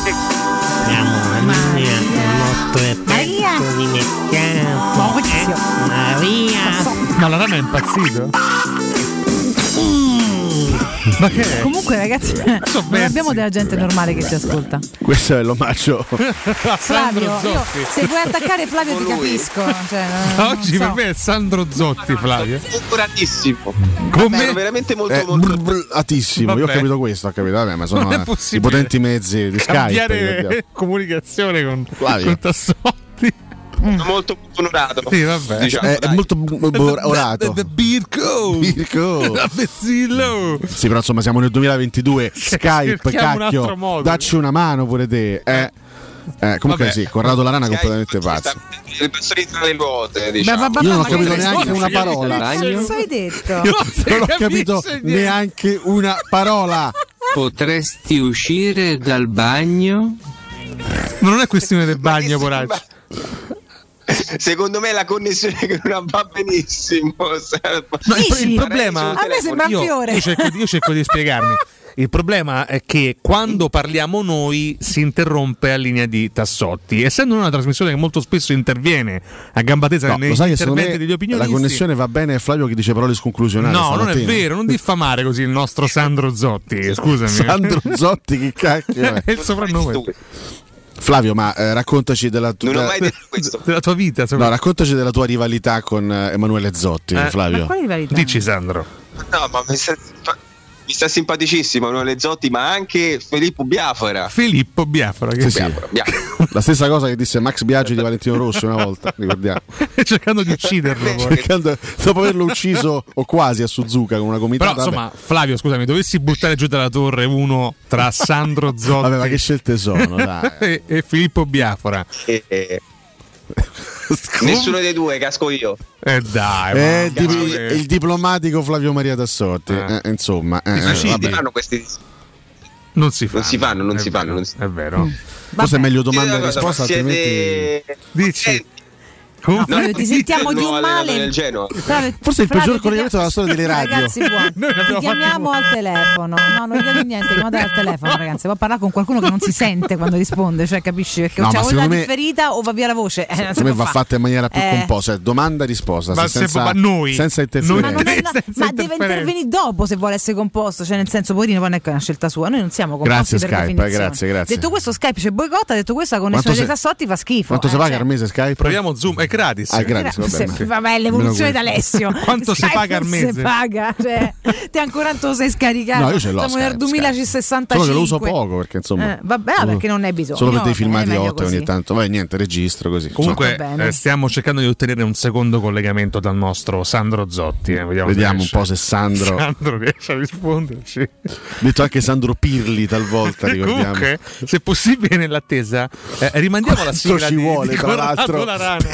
Maria di mercato. Maria. Ma la rana è impazzito. Ma che è? Comunque ragazzi, non abbiamo della gente normale che ci ascolta. Questo è l'omaggio. Flavio, io, se vuoi attaccare Flavio ti capisco. Cioè, oggi per me è Sandro Zotti, Flavio. Curatissimo. Come? Sono veramente molto atissimo. Io ho capito questo, ho capito. Vabbè, ma sono i potenti mezzi di Skype. Comunicazione con Tassotti. Molto onorato. Sì, vabbè. Diciamo, è molto orato. Birko. Sì, però insomma siamo nel 2022. Skype, cacchio. Dacci una mano pure te. Comunque vabbè. Sì, Corrado Larana è completamente pazzo. Le persone tra le ruote, diciamo. Io non ho capito neanche una parola. Cosa hai detto? Non ho capito neanche una parola. Potresti uscire dal bagno? Ma non è questione del bagno, poraccio. Secondo me la connessione che non va benissimo. No, il problema a me sembra un fiore. Io cerco di spiegarmi. Il problema è che quando parliamo noi si interrompe a linea di Tassotti, essendo una trasmissione che molto spesso interviene a gamba tesa negli interventi degli opinionisti. La connessione va bene, Flavio che dice parole sconclusionali. No, non è vero, non diffamare così il nostro Sandro Zotti, scusami. Sandro Zotti, che cacchio è? È il soprannome. Flavio, ma raccontaci della tua della tua vita. No, raccontaci della tua rivalità con Emanuele Zotti, Flavio. Ma quale rivalità? Dici, Sandro. No, ma mi sta simpaticissimo Emanuele Zotti, ma anche Filippo Biafora. Che sì. La stessa cosa che disse Max Biaggi di Valentino Rossi una volta, ricordiamo. Cercando di ucciderlo dopo averlo ucciso o quasi a Suzuka con una comitata. Però insomma, Flavio, scusami, dovessi buttare giù dalla torre uno tra Sandro Zotti vabbè, ma che scelte sono, dai. e Filippo Biafora. Nessuno dei due, casco io. Dai, il diplomatico Flavio Maria Tassotti. Insomma, fanno questi. Non si fanno. È vero. Forse è meglio domanda e risposta, altrimenti. Dici. No, Flavio, ti sentiamo di un male. Forse il peggior collegamento della storia delle radio. Ragazzi, ti chiamiamo al telefono. No, non gli chiami niente, chiamate al telefono, ragazzi. Può parlare con qualcuno che non si sente quando risponde, cioè capisci? Perché c'è o la differita o va via la voce. Secondo me va fatta in maniera più composta, domanda e risposta. Ma senza interferenza. Ma deve intervenire dopo se vuole essere composto, cioè nel senso, poverino, non è che è una scelta sua. Noi non siamo composti per definizione. Grazie. Detto questo, Skype c'è boicotta, detto questa connessione dei Tassotti fa schifo. Quanto si paga al mese Skype? Proviamo Zoom, è gratis. Gratis, vabbè, l'evoluzione d'Alessio. Quanto si paga al mese? Si paga, cioè, te ancora non te lo sei scaricato. No, io ce l'ho. Siamo nel 2065. Solo che lo uso poco perché insomma. Vabbè, perché non ne bisogno. Solo per dei filmati 8 ogni tanto. Vai, niente, registro così. Comunque stiamo cercando di ottenere un secondo collegamento dal nostro Sandro Zotti. Vediamo un po' se Sandro riesce a risponderci. Detto anche Sandro Pirli talvolta, ricordiamo. Comunque, se possibile nell'attesa, rimandiamo la sigla ci vuole, di tra l'altro.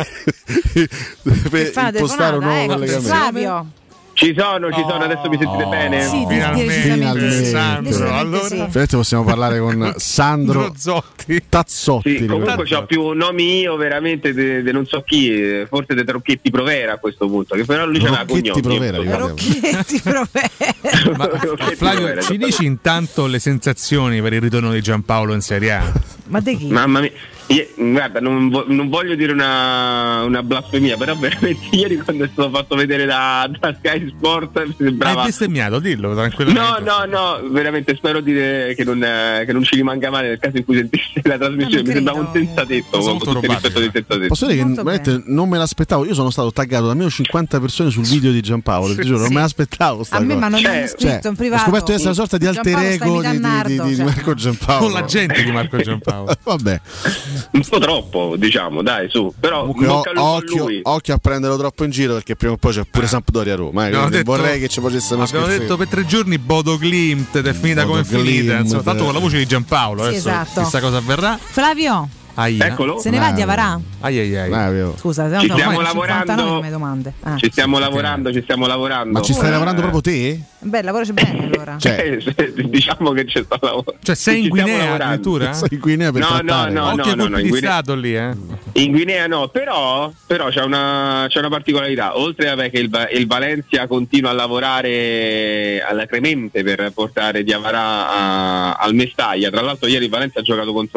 Per impostare un nuovo collegamento. Flavio. Ci sono, adesso mi sentite bene? Sì, finalmente. Sandro. Allora, finalmente possiamo parlare con Sandro Tazzotti. Sì, comunque c'ho più nomi io veramente de non so chi, forse dei Rocchetti Provera a questo punto, che però lui c'ha una cognome. Rocchetti Provera. Ma Flavio, ci dici intanto le sensazioni per il ritorno di Giampaolo in Serie A? Ma di chi? Mamma mia. Guarda, non voglio dire una blasfemia, però veramente ieri quando è stato fatto vedere da Sky Sport mi sembrava. Hai bestemmiato, dillo tranquillamente. No, veramente spero che non ci rimanga male nel caso in cui sentisse la trasmissione. Mi sembrava un senza tetto, con tutto il rispetto di senza tetto. Posso dire che veramente non me l'aspettavo. Io sono stato taggato da almeno 50 persone sul video di Giampaolo, ti giuro, non me l'aspettavo. A me mi hanno scritto in privato. Ho scoperto di essere una sorta di alter ego di Marco Giampaolo. Con la gente di Marco Giampaolo. Vabbè. Un po' troppo, diciamo, dai, su. Però occhio a prenderlo troppo in giro, perché prima o poi c'è pure Sampdoria Roma. Vorrei che ci facessero abbiamo detto per 3 giorni Bodo Glimt ed è finita come è finita. Insomma, tanto con la voce di Giampaolo. Sì, adesso esatto. Chissà cosa avverrà. Flavio. Eccolo. Se ne va di Avarà? Scusa, ci stiamo lavorando. Ci stiamo lavorando. Ma ci stai lavorando proprio te? Beh, lavoraci bene allora. Diciamo che c'è sta lavorando. Cioè sei in Guinea addirittura? Sei in Guinea per trattare. No, in Stato lì, In Guinea no, però c'è una particolarità. Oltre che il Valencia continua a lavorare alacremente per portare Diavarà al Mestaglia. Tra l'altro ieri il Valencia ha giocato contro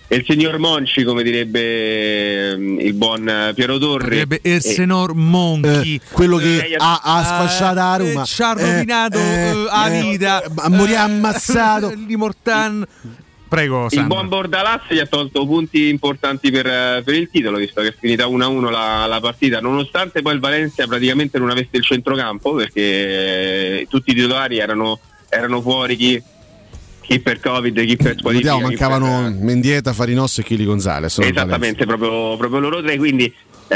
il signor Monci, come direbbe il buon Piero Torri, direbbe il signor Monchi, quello che ha sfasciato a Roma, ci ha rovinato la vita, morì ammazzato di Mortan. Prego, il Sandro. buon Bordalas gli ha tolto punti importanti per il titolo, visto che è finita 1-1 la partita, nonostante poi il Valencia praticamente non avesse il centrocampo, perché tutti i titolari erano fuori, chi per Covid, chi per squalifica. Mancavano Mendieta, Farinos e Chili Gonzalez. Esattamente, proprio loro tre, quindi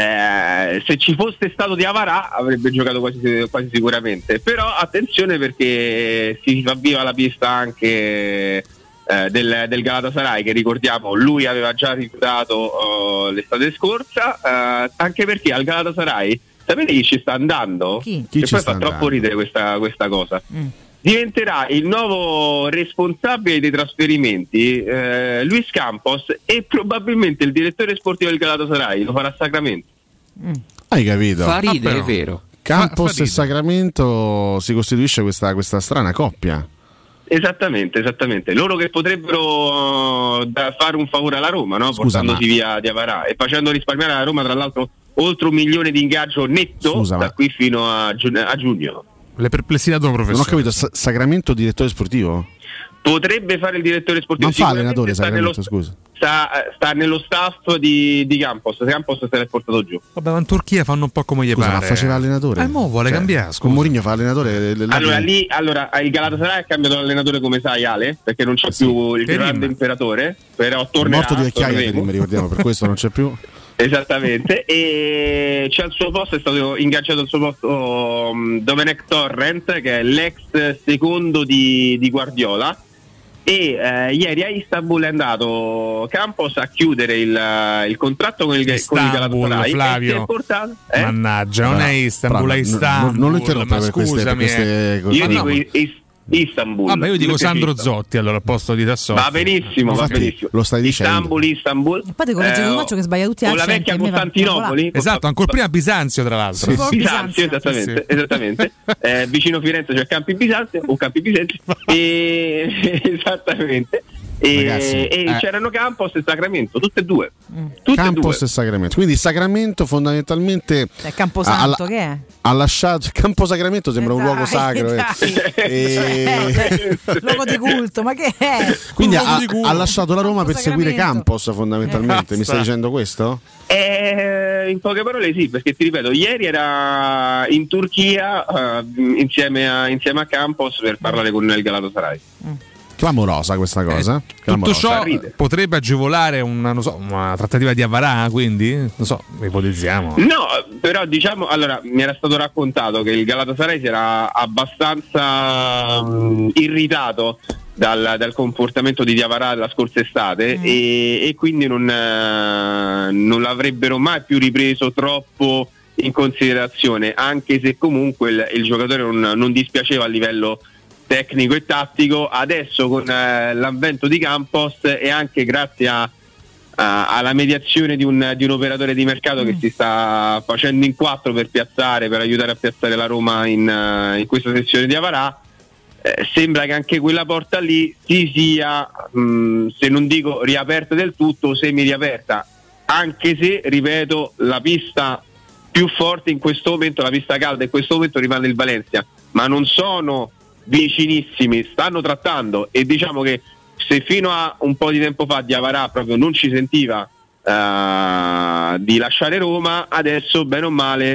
se ci fosse stato Diawara avrebbe giocato quasi sicuramente, però attenzione perché si fa viva la pista anche del Galatasaray, che ricordiamo lui aveva già rifiutato l'estate scorsa, anche perché al Galatasaray sapete chi ci sta andando? Chi che ci poi sta fa troppo ridere questa cosa. Diventerà il nuovo responsabile dei trasferimenti Luis Campos, e probabilmente il direttore sportivo del Galatasaray lo farà Sacramento. Hai capito? Fa ridere, è vero. Campos e Sacramento si costituisce questa strana coppia. Esattamente, loro che potrebbero fare un favore alla Roma, no? Portandosi via Diawara e facendo risparmiare alla Roma, tra l'altro, oltre 1 milione di ingaggio netto da qui fino a giugno. Le perplessità del professore. Non ho capito, Sacramento direttore sportivo? Potrebbe fare il direttore sportivo. Non fa allenatore Sacramento, scusa. Sta nello staff di Campos. Campos se l'è portato giù. Vabbè, ma in Turchia fanno un po' come gli pare. Ma faceva allenatore? Mo vuole cambiare. Con Mourinho fa allenatore. Allora il Galatasaray ha cambiato l'allenatore, come sai, Ale, perché non c'è più il grande imperatore, però tornerà. Morto di vecchiaia, ricordiamo, per questo non c'è più. Esattamente, e c'è al suo posto, è stato ingaggiato al suo posto Domenech Torrent, che è l'ex secondo di Guardiola, e ieri a Istanbul è andato Campos a chiudere il contratto con il Galatasaray. Flavio, mannaggia, non è Istanbul, è Istanbul. Non lo interrompere per queste cose. Io dico Istanbul. Vabbè, io dico Sandro Zotti allora al posto di Tassotti. Va benissimo. Lo stai dicendo. Istanbul. E poi ti corregge Comaccio che sbaglia tutti con la vecchia Costantinopoli. Esatto, ancora prima Bisanzio, tra l'altro. Bisanzio, esattamente. Vicino Firenze c'è Campi Bisanzio o Campi Bisanzio. Esattamente. E c'erano Campos e Sacramento, tutte e due. Campos e Sacramento. Quindi Sacramento fondamentalmente è Camposanto, che è? Ha lasciato Campo Sacramento, sembra un luogo sacro. Luogo di culto, ma che è? Quindi ha lasciato la Roma per seguire Campos, fondamentalmente. Mi stai dicendo questo? In poche parole sì, perché ti ripeto, ieri era in Turchia insieme a Campos per parlare con il Galatasaray. Clamorosa questa cosa. Tutto ciò potrebbe agevolare una trattativa di Avarà, quindi non so, ipotizziamo. No, però diciamo, allora mi era stato raccontato che il Galatasaray si era abbastanza irritato dal comportamento di Diawara la scorsa estate e quindi non l'avrebbero mai più ripreso troppo in considerazione, anche se comunque il giocatore non dispiaceva a livello tecnico e tattico. Adesso con l'avvento di Campos e anche grazie alla mediazione di un operatore di mercato che si sta facendo in 4 per aiutare a piazzare la Roma in questa sessione di Avarà, sembra che anche quella porta lì si sia, se non dico riaperta del tutto, semi riaperta, anche se, ripeto, la pista più forte in questo momento, la pista calda in questo momento rimane il Valencia, ma non sono vicinissimi, stanno trattando, e diciamo che se fino a un po' di tempo fa Diawara proprio non ci sentiva di lasciare Roma, adesso bene o male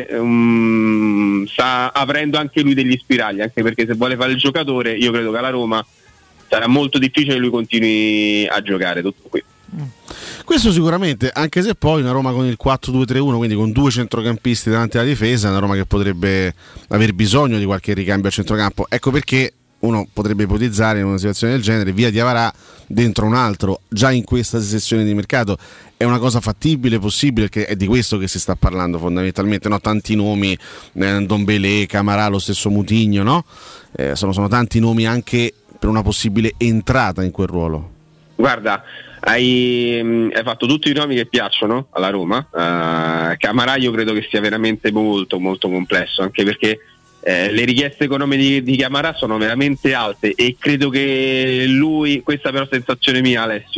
sta aprendo anche lui degli spiragli, anche perché se vuole fare il giocatore io credo che alla Roma sarà molto difficile che lui continui a giocare tutto qui. Questo sicuramente, anche se poi una Roma con il 4-2-3-1, quindi con 2 centrocampisti davanti alla difesa, è una Roma che potrebbe aver bisogno di qualche ricambio a centrocampo. Ecco perché uno potrebbe ipotizzare in una situazione del genere via Diawara dentro un altro già in questa sessione di mercato. È una cosa fattibile, possibile, perché è di questo che si sta parlando fondamentalmente, no? Tanti nomi, Ndombele, Camarà, lo stesso Moutinho, no? Sono tanti nomi anche per una possibile entrata in quel ruolo. Guarda, hai fatto tutti i nomi che piacciono alla Roma. Camarà io credo che sia veramente molto molto complesso, anche perché le richieste economiche di Camarà sono veramente alte, e credo che lui, questa però sensazione mia, Alessio,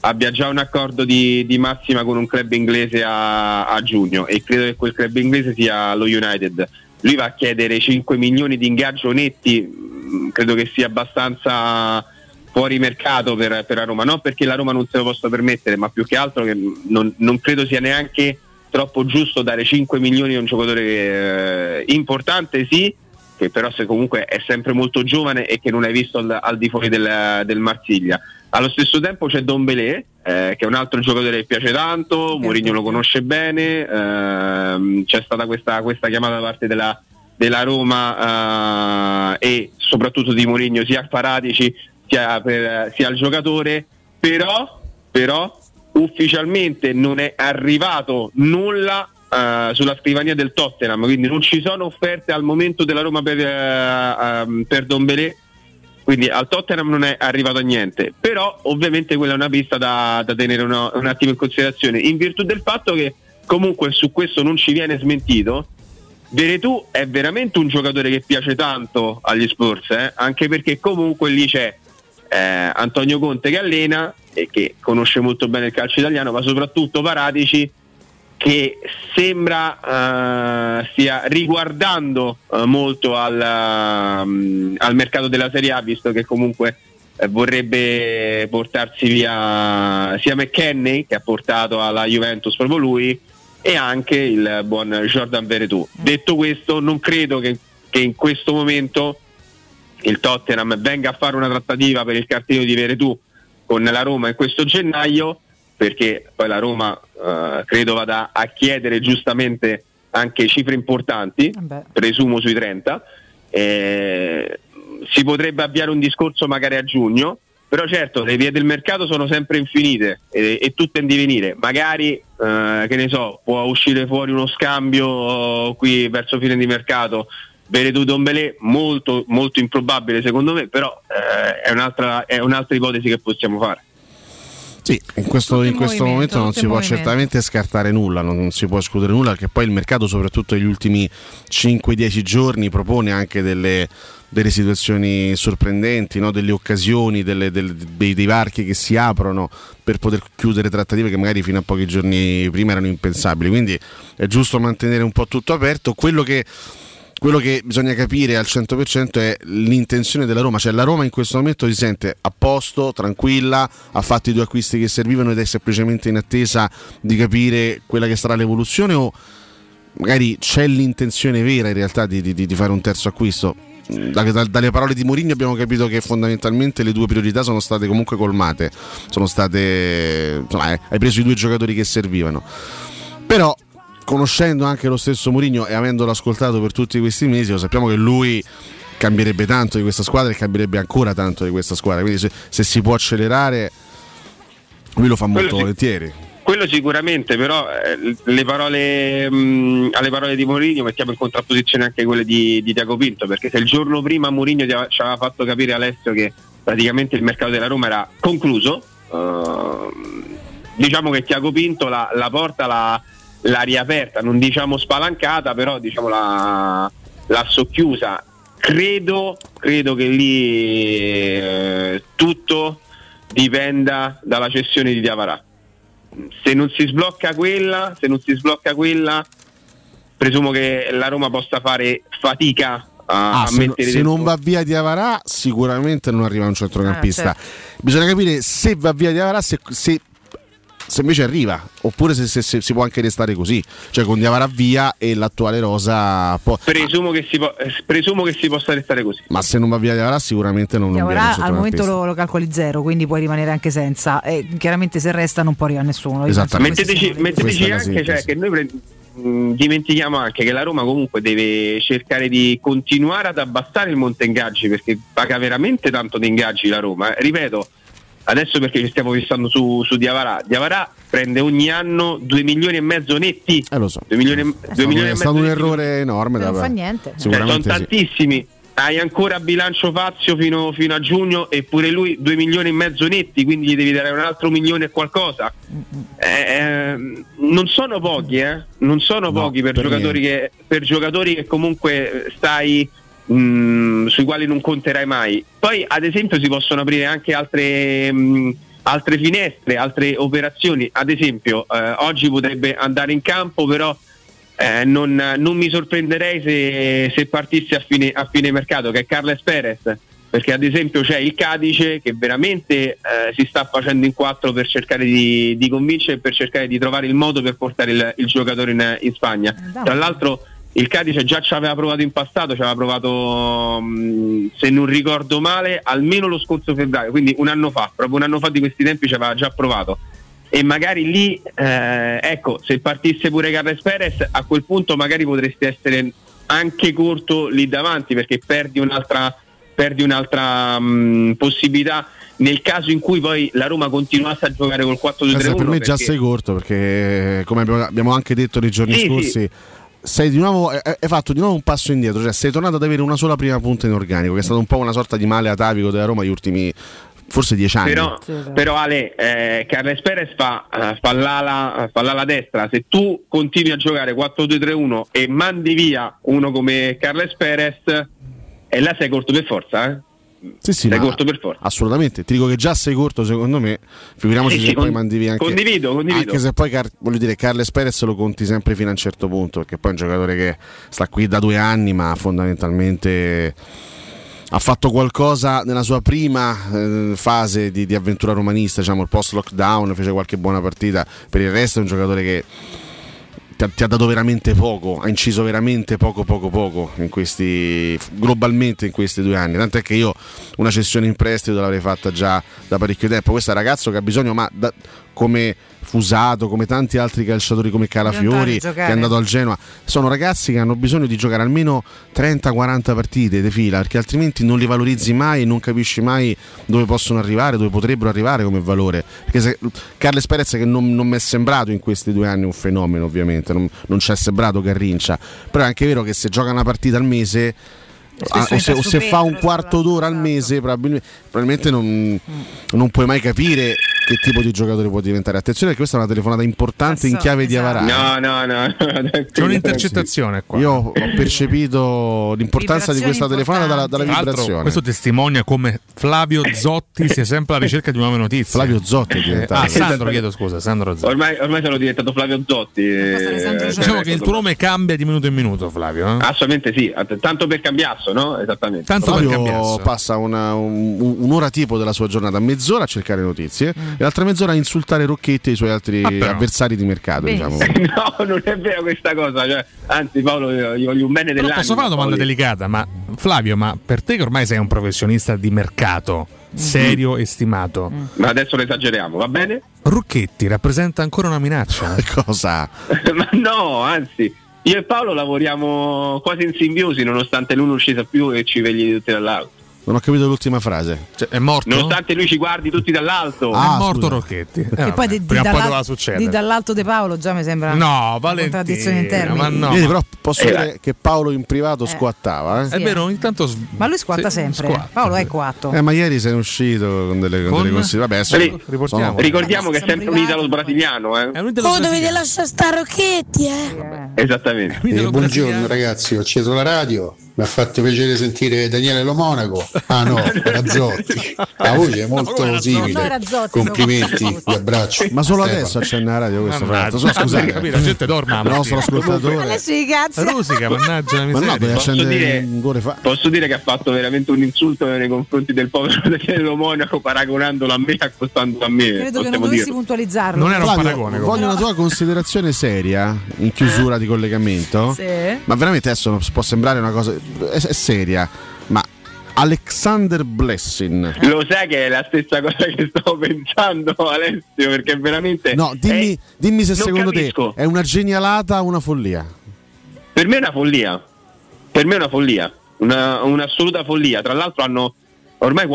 abbia già un accordo di massima con un club inglese a giugno, e credo che quel club inglese sia lo United. Lui va a chiedere 5 milioni di ingaggio netti, credo che sia abbastanza fuori mercato per la Roma, non perché la Roma non se lo possa permettere, ma più che altro che non credo sia neanche troppo giusto dare 5 milioni a un giocatore importante, sì, che però se comunque è sempre molto giovane e che non hai visto al di fuori del Marsiglia. Allo stesso tempo c'è Dombélé, che è un altro giocatore che piace tanto, Mourinho lo conosce bene, c'è stata questa chiamata da parte della Roma e soprattutto di Mourinho sia a Paratici sia al giocatore, però ufficialmente non è arrivato nulla sulla scrivania del Tottenham, quindi non ci sono offerte al momento della Roma per Dombélé, quindi al Tottenham non è arrivato a niente, però ovviamente quella è una pista da tenere un attimo in considerazione, in virtù del fatto che comunque su questo non ci viene smentito. Veretù è veramente un giocatore che piace tanto agli Spurs, anche perché comunque lì c'è Antonio Conte che allena e che conosce molto bene il calcio italiano, ma soprattutto Paratici, che sembra stia riguardando molto al mercato della Serie A, visto che comunque vorrebbe portarsi via sia McKennie, che ha portato alla Juventus proprio lui, e anche il buon Jordan Veretout. Detto questo, non credo che in questo momento il Tottenham venga a fare una trattativa per il cartellino di Veretout con la Roma in questo gennaio, perché poi la Roma credo vada a chiedere giustamente anche cifre importanti, presumo sui 30. Si potrebbe avviare un discorso magari a giugno, però certo le vie del mercato sono sempre infinite e tutto in divenire. Magari che ne so, può uscire fuori uno scambio qui verso fine di mercato, Veretout Dombélé, molto molto improbabile secondo me, però è un'altra ipotesi che possiamo fare. Sì, in questo momento non si può certamente scartare nulla, non si può escludere nulla, perché poi il mercato, soprattutto negli ultimi 5-10 giorni, propone anche delle situazioni sorprendenti, no? Delle occasioni, dei varchi che si aprono per poter chiudere trattative che magari fino a pochi giorni prima erano impensabili, quindi è giusto mantenere un po' tutto aperto. Quello che bisogna capire al 100% è l'intenzione della Roma, cioè la Roma in questo momento si sente a posto, tranquilla, ha fatto i 2 acquisti che servivano ed è semplicemente in attesa di capire quella che sarà l'evoluzione, o magari c'è l'intenzione vera in realtà di fare un terzo acquisto. Dalle parole di Mourinho abbiamo capito che fondamentalmente le 2 priorità sono state comunque colmate, sono state, insomma, hai preso i 2 giocatori che servivano, però conoscendo anche lo stesso Mourinho e avendolo ascoltato per tutti questi mesi, lo sappiamo che lui cambierebbe tanto di questa squadra e cambierebbe ancora tanto di questa squadra, quindi se si può accelerare lui lo fa molto volentieri. Quello sicuramente, però alle parole di Mourinho mettiamo in contrapposizione anche quelle di Tiago Pinto, perché se il giorno prima Mourinho ci aveva fatto capire, Alessio, che praticamente il mercato della Roma era concluso, diciamo che Tiago Pinto la porta l'ha riaperta, non diciamo spalancata, però diciamo l'ha socchiusa. Credo che lì tutto dipenda dalla cessione di Diawara. Se non si sblocca quella, presumo che la Roma possa fare fatica a mettere se non va via Diawara sicuramente non arriva un centrocampista. Certo. Bisogna capire se va via Diawara, se invece arriva, oppure se si può anche restare così, cioè con Diawara via e l'attuale rosa presumo che si possa restare così. Ma se non va via Diawara sicuramente non Diawara al momento lo calcoli 0, quindi puoi rimanere anche senza, e chiaramente se resta non può arrivare nessuno. Metteteci anche, cioè, che noi dimentichiamo anche che la Roma comunque deve cercare di continuare ad abbassare il monte ingaggi, perché paga veramente tanto di ingaggi la Roma, ripeto. Adesso perché ci stiamo fissando su Diawara prende ogni anno 2 milioni e mezzo netti. Lo so. 2 milioni e mezzo. È stato un errore enorme. Non fa niente. Sicuramente sono tantissimi. Hai ancora bilancio Fazio fino a giugno, eppure lui 2 milioni e mezzo netti, quindi gli devi dare un altro milione e qualcosa. Non sono pochi, non sono pochi per giocatori che comunque stai sui quali non conterai mai. Poi ad esempio si possono aprire anche altre altre finestre, altre operazioni. Ad esempio oggi potrebbe andare in campo, però non mi sorprenderei se partisse a fine mercato, che è Carles Perez, perché ad esempio c'è il Cadice che veramente si sta facendo in 4 per cercare di convincere e per cercare di trovare il modo per portare il giocatore in Spagna. Tra l'altro il Cadice già ci aveva provato in passato, ci aveva provato se non ricordo male almeno lo scorso febbraio, quindi proprio un anno fa di questi tempi ci aveva già provato, e magari lì ecco, se partisse pure Carles Perez, a quel punto magari potresti essere anche corto lì davanti, perché perdi un'altra possibilità nel caso in cui poi la Roma continuasse a giocare col 4-2-3-1. Per me già sei corto, perché come abbiamo anche detto nei giorni scorsi, sei di nuovo, hai fatto di nuovo un passo indietro, cioè sei tornato ad avere una sola prima punta in organico, che è stato un po' una sorta di male atavico della Roma gli ultimi forse 10 anni. Però Ale, Carles Perez fa l'ala destra. Se tu continui a giocare 4-2-3-1 e mandi via uno come Carles Perez, e là sei corto per forza, Sì, sei corto per forza. Assolutamente, ti dico che già sei corto secondo me, figuriamoci se poi mandi via anche. Condivido. Anche se poi voglio dire, Carles Perez lo conti sempre fino a un certo punto, perché poi è un giocatore che sta qui da 2 anni, ma fondamentalmente ha fatto qualcosa nella sua prima fase di avventura romanista, diciamo il post lockdown, fece qualche buona partita. Per il resto è un giocatore che ti ha dato veramente poco, ha inciso veramente poco globalmente in questi 2 anni, tant'è che io una cessione in prestito l'avrei fatta già da parecchio tempo. Questo è un ragazzo che ha bisogno, come Fusato, come tanti altri calciatori, come Calafiori che è andato al Genoa, sono ragazzi che hanno bisogno di giocare almeno 30-40 partite di fila, perché altrimenti non li valorizzi mai e non capisci mai dove possono arrivare, dove potrebbero arrivare come valore. Perché Carles Perez, che non mi è sembrato in questi 2 anni un fenomeno, ovviamente non ci è sembrato Garrincia, però è anche vero che se gioca una partita al mese o se fa un quarto d'ora al mese, probabilmente non puoi mai capire che tipo di giocatore può diventare. Attenzione, perché questa è una telefonata importante in chiave di Avarà. No. C'è un'intercettazione qua. Io ho percepito l'importanza di questa telefonata dalla vibrazione. Questo testimonia come Flavio Zotti sia sempre alla ricerca di nuove notizie. Flavio Zotti è diventato. Sandro, chiedo scusa, Sandro Zotti. Ormai sono diventato Flavio Zotti. Diciamo che il tuo nome cambia di minuto in minuto, Flavio. Assolutamente sì, tanto per cambiasso, no? Esattamente. Tanto Flavio per cambiasso. Passa un'ora tipo della sua giornata, mezz'ora a cercare notizie e l'altra mezz'ora a insultare Rocchetti e i suoi altri avversari di mercato, diciamo. No, non è vero questa cosa, cioè, anzi Paolo, io voglio un bene dell'anima. Posso fare una domanda delicata, ma Flavio, ma per te che ormai sei un professionista di mercato serio e stimato, ma adesso lo esageriamo, va bene? Rocchetti rappresenta ancora una minaccia? Cosa? Ma no, anzi, io e Paolo lavoriamo quasi in simbiosi, nonostante lui non uscita più e ci vegli tutti dall'alto. Non ho capito l'ultima frase. Cioè, è morto? Nonostante lui ci guardi tutti dall'alto. È morto Rocchetti. E poi di dall'alto De Paolo già mi sembra una contraddizione in termini. Ma no. Vedi, però posso dire che Paolo in privato squattava. È vero, ogni tanto ma lui squatta sempre. Squatta. Paolo è quatto. Ma ieri sei uscito con delle cose. Vabbè, ricordiamo che è sempre un italo-brasiliano. Dovete lasciare stare Rocchetti, Esattamente. Buongiorno ragazzi, ho acceso la radio. Mi ha fatto piacere sentire Daniele Lo Monaco. Ah no, Razzotti. La voce è molto simile. Complimenti, vi abbraccio. Ma solo adesso accende la radio questo fatto. Scusate, la gente dorme. Il nostro ascoltatore. Adesso i cazzi. Rosica, mannaggia la miseria. Ma no, devi accendere un ore fa. Posso dire che ha fatto veramente un insulto nei confronti del povero Daniele Lo Monaco, paragonandolo a me, accostandolo a me. Credo che non dovessi puntualizzarlo. Non era un paragone. Voglio una tua considerazione seria in chiusura di collegamento. Sì. Ma veramente adesso può sembrare una cosa è seria, ma Alexander Blessing, lo sai che è la stessa cosa che stavo pensando, Alessio, perché veramente no, dimmi se secondo te è una genialata o una follia. Per me è una follia, un'assoluta follia. Tra l'altro hanno ormai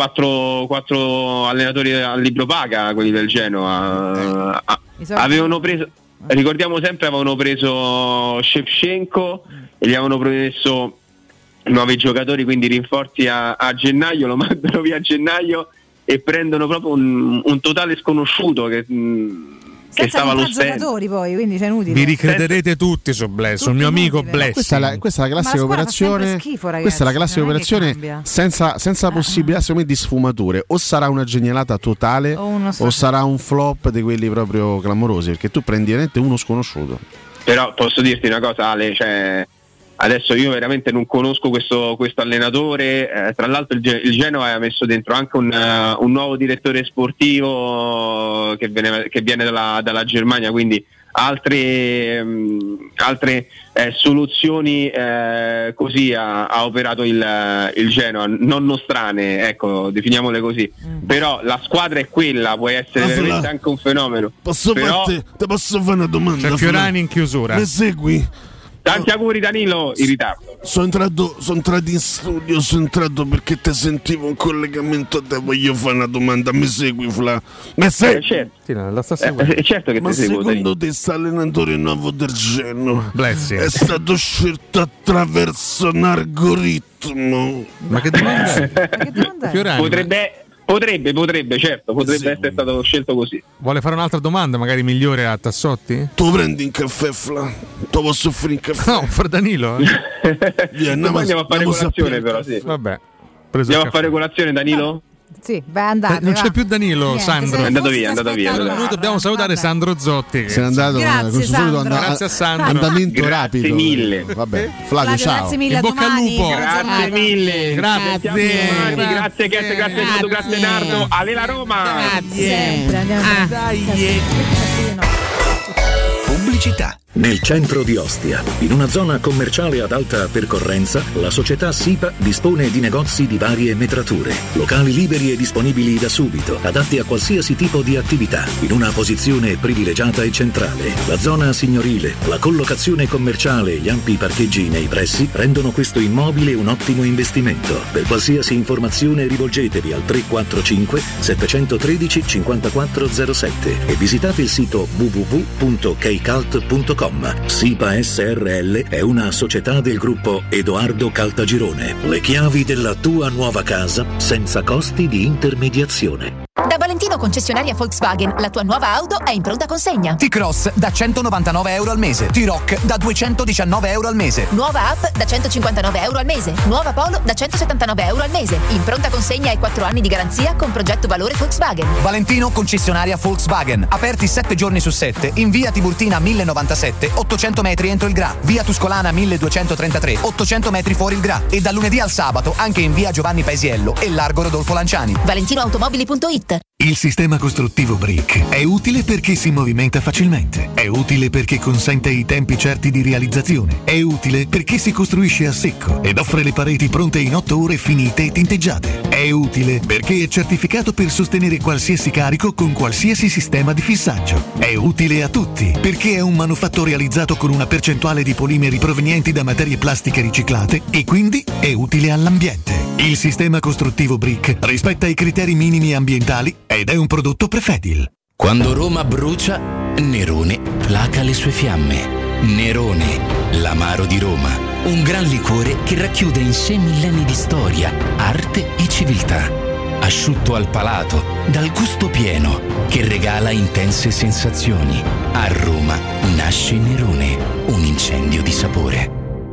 4 allenatori al libro paga, quelli del Genoa. Avevano preso, ricordiamo sempre, avevano preso Shevchenko e gli avevano promesso nuovi giocatori, quindi rinforzi a gennaio, lo mandano via a gennaio e prendono proprio un totale sconosciuto che che stava allo stand. Giocatori poi, quindi c'è inutile. Vi ricrederete tutti sul mio amico Blessing. Questa è la classica operazione. Schifo, ragazzi, questa è la classica operazione senza possibilità secondo me di sfumature. O sarà una genialata totale o sarà un flop di quelli proprio clamorosi, perché tu prendi veramente uno sconosciuto. Però posso dirti una cosa, Ale, cioè adesso io veramente non conosco questo allenatore, tra l'altro il Genoa ha messo dentro anche un nuovo direttore sportivo che viene dalla Germania, quindi altre soluzioni così ha operato il Genoa, non nostrane, ecco, definiamole così. Però la squadra è quella, può essere veramente anche un fenomeno. Posso fare una domanda? C'è Fiorani in chiusura. Mi segui? Tanti auguri Danilo, in ritardo. Sono entrato in studio, perché ti sentivo in collegamento, te voglio fare una domanda, mi segui Fla? Mi segui? Certo. Sì, la sta seguendo. Certo che ma ti seguo. Secondo te sta allenatore nuovo del Genoa Blessing è stato scelto attraverso un algoritmo? Ma che domanda è? Fiorani, Potrebbe, certo, potrebbe essere stato scelto così. Vuole fare un'altra domanda, magari migliore a Tassotti? Tu prendi un caffè, Fla? Tu posso offrire un caffè? No, per Danilo? Andiamo a fare colazione, però sì. Vabbè. Andiamo a fare colazione, Danilo? Sì, vai andare. Non c'è più Danilo. Niente, Sandro è andato via. Noi dobbiamo salutare Sandro Zotti che se n'è andato. Grazie a Sandro. Andamento rapido. Grazie mille. Vabbè, Flavio, ciao. Grazie mille. In bocca al lupo. Grazie mille. Grazie. Grazie Nardo. Allela Roma. Sempre andiamo. Pubblicità. Nel centro di Ostia, in una zona commerciale ad alta percorrenza, la società SIPA dispone di negozi di varie metrature, locali liberi e disponibili da subito, adatti a qualsiasi tipo di attività, in una posizione privilegiata e centrale. La zona signorile, la collocazione commerciale e gli ampi parcheggi nei pressi rendono questo immobile un ottimo investimento. Per qualsiasi informazione rivolgetevi al 345 713 5407 e visitate il sito www.keicalt.com. SIPA SRL è una società del gruppo Edoardo Caltagirone. Le chiavi della tua nuova casa senza costi di intermediazione. Da Valentino concessionaria Volkswagen, la tua nuova auto è in pronta consegna. T-Cross da €199 al mese. T-Rock da €219 al mese. Nuova app da €159 al mese. Nuova Polo da €179 al mese. In pronta consegna e 4 anni di garanzia con progetto valore Volkswagen. Valentino concessionaria Volkswagen. Aperti 7 giorni su 7 in via Tiburtina 1097, 800 metri entro il Gra. Via Tuscolana 1233, 800 metri fuori il Gra. E dal lunedì al sabato anche in via Giovanni Paesiello e largo Rodolfo Lanciani. ValentinoAutomobili.it. Il sistema costruttivo Brick è utile perché si movimenta facilmente, è utile perché consente i tempi certi di realizzazione, è utile perché si costruisce a secco ed offre le pareti pronte in 8 ore finite e tinteggiate, è utile perché è certificato per sostenere qualsiasi carico con qualsiasi sistema di fissaggio, è utile a tutti perché è un manufatto realizzato con una percentuale di polimeri provenienti da materie plastiche riciclate e quindi è utile all'ambiente. Il sistema costruttivo Brick rispetta i criteri minimi ambientali ed è un prodotto Prefedil. Quando Roma brucia, Nerone placa le sue fiamme. Nerone, l'amaro di Roma. Un gran liquore che racchiude in sé millenni di storia, arte e civiltà. Asciutto al palato, dal gusto pieno, che regala intense sensazioni. A Roma nasce Nerone, un incendio di sapore.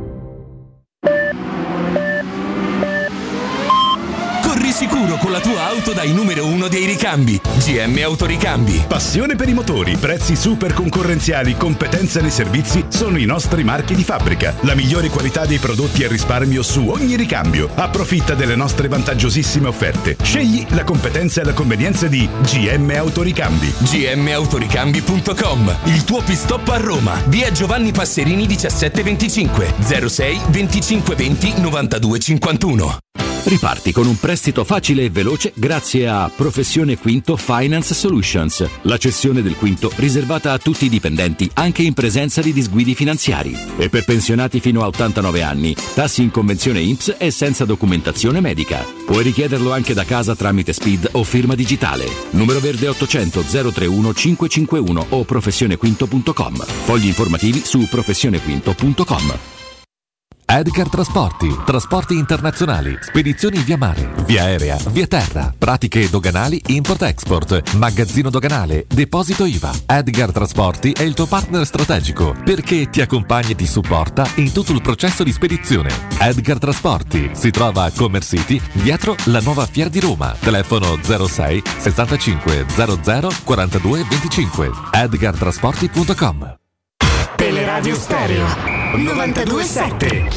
Sicuro con la tua auto dai numero 1 dei ricambi. GM Autoricambi. Passione per i motori, prezzi super concorrenziali, competenza nei servizi sono i nostri marchi di fabbrica. La migliore qualità dei prodotti e risparmio su ogni ricambio. Approfitta delle nostre vantaggiosissime offerte. Scegli la competenza e la convenienza di GM Autoricambi. gmaautoricambi.com. Il tuo pit-stop a Roma. Via Giovanni Passerini 1725 06 25 20 92 51. Riparti con un prestito facile e veloce grazie a Professione Quinto Finance Solutions, la cessione del quinto riservata a tutti i dipendenti anche in presenza di disguidi finanziari. E per pensionati fino a 89 anni, tassi in convenzione INPS e senza documentazione medica. Puoi richiederlo anche da casa tramite SPID o firma digitale. Numero verde 800 031 551 o professionequinto.com. Fogli informativi su professionequinto.com. Edgar Trasporti, trasporti internazionali, spedizioni via mare, via aerea, via terra, pratiche doganali import-export, magazzino doganale, deposito IVA. Edgar Trasporti è il tuo partner strategico perché ti accompagna e ti supporta in tutto il processo di spedizione. Edgar Trasporti si trova a Commerce City, dietro la nuova Fiera di Roma. Telefono 06 65 00 42 25. edgartrasporti.com. Teleradio Stereo 92.7.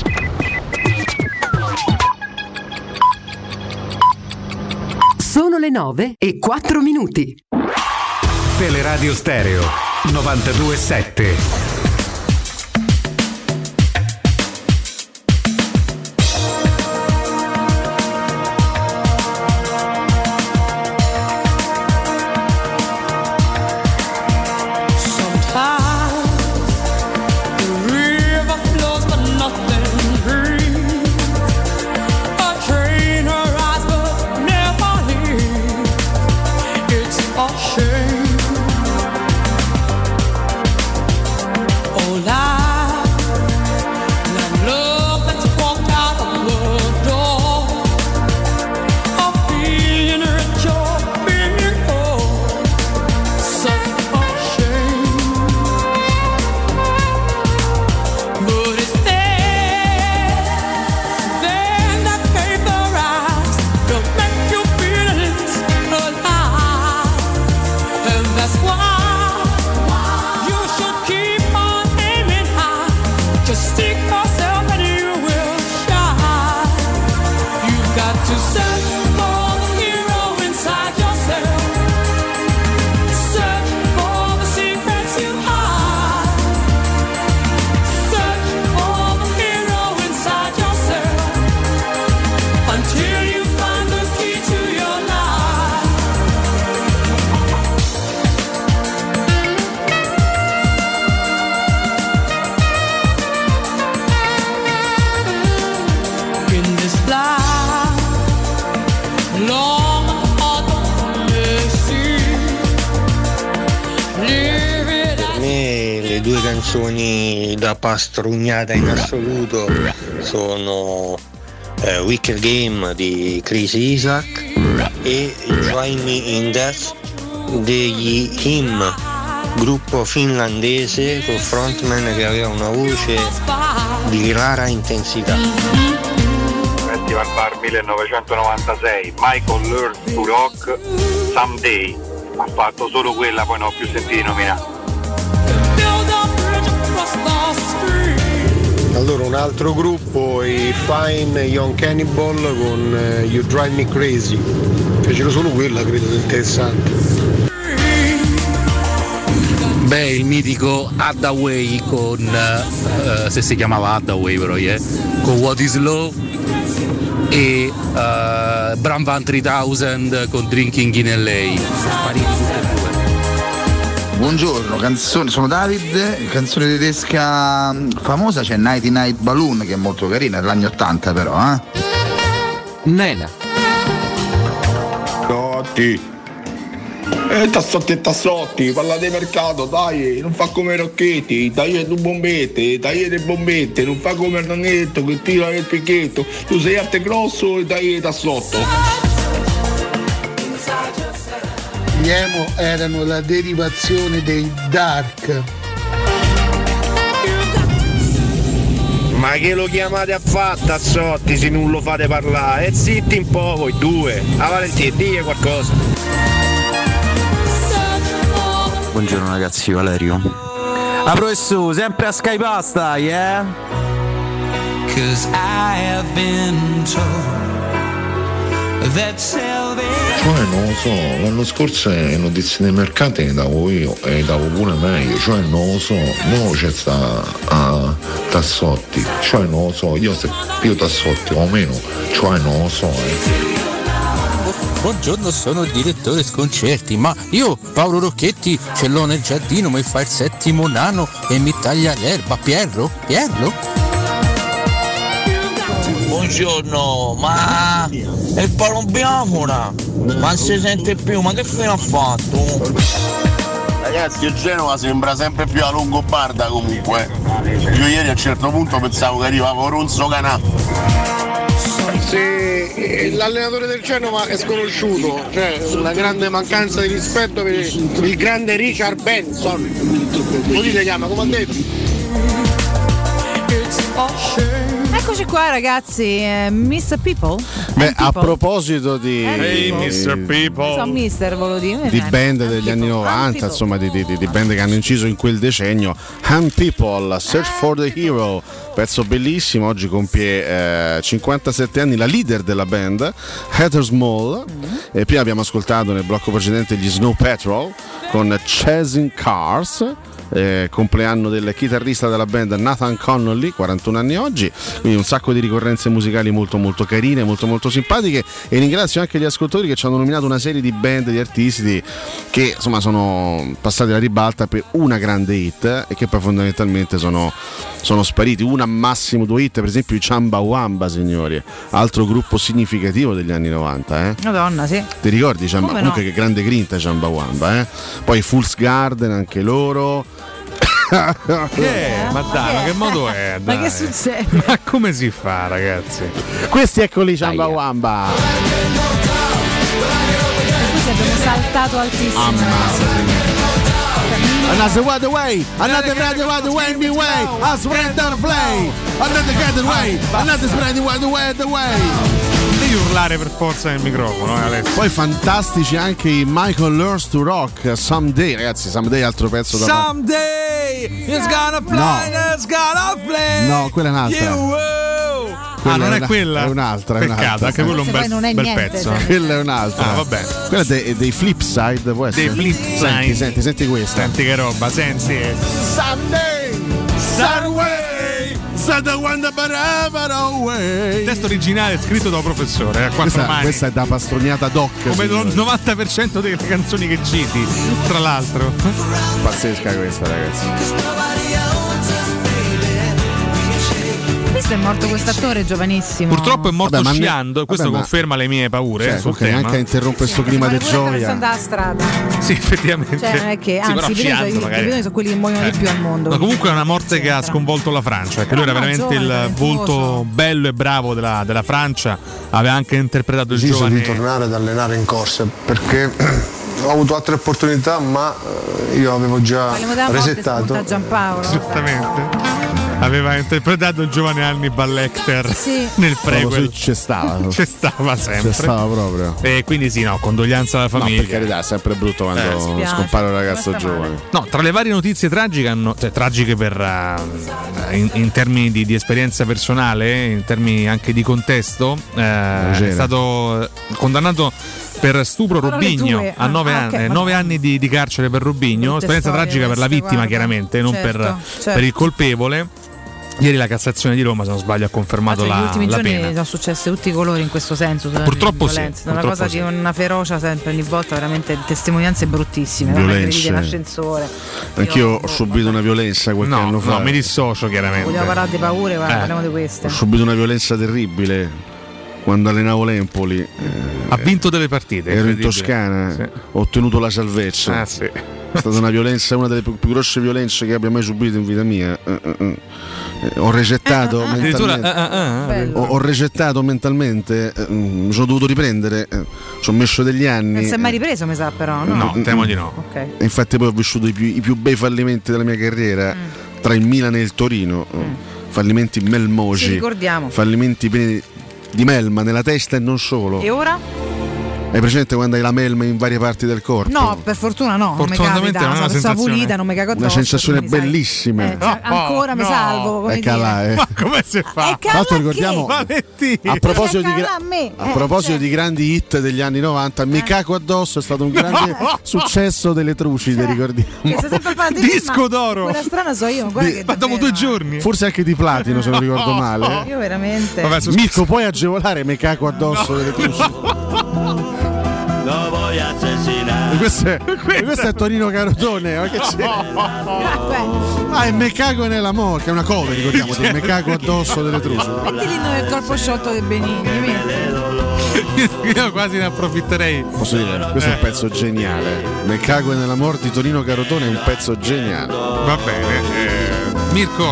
Sono le 9:04. Teleradio Stereo 92.7. Canzoni da pastrugnata in assoluto sono Wicked Game di Chris Isaak e Join Me in Death degli Him, gruppo finlandese con frontman che aveva una voce di rara intensità. Festival Bar 1996, Michael Learns to Rock Someday, ha fatto solo quella, poi non ho più sentito nominare. Allora un altro gruppo, i Fine Young Cannibal con You Drive Me Crazy, fecero solo quella, credo, interessante. Beh, il mitico Hathaway con se si chiamava Hathaway però con What Is Love e Bram Van 3000 con Drinking in LA. Buongiorno, canzone, sono David, canzone tedesca famosa c'è Nighty Night Balloon che è molto carina, degli anni 80 però, Nena. Tassotti. Tassotti e tassotti, parlate di mercato, dai, non fa come Rocchetti, dai tu bombette, dai le bombette, non fa come Arnetto che tira il picchetto, tu sei arte grosso e dai tassotto. Gli emo erano la derivazione dei dark. Ma che lo chiamate a fatta, Tassotti, se non lo fate parlare? E zitti un po' voi due. A Valentina, digli qualcosa. Buongiorno ragazzi, Valerio. Apro e su, sempre a Sky Pasta, yeah? 'Cause I have been told that cioè non lo so, l'anno scorso le notizie dei mercati le davo io e le davo pure meglio, cioè non lo so, mo c'è sta a Tassotti, cioè non lo so, io se più Tassotti o meno, cioè non lo so. Buongiorno, sono il direttore sconcerti, ma io Paolo Rocchetti ce l'ho nel giardino, mi fa il settimo nano e mi taglia l'erba. Pierro? Buongiorno, ma il palombiafora, ma non si sente più, ma che fine ha fatto? Ragazzi, il Genova sembra sempre più a Longobarda comunque. Io ieri a un certo punto pensavo che arrivava Oronzo Canà. Se l'allenatore del Genova è sconosciuto, cioè una grande mancanza di rispetto per il grande Richard Benson. Così si chiama, come ha detto. Eccoci qua ragazzi, Mr. People. Beh, a proposito di Hey Mr. People, sono Mister, volevo dire. di band degli anni 90, insomma di band che hanno inciso in quel decennio, Ham People, Search for the Hero, pezzo bellissimo, oggi compie 57 anni la leader della band, Heather Small, e prima abbiamo ascoltato nel blocco precedente gli Snow Patrol con Chasing Cars. Compleanno del chitarrista della band Nathan Connolly, 41 anni oggi, quindi un sacco di ricorrenze musicali molto molto carine, molto molto simpatiche, e ringrazio anche gli ascoltatori che ci hanno nominato una serie di band, di artisti che insomma sono passati alla ribalta per una grande hit e che poi fondamentalmente sono spariti, una massimo 2 hit, per esempio i Chumbawamba, signori, altro gruppo significativo degli anni 90, Madonna, sì. Ti ricordi Chumbawamba? Comunque no? Che grande grinta Chumbawamba, poi Fool's Garden anche loro. Ma dai, ma che modo è? Dai. Ma che succede? Ma come si fa, ragazzi? Questi eccoli Chumbawamba. Così abbiamo saltato altissimo. Another way, way, another way, me way, I surrender play, another get way, another spreading the way. Devi urlare per forza nel microfono, Alessio. Poi fantastici anche i Michael Learns to Rock, Someday, ragazzi, Someday altro pezzo da Someday it's gonna fly, it's gonna play. No, quella è un'altra. Non è quella? È un'altra. Peccato, anche quello è un bel pezzo. Quella è un'altra. Va bene. Quella dei Flipside, può essere? Dei Flipside. Senti questa. Senti che roba, senti. Someday, Sunway, il testo originale è scritto da un professore a quattro mani. Questa è da pastroniata doc. Come il 90% delle canzoni che citi, tra l'altro. Pazzesca questa, ragazzi. Questo è morto quest'attore giovanissimo. Purtroppo è morto sciando, questo conferma le mie paure sul tema. Neanche interrompe questo clima di gioia. Andare a strada. Sì, effettivamente. Cioè, non è che, anzi, i pedoni sono quelli che muoiono di più al mondo. Ma comunque è una morte che ha sconvolto la Francia, perché lui era veramente il volto bello e bravo della Francia, aveva anche interpretato il giovane. Di tornare ad allenare in corsa perché ho avuto altre opportunità, ma io avevo già resettato. Giampaolo. Giustamente. Aveva interpretato il giovane Hannibal Lecter nel prequel. C'è stava sempre. C'è stava proprio. E quindi sì, no, condoglianza alla famiglia. No, per carità, è sempre brutto quando scompare un ragazzo giovane. No, tra le varie notizie tragiche, tragiche per in termini di esperienza personale, in termini anche di contesto, è stato condannato per stupro Rubigno a 9 anni di carcere per Rubigno. Esperienza tragica per la vittima, chiaramente, non per il colpevole. Ieri la Cassazione di Roma, se non sbaglio, ha confermato la pena. Negli ultimi giorni sono successe tutti i colori in questo senso. Purtroppo sì. Una cosa di una ferocia sempre ogni volta, veramente testimonianze bruttissime. Violenze. L'ascensore. Anch'io ho subito una violenza qualche anno fa. No, mi dissocio chiaramente. Vogliamo parlare di paure, parliamo di queste. Ho subito una violenza terribile quando allenavo l'Empoli. Ha vinto delle partite. Ero in Toscana, ho ottenuto la salvezza. Sì. È stata una violenza, una delle più grosse violenze che abbia mai subito in vita mia. Ho regettato mentalmente. Ho regettato mentalmente. Mi sono dovuto riprendere. Ci ho messo degli anni. Non si è mai ripreso, mi sa, però. No, temo di no. Okay. E infatti poi ho vissuto i più bei fallimenti della mia carriera tra il Milan e il Torino. Fallimenti melmosi. Ci ricordiamo. Fallimenti pieni di melma nella testa e non solo. E ora? Hai presente quando hai la melma in varie parti del corpo? No, per fortuna no. Fortunatamente non è una sensazione. Pulita, non mi cago addosso. Una sensazione bellissima. Ancora mi salvo. Ma come si fa? Tra l'altro ricordiamo, a proposito di grandi hit degli anni 90, Mi caco addosso è stato un grande successo delle Trucide, ricordiamo. Disco d'oro. Quella strana so io. Ma dopo 2 giorni. Forse anche di platino, se non ricordo male. Io veramente. Mirko, puoi agevolare Mi caco addosso delle Trucide? Questo è Torino Carotone, ma che c'è? È Me cago nella morte, che è una cover, ricordiamo, Me cago addosso delle Trucide. Metti l'inno del corpo sciolto dei Benigni. Io quasi ne approfitterei. Posso dire, questo è un pezzo geniale. Nel cago e nell'amor di Tonino Carotone è un pezzo geniale. Va bene. Mirko,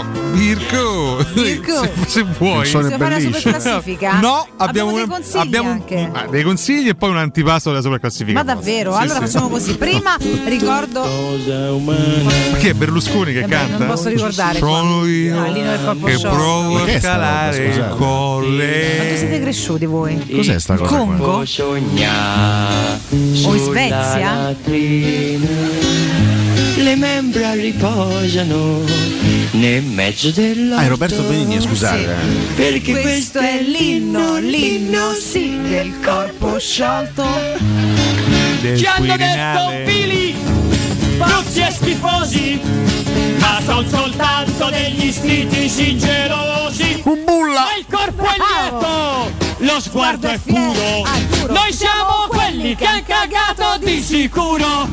se vuoi. Possiamo fare la superclassifica? No, abbiamo dei consigli anche. Dei consigli e poi un antipasto della superclassifica. Ma davvero? Allora facciamo così. Prima ricordo. Ma che è Berlusconi che canta? Non posso ricordare. Sono io Lino del corpo che sciolto. provo a scalare il colle. Ma tu siete cresciuti voi? Cos'è sta cosa? Congo? O in Svezia? Le membra riposano nel mezzo della. Roberto Benigni, scusate. Perché questo è l'inno sì del corpo sciolto. Del Ci hanno Quirinale. detto fili, brutti e schifosi, ma sono soltanto degli stitici gelosi. Un bulla! Ma il corpo è lieto, lo sguardo è puro. Noi siamo quelli che han cagato di sicuro.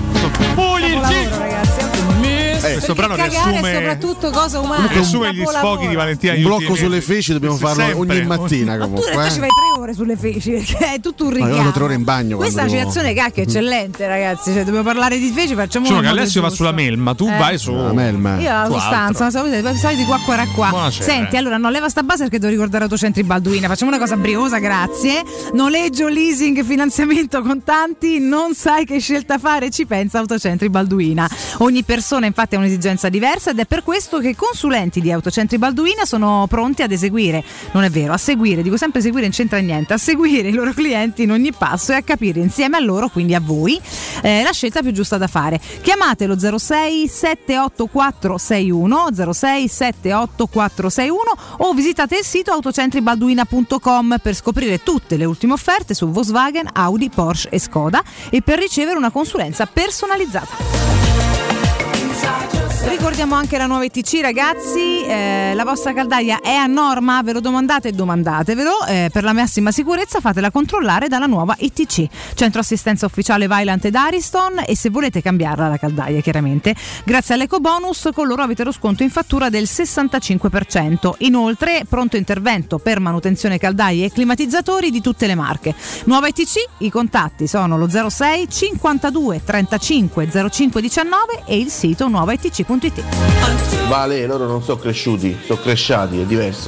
Questo brano cagare riassume, è soprattutto cosa umana. riassume gli sfoghi di Valentina. Un blocco sulle feci dobbiamo farlo Sempre. ogni mattina Tu comunque. in realtà ci fai 3 ore sulle feci perché è tutto un No, io richiamo. vado 3 ore in bagno. Questa è una quando citazione cacchio eccellente, ragazzi. Cioè, dobbiamo parlare di feci, facciamo Diciamo un che modo Alessio va giusto. sulla melma, tu vai su la melma. Io la su sostanza, altro. ma soliti qua qua qua. Buonasera. Senti, allora no, leva sta base perché devo ricordare Autocentri Balduina. Facciamo una cosa briosa, grazie. Noleggio, leasing, finanziamento, contanti. Non sai che scelta fare? Ci pensa Autocentri Balduina. Ogni persona infatti ha un'esigenza diversa ed è per questo che consulenti di Autocentri Balduina sono pronti ad eseguire, non è vero, a seguire, dico sempre seguire, non c'entra niente, a seguire i loro clienti in ogni passo e a capire insieme a loro, quindi a voi, la scelta più giusta da fare. Chiamatelo 06 78461 06 78461 o visitate il sito autocentribalduina.com per scoprire tutte le ultime offerte su Volkswagen, Audi, Porsche e Skoda e per ricevere una consulenza personalizzata. Ricordiamo anche la nuova ETC, ragazzi, la vostra caldaia è a norma? Ve lo domandate e domandatevelo, per la massima sicurezza fatela controllare dalla nuova ETC, centro assistenza ufficiale Vaillant ed Ariston, e se volete cambiarla la caldaia chiaramente, grazie all'eco bonus con loro avete lo sconto in fattura del 65%, inoltre pronto intervento per manutenzione caldaie e climatizzatori di tutte le marche. Nuova ETC, i contatti sono lo 06 52 35 05 19 e il sito nuovaetc.it. Vale, loro non sono cresciuti, sono cresciati, è diverso.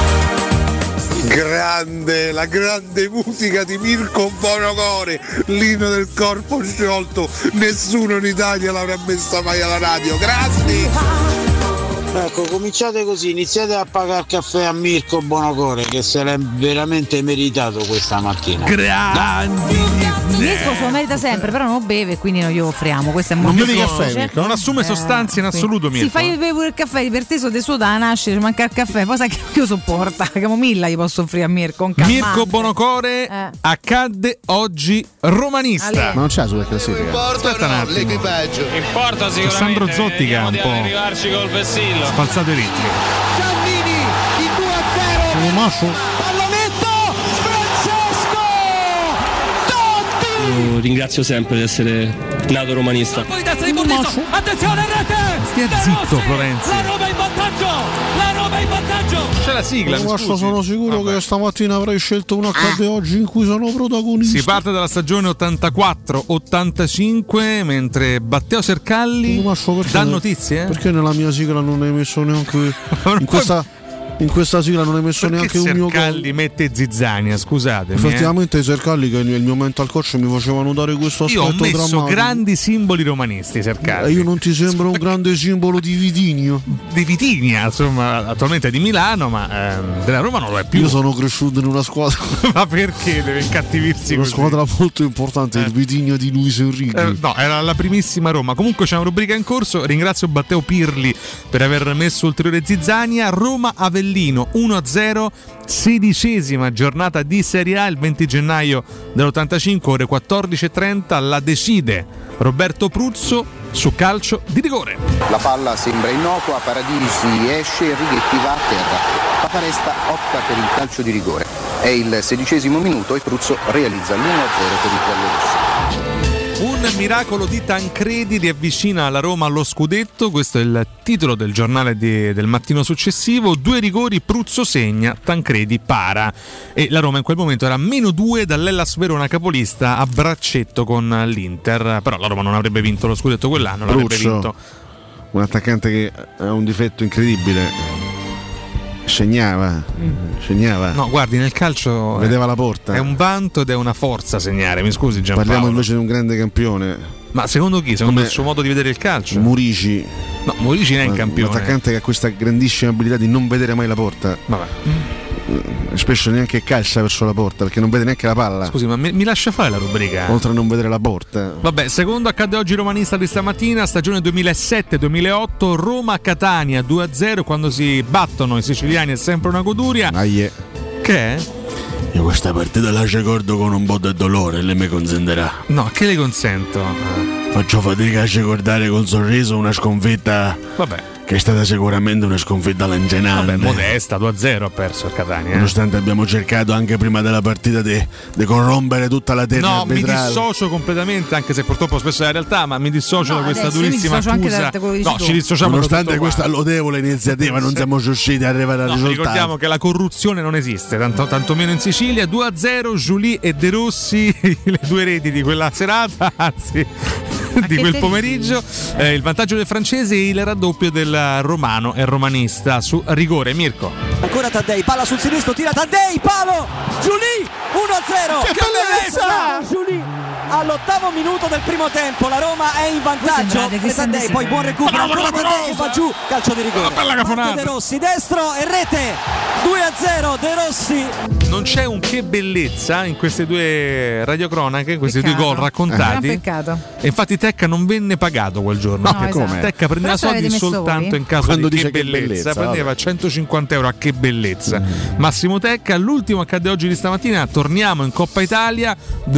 Grande, la grande musica di Mirko Bonocore, l'inno del corpo sciolto, nessuno in Italia l'avrà messa mai alla radio, grazie! Ecco, cominciate così, iniziate a pagare caffè a Mirko Bonocore che se l'è veramente meritato questa mattina. Grandi! Mirko se lo merita sempre, però non beve, quindi non glielo offriamo. Questo è molto semplice. Non assume sostanze in assoluto, Mirko. Sì, fai pure il caffè per te, so del suo da nascere, manca il caffè, poi sai che io sopporta, camomilla gli posso offrire a Mirko. Un Mirko Bonocore accadde oggi romanista. Ma non c'è la superclassifica. Aspetta un attimo. Importa sicuramente. Sandro Zotti che ha un po' arrivarci col vessillo. spalzato i ritmi. Giannini, il 2-0. Pallonetto, Francesco Totti. Ringrazio sempre di essere nato romanista. Poi destra di Burdisso, attenzione rete. Stia zitto, Florenzi. La Roma in vantaggio. La Roma in vantaggio. C'è la sigla. Sono sicuro che stamattina avrei scelto un accade oggi in cui sono protagonista. Si parte dalla stagione 84-85 mentre Matteo Sercalli dà notizie. Perché nella mia sigla non hai messo neanche in questa sigla non hai messo neanche un mio gol. Sercalli mette Zizzania, scusatemi. Effettivamente i Sercalli che il mio mental coach mi facevano dare questo aspetto io ho messo drammatico. Grandi simboli romanisti, Sercalli. Io non ti sembro un grande simbolo di Vitigno? Di Vitigna, insomma, attualmente è di Milano, ma della Roma non lo è più. Io sono cresciuto in una squadra. Ma perché deve incattivirsi una così? squadra molto importante, il Vitigno di Luis Enrique. No, era la primissima Roma. Comunque c'è una rubrica in corso. Ringrazio Matteo Pirli per aver messo ulteriore Zizzania. Roma-Avellino 1-0, 16ª giornata di Serie A, il 20 gennaio dell'85, ore 14:30. La decide Roberto Pruzzo su calcio di rigore. La palla sembra innocua, Paradisi esce, Righetti va a terra. Paparesta opta per il calcio di rigore. È il 16° minuto e Pruzzo realizza l'1-0 per i giallorossi. Un miracolo di Tancredi riavvicina la Roma allo scudetto, questo è il titolo del giornale del mattino successivo. 2 rigori, Pruzzo segna, Tancredi para, e la Roma in quel momento era -2 dall'Hellas Verona capolista a braccetto con l'Inter, però la Roma non avrebbe vinto lo scudetto quell'anno, l'avrebbe vinto. Un attaccante che ha un difetto incredibile. Segnava. No, guardi, nel calcio vedeva la porta. È un vanto ed è una forza segnare, mi scusi Giampaolo. Parliamo invece di un grande campione. Ma secondo chi? Secondo il suo modo di vedere il calcio? Murici. No, Murici non è un campione. Un attaccante che ha questa grandissima abilità di non vedere mai la porta. Vabbè. Spesso neanche calcia verso la porta perché non vede neanche la palla. Scusi, ma mi lascia fare la rubrica? Oltre a non vedere la porta. Vabbè, secondo accade oggi romanista di stamattina, stagione 2007-2008, Roma-Catania 2-0, quando si battono i siciliani è sempre una goduria. Che è? Io questa partita la ricordo con un po' di dolore, lei mi consentirà. No, che le consento? Faccio fatica a ricordare col sorriso una sconfitta. Vabbè. Che è stata sicuramente una sconfitta lancinante. Vabbè, modesta, 2-0 ha perso il Catania. Nonostante abbiamo cercato anche prima della partita di corrompere tutta la terna arbitrale. Mi dissocio completamente, anche se purtroppo spesso è la realtà, ma mi dissocio da questa durissima accusa. No, ci dissociamo. Nonostante questa lodevole iniziativa non siamo riusciti ad arrivare al risultato. Ricordiamo che la corruzione non esiste, tantomeno in Sicilia. 2-0, Giulie e De Rossi, le 2 reti di quella serata, anzi di quel pomeriggio. Il vantaggio del francese e il raddoppio del romano e romanista su rigore. Mirko. Ancora Taddei, palla sul sinistro, tira Taddei, palo, Giulie, 1-0. Che bellezza! Giulie all'8° minuto del primo tempo, la Roma è in vantaggio. E Taddei, poi buon recupero, Taddei che va giù, calcio di rigore. Bella cafonata. De Rossi, destro e rete. 2-0 De Rossi. Non c'è un che bellezza in queste 2 radiocronache, questi 2 gol raccontati. Peccato. E infatti Tecca non venne pagato quel giorno. No, esatto. Tecca prendeva soldi soltanto in caso quando di dice che bellezza. Prendeva vabbè. 150 euro a che bellezza. Massimo Tecca. L'ultimo accade oggi di stamattina. Torniamo in Coppa Italia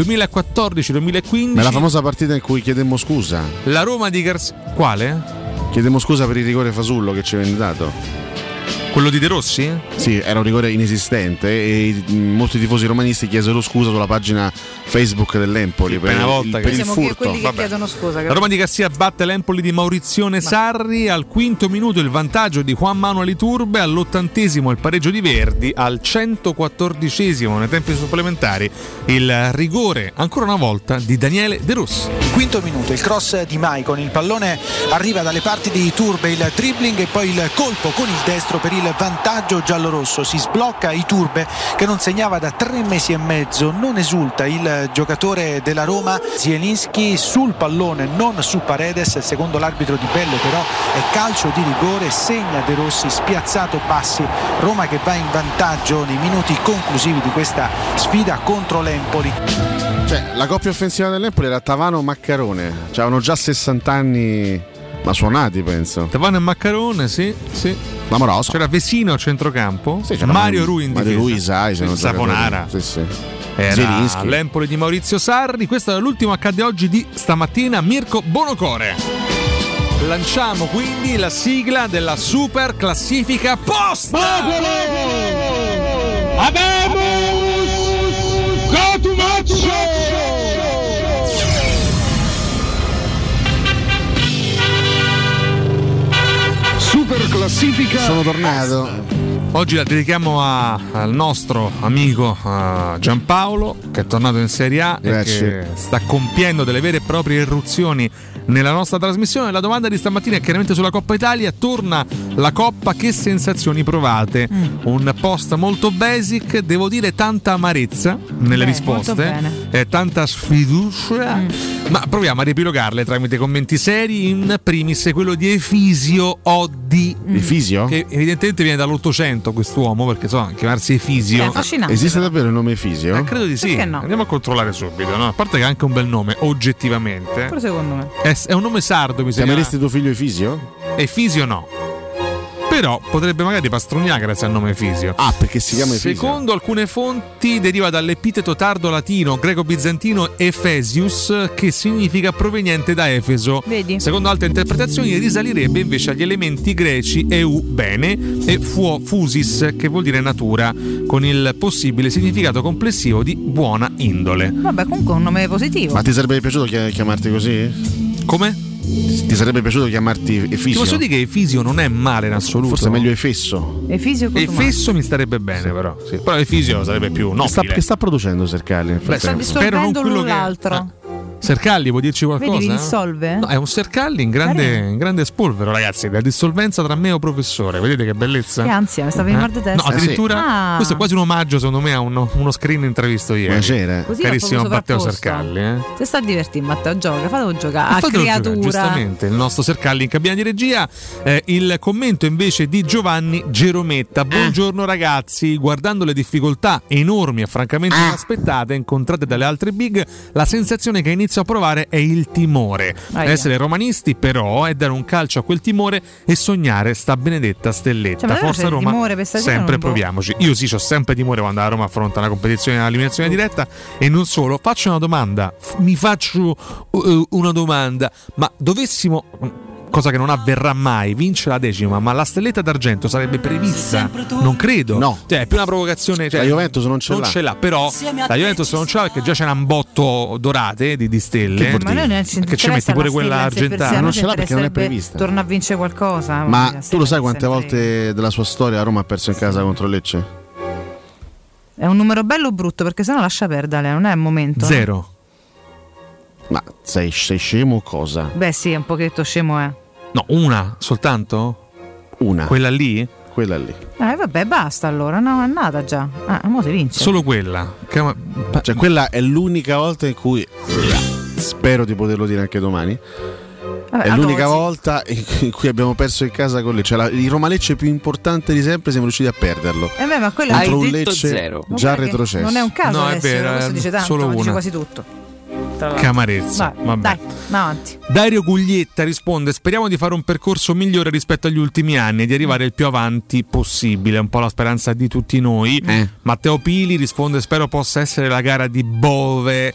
2014-2015. Ma la famosa partita in cui chiedemmo scusa. La Roma di Garcia. Quale? Chiedemmo scusa per il rigore fasullo che ci avevano dato. Quello di De Rossi? Sì, era un rigore inesistente e molti tifosi romanisti chiesero scusa sulla pagina Facebook dell'Empoli per il furto. Quelli che chiedono scusa. La Roma di Garcia batte l'Empoli di Maurizione Sarri, al 5° minuto il vantaggio di Juan Manuel Iturbe, all'80° il pareggio di Verdi, al 114° nei tempi supplementari il rigore ancora una volta di Daniele De Rossi. 5° minuto il cross di Maicon, il pallone arriva dalle parti di Iturbe, il dribbling e poi il colpo con il destro per il vantaggio giallorosso. Si sblocca Iturbe che non segnava da 3 mesi e mezzo, non esulta il giocatore della Roma. Zielinski sul pallone, non su Paredes, secondo l'arbitro Di Bello però è calcio di rigore, segna De Rossi, spiazzato Bassi. Roma che va in vantaggio nei minuti conclusivi di questa sfida contro l'Empoli. Cioè, la coppia offensiva dell'Empoli era Tavano-Maccarone, cioè avevano già 60 anni, ma suonati penso. Tavano e Maccarone, sì. Clamoroso. C'era Vesino a centrocampo, sì, Mario Rui in difesa, Mario Rui, sai, Saponara. Sì. Era Zielinski. l'Empoli di Maurizio Sarri. Questo è l'ultimo accade oggi di stamattina. Mirko Bonocore. Lanciamo quindi la sigla della super classifica post. Go to match. Super classifica. Sono tornato. Oggi la dedichiamo al nostro amico Giampaolo, che è tornato in Serie A. Grazie. E che sta compiendo delle vere e proprie irruzioni nella nostra trasmissione. La domanda di stamattina è chiaramente sulla Coppa Italia. Torna la Coppa, che sensazioni provate? Un post molto basic, devo dire tanta amarezza nelle risposte, tanta sfiducia, ma proviamo a riepilogarle tramite commenti seri. In primis quello di Efisio Oddi. Efisio? Che evidentemente viene dall'Ottocento quest'uomo, perché chiamarsi Efisio. Esiste davvero il nome Efisio? Credo di sì. Perché no? Andiamo a controllare subito, no? A parte che ha anche un bel nome, oggettivamente. Pure secondo me. È un nome sardo, mi sembra. Chiameresti tuo figlio Efisio? Efisio no. Però potrebbe magari pastrugnare grazie al nome Efisio. Ah, perché si chiama Efisio? Secondo alcune fonti deriva dall'epiteto tardo-latino greco-bizantino Ephesius, che significa proveniente da Efeso. Vedi? Secondo altre interpretazioni risalirebbe invece agli elementi greci eu, bene, e fusis, che vuol dire natura, con il possibile significato complessivo di buona indole. Vabbè, comunque è un nome positivo. Ma ti sarebbe piaciuto chiamarti così? Come? Ti sarebbe piaciuto chiamarti Efisio? Ti posso dire che Efisio non è male in assoluto. Forse è meglio Efesso. Efesso mi starebbe bene, però. Sì. Però Efisio sarebbe più nobile. Che sta producendo Sercalli? Sta dissolvendo l'altro. Sercalli, vuoi dirci qualcosa? Vedi, vi dissolve? No, è un Sercalli in grande spolvero, ragazzi. La dissolvenza tra me e o professore. Vedete che bellezza? Che ansia, mi stavi in mal di testa. No, addirittura questo è quasi un omaggio, secondo me, a uno screen intravisto ieri. Così carissimo Matteo Sercalli. Se sta a divertire, Matteo, gioca, fatelo giocare. A creatura. Giocare, giustamente, il nostro Sercalli in cabina di regia. Il commento invece di Giovanni Gerometta. Buongiorno ragazzi, guardando le difficoltà enormi e francamente inaspettate incontrate dalle altre big, la sensazione che inizio a provare è il timore. Essere romanisti però è dare un calcio a quel timore e sognare sta benedetta stelletta. Cioè, Forza Roma, sempre proviamoci. Io sì, ho sempre timore quando la Roma affronta una competizione all'eliminazione diretta. E non solo, faccio una domanda, ma dovessimo, cosa che non avverrà mai, vince la 10ª, ma la stelletta d'argento sarebbe prevista? Non credo. No. Cioè, è più una provocazione. Cioè, la Juventus non ce l'ha. Però la Juventus non ce l'ha perché già c'era un botto dorate di stelle. Ma noi non ci che ci metti pure quella argentana. Non ce l'ha perché non è prevista. Torna a vincere qualcosa. Ma tu lo sai quante volte della sua storia Roma ha perso in casa contro Lecce? È un numero bello o brutto? Perché sennò lascia perdere, non è il momento. 0. Ma sei scemo o cosa? Beh sì, è un pochetto scemo, No, una soltanto? Una. Quella lì? Quella lì. Vabbè, basta allora, no, è nata già. Mo si vince. Solo quella. Cioè, quella è l'unica volta in cui spero di poterlo dire anche domani. Vabbè, è l'unica volta in cui abbiamo perso in casa con Lecce. Il Roma Lecce più importante di sempre, siamo riusciti a perderlo. Ma quello contro un Lecce già retrocesso. Non è un caso, no, adesso, è vero, questo dice tanto, solo dice una. quasi tutto. Camarezza. Vabbè. Dai, avanti. Dario Guglietta risponde: speriamo di fare un percorso migliore rispetto agli ultimi anni e di arrivare il più avanti possibile, è un po' la speranza di tutti noi. Matteo Pili risponde: spero possa essere la gara di Bove,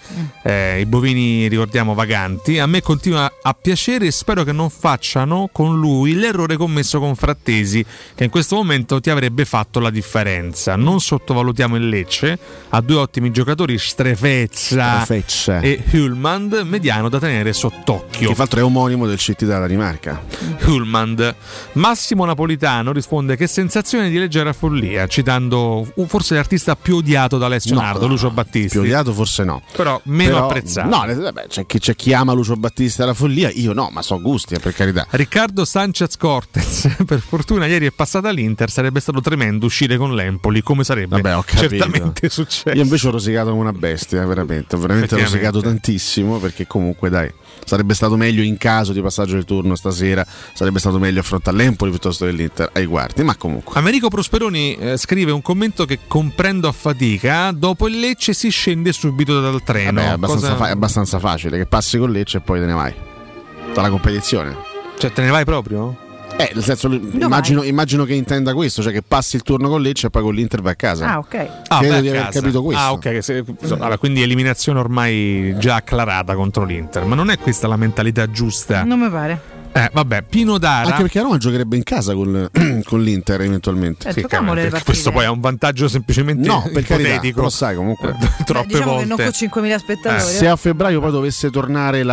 i bovini ricordiamo vaganti. A me continua a piacere e spero che non facciano con lui l'errore commesso con Frattesi, che in questo momento ti avrebbe fatto la differenza. Non sottovalutiamo il Lecce, ha due ottimi giocatori, Strefezza e Hulmand, mediano da tenere sott'occhio. Che fra l'altro è omonimo del CT della Danimarca. Hulmand. Massimo Napolitano risponde: che sensazione di leggera follia, citando forse l'artista più odiato da Alessio Nardo, Lucio Battisti. Più odiato forse no, però meno apprezzato. No, vabbè, c'è chi ama Lucio Battisti alla follia, io no, ma so gusti, per carità. Riccardo Sanchez Cortez, per fortuna ieri è passata l'Inter, sarebbe stato tremendo uscire con l'Empoli, come sarebbe certamente successo. Io invece ho rosicato come una bestia, veramente rosicato tantissimo, perché comunque dai, sarebbe stato meglio in caso di passaggio del turno stasera, sarebbe stato meglio affrontare l'Empoli piuttosto che l'Inter ai quarti, ma comunque. Americo Prosperoni scrive un commento che comprendo a fatica: dopo il Lecce si scende subito dal treno. Vabbè, è abbastanza facile, che passi con Lecce e poi te ne vai dalla competizione. Cioè te ne vai proprio? Nel senso, immagino che intenda questo, cioè che passi il turno con Lecce e poi con l'Inter vai a casa. Credo di aver capito questo. Allora, quindi eliminazione ormai già acclarata contro l'Inter, ma non è questa la mentalità giusta? Non mi pare. Vabbè, Pino Dara. Anche perché Roma giocherebbe in casa con l'Inter eventualmente. Questo poi è un vantaggio semplicemente ipotetico. Però sai, comunque troppe diciamo volte. Che non con 5.000 spettatori. Se a febbraio poi dovesse tornare il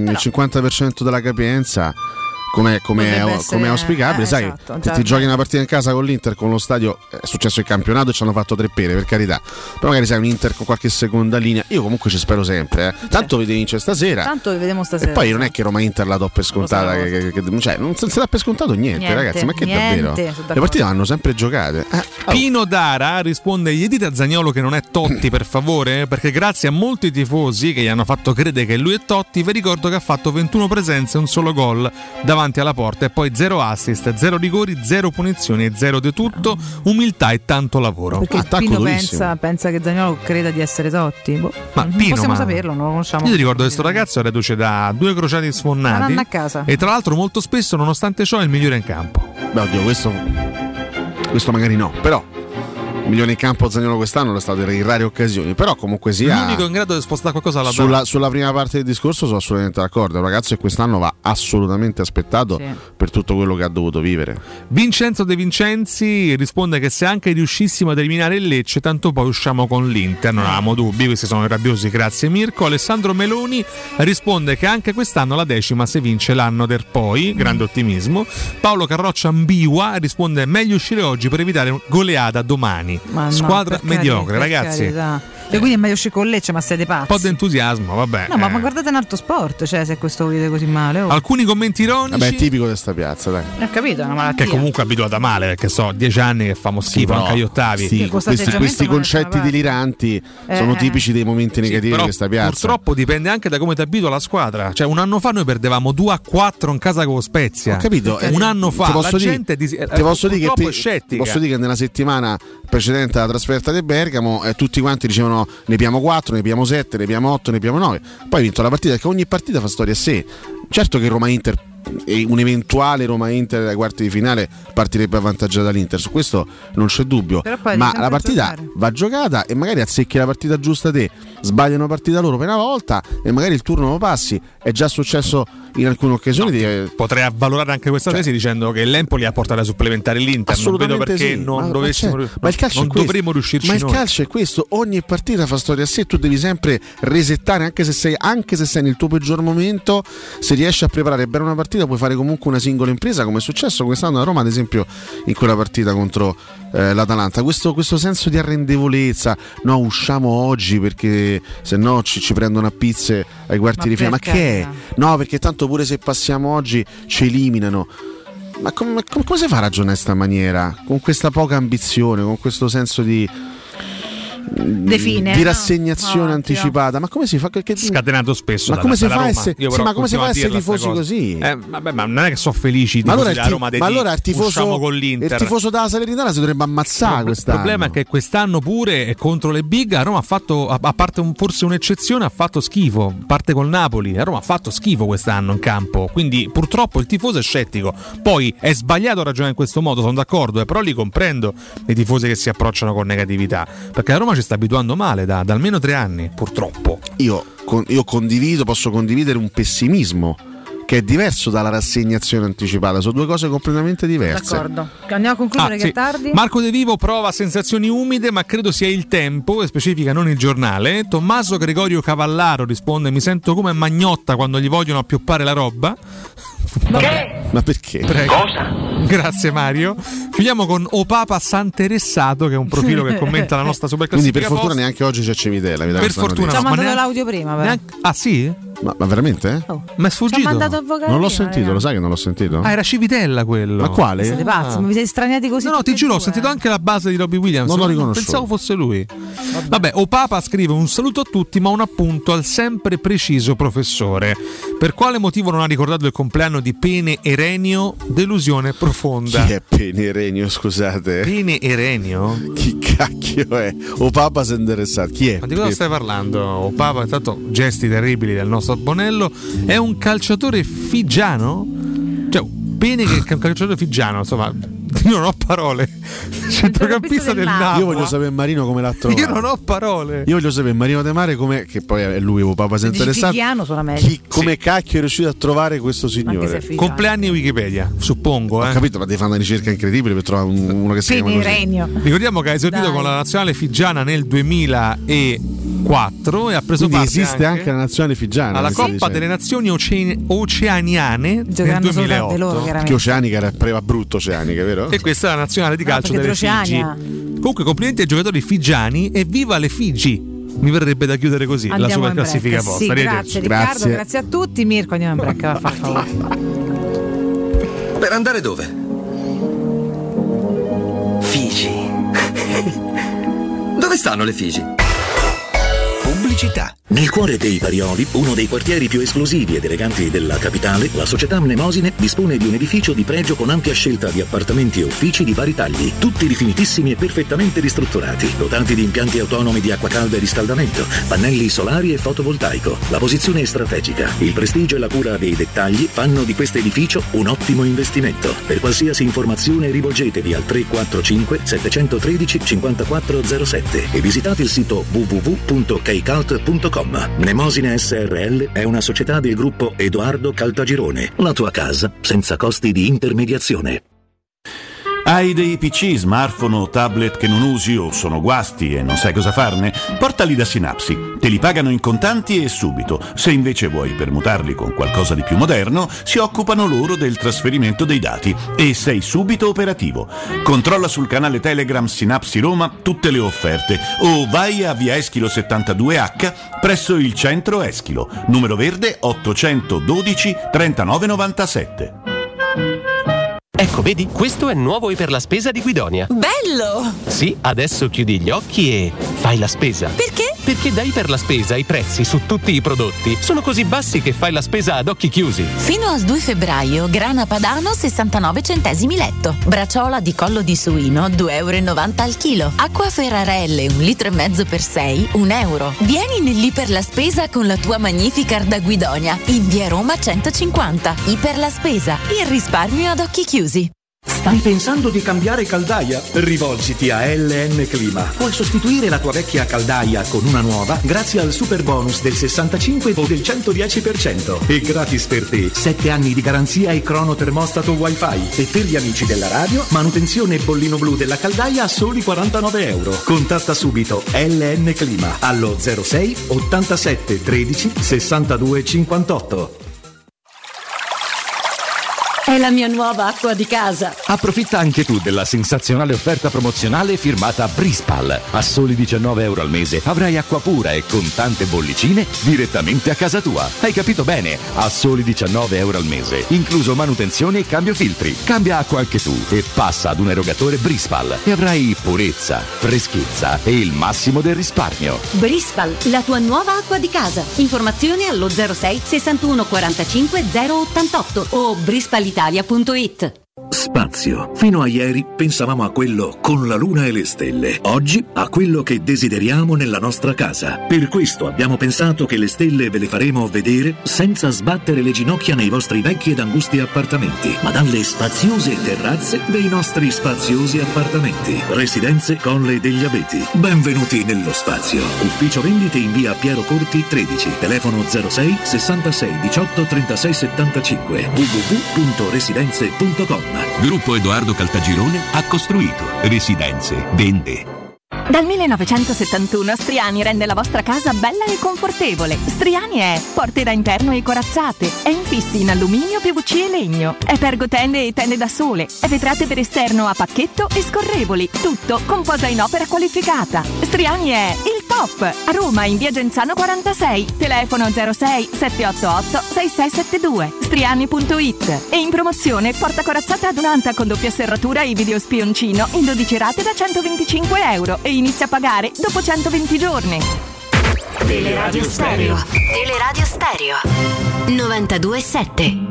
50% della capienza, come è auspicabile, sai, esatto, se ti giochi una partita in casa con l'Inter, con lo stadio, è successo il campionato e ci hanno fatto 3 pere, per carità, però magari sai un Inter con qualche seconda linea, io comunque ci spero sempre, tanto vedi vince stasera, tanto vediamo stasera, e poi non è che Roma Inter la do per scontata, cioè non si dà per scontato niente ragazzi, ma che davvero le partite vanno sempre giocate. Pino Dara risponde: gli dite a Zaniolo che non è Totti per favore, perché grazie a molti tifosi che gli hanno fatto credere che lui è Totti, vi ricordo che ha fatto 21 presenze e un solo gol davanti davanti alla porta, e poi 0 assist, 0 rigori, 0 punizioni e 0 di tutto, umiltà e tanto lavoro. Perché Pino pensa che Zaniolo creda di essere Totti. Ma non Pino, possiamo saperlo, non lo conosciamo. Io ti ricordo che questo ragazzo era reduce da 2 crociati sfonnati a casa. E tra l'altro molto spesso, nonostante ciò, è il migliore in campo. Beh, oddio, questo magari no, però migliore in campo Zaniolo quest'anno è stato in rare occasioni, però comunque sia l'unico in grado di spostare qualcosa alla sulla prima parte del discorso sono assolutamente d'accordo. È un ragazzo che quest'anno va assolutamente aspettato per tutto quello che ha dovuto vivere. Vincenzo De Vincenzi risponde che se anche riuscissimo ad eliminare il Lecce, tanto poi usciamo con l'Inter, non avevamo dubbi, questi sono i rabbiosi, grazie Mirko. Alessandro Meloni risponde che anche quest'anno la 10ª se vince l'anno del poi, grande ottimismo. Paolo Carroccia ambigua risponde meglio uscire oggi per evitare goleada domani. Squadra mediocre, ragazzi. Quindi è meglio uscire con Lecce, ma siete pazzi. Un po' di entusiasmo, vabbè. No, ma guardate in alto sport, cioè se questo lo vedete così male. Alcuni commenti ironici. Vabbè, è tipico di sta piazza, dai. Ho capito, è una malattia. Che comunque è abituata male, perché 10 anni che famo schifo anche agli ottavi. Sì, questi concetti deliranti sono tipici dei momenti negativi di questa piazza. Purtroppo dipende anche da come ti abitua la squadra. Cioè, un anno fa noi perdevamo 2-4 in casa con Spezia. Ho capito. Un anno fa la gente ti posso dire che è scettica. Posso dire che nella settimana precedente alla trasferta di Bergamo tutti quanti dicevano ne piamo 4, ne piamo 7, ne piamo 8, ne piamo 9. Poi ha vinto la partita, perché ogni partita fa storia a sé. Certo che Roma-Inter, un eventuale Roma-Inter ai quarti di finale partirebbe avvantaggiata dall'Inter, su questo non c'è dubbio, ma la partita va giocata e magari azzecchi la partita giusta te, sbagliano partita loro per una volta e magari il turno lo passi. È già successo in alcune occasioni. Potrei avvalorare anche questa tesi dicendo che l'Empoli ha portato a supplementare l'Inter. Non vedo perché non dovremmo riuscirci noi. Ma il calcio è questo, ogni partita fa storia a sé, tu devi sempre resettare anche se sei nel tuo peggior momento. Se riesci a preparare bene una partita puoi fare comunque una singola impresa, come è successo quest'anno a Roma ad esempio in quella partita contro l'Atalanta. Questo senso di arrendevolezza, no, usciamo oggi perché se no ci prendono a pizze ai quarti di finale. Ma che è? No, perché tanto pure se passiamo oggi ci eliminano. Ma come si fa a ragionare in questa maniera? Con questa poca ambizione, con questo senso di rassegnazione anticipata. Ma come si fa? Scatenato spesso. Ma come si fa a essere tifosi così? Vabbè, ma non è che sono felici. Ma allora il tifoso con l'Inter. Il tifoso della Salernitana si dovrebbe ammazzare quest'anno. Il problema è che quest'anno pure contro le big a Roma ha fatto, a parte forse un'eccezione, ha fatto schifo. Parte col Napoli, a Roma ha fatto schifo quest'anno in campo. Quindi purtroppo il tifoso è scettico. Poi è sbagliato ragionare in questo modo, sono d'accordo, però li comprendo i tifosi che si approcciano con negatività, perché la Roma ci sta abituando male da almeno 3 anni, purtroppo. Io posso condividere un pessimismo che è diverso dalla rassegnazione anticipata, sono 2 cose completamente diverse. D'accordo, andiamo a concludere che è tardi. Marco De Vivo prova sensazioni umide, ma credo sia il tempo, e specifica non il giornale. Tommaso Gregorio Cavallaro risponde: mi sento come Magnotta quando gli vogliono appioppare la roba. Ma perché? Prego. Cosa? Grazie Mario. Chiudiamo con O Papa Sant'Eressato, che è un profilo che commenta la nostra superclassifica. Quindi per fortuna neanche oggi c'è Civitella. Per fortuna ci ha mandato l'audio prima. Ah sì? Ma veramente? Ma è sfuggito? Non l'ho sentito, lo sai che non l'ho sentito? Ah, era Civitella quello. Ma quale? Siete pazzi, mi siete straniati così? No, ti giuro, ho sentito anche la base di Robbie Williams. Non lo riconosco. Pensavo fosse lui. Vabbè, O Papa scrive: un saluto a tutti, ma un appunto al sempre preciso professore. Per quale motivo non ha ricordato il compleanno di Pene Erenio? Delusione profonda. Chi è Pene Erenio, scusate? Pene Erenio? Chi cacchio è? O Papa Sant'Eressato, chi è? Ma di cosa stai parlando? O Papa, intanto gesti terribili del nostro Bonello. È un calciatore figiano? Cioè, Pene che è un calciatore figiano, insomma. Io non ho parole. Centrocampista del Napoli. Io voglio sapere Marino come l'ha trovato. Io non ho parole. Io voglio sapere Marino De Mare come, che poi è lui, O Papa Sant'Eressato. Come cacchio è riuscito a trovare questo signore? Compleanni Wikipedia, suppongo. Ho capito, ma devi fare una ricerca incredibile per trovare uno che si chiama così. Ricordiamo che ha esordito con la nazionale figiana nel 2004 e ha preso quindi parte esiste anche la nazionale figiana alla Coppa delle Nazioni Oceaniane nel 2008. Perché Oceanica era brutto Oceanica, vero? E questa è la nazionale di calcio delle Figi. Comunque complimenti ai giocatori figiani e viva le Figi. Mi verrebbe da chiudere così. Andiamo la super classifica posta. Sì, grazie Riccardo, grazie a tutti. Mirko, andiamo in break, per favore. Per andare dove? Figi. Dove stanno le Figi? Pubblicità. Nel cuore dei Parioli, uno dei quartieri più esclusivi ed eleganti della capitale, la società Mnemosine dispone di un edificio di pregio con ampia scelta di appartamenti e uffici di vari tagli, tutti rifinitissimi e perfettamente ristrutturati, dotati di impianti autonomi di acqua calda e riscaldamento, pannelli solari e fotovoltaico. La posizione è strategica, il prestigio e la cura dei dettagli fanno di questo edificio un ottimo investimento. Per qualsiasi informazione rivolgetevi al 345 713 5407 e visitate il sito www.kcult.com. Mnemosine SRL è una società del gruppo Edoardo Caltagirone. La tua casa senza costi di intermediazione. Hai dei PC, smartphone o tablet che non usi o sono guasti e non sai cosa farne? Portali da Synapsi. Te li pagano in contanti e subito. Se invece vuoi permutarli con qualcosa di più moderno, si occupano loro del trasferimento dei dati e sei subito operativo. Controlla sul canale Telegram Synapsi Roma tutte le offerte o vai a via Eschilo 72H presso il centro Eschilo, numero verde 812 3997. Ecco, vedi, questo è nuovo per la spesa di Guidonia. Bello! Sì, adesso chiudi gli occhi e fai la spesa. Perché? Perché dai per la spesa i prezzi su tutti i prodotti sono così bassi che fai la spesa ad occhi chiusi. Fino al 2 febbraio, grana padano 69 centesimi letto. Braciola di collo di suino 2,90 € al chilo. Acqua Ferrarelle 1,5 litri per 6, €1. Vieni nell'Iper la Spesa con la tua Magnificar da Guidonia in via Roma 150. Iper la Spesa, il risparmio ad occhi chiusi. Stai pensando di cambiare caldaia? Rivolgiti a LN Clima. Puoi sostituire la tua vecchia caldaia con una nuova grazie al super bonus del 65 o del 110% e gratis per te 7 anni di garanzia e crono termostato wifi e per gli amici della radio manutenzione e bollino blu della caldaia a soli €49. Contatta subito LN Clima allo 06 87 13 62 58. È la mia nuova acqua di casa. Approfitta anche tu della sensazionale offerta promozionale firmata Brispal. A soli €19 al mese avrai acqua pura e con tante bollicine direttamente a casa tua. Hai capito bene? A soli €19 al mese, incluso manutenzione e cambio filtri. Cambia acqua anche tu e passa ad un erogatore Brispal e avrai purezza, freschezza e il massimo del risparmio. Brispal, la tua nuova acqua di casa. Informazioni allo 06 61 45 088 o brispalitalia.it. Spazio. Fino a ieri pensavamo a quello con la luna e le stelle. Oggi a quello che desideriamo nella nostra casa. Per questo abbiamo pensato che le stelle ve le faremo vedere senza sbattere le ginocchia nei vostri vecchi ed angusti appartamenti, ma dalle spaziose terrazze dei nostri spaziosi appartamenti. Residenze Colle degli Abeti. Benvenuti nello spazio. Ufficio vendite in via Piero Corti 13. Telefono 06 66 18 36 75. www.residenze.com. Gruppo Edoardo Caltagirone ha costruito, residenze, vende. Dal 1971 Striani rende la vostra casa bella e confortevole. Striani è porte da interno e corazzate, è infissi in alluminio, PVC e legno, è pergotende e tende da sole, è vetrate per esterno a pacchetto e scorrevoli, tutto con posa in opera qualificata. Striani è il top! A Roma in via Genzano 46, telefono 06 788 6672, striani.it. E in promozione porta corazzata adunata con doppia serratura e video spioncino in 12 rate da €125 e inizia a pagare dopo 120 giorni. Teleradio Stereo. Teleradio Stereo 92.7.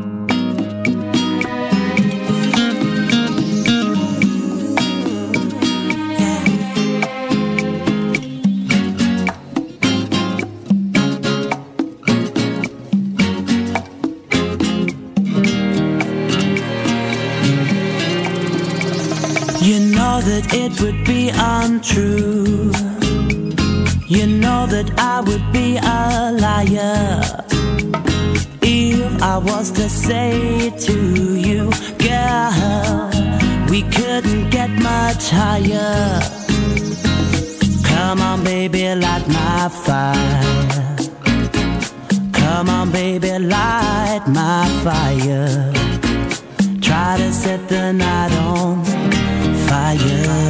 You know that it would be untrue. You know that I would be a liar if I was to say to you, girl, we couldn't get much higher. Come on, baby, light my fire. Come on, baby, light my fire. Try to set the night on fire.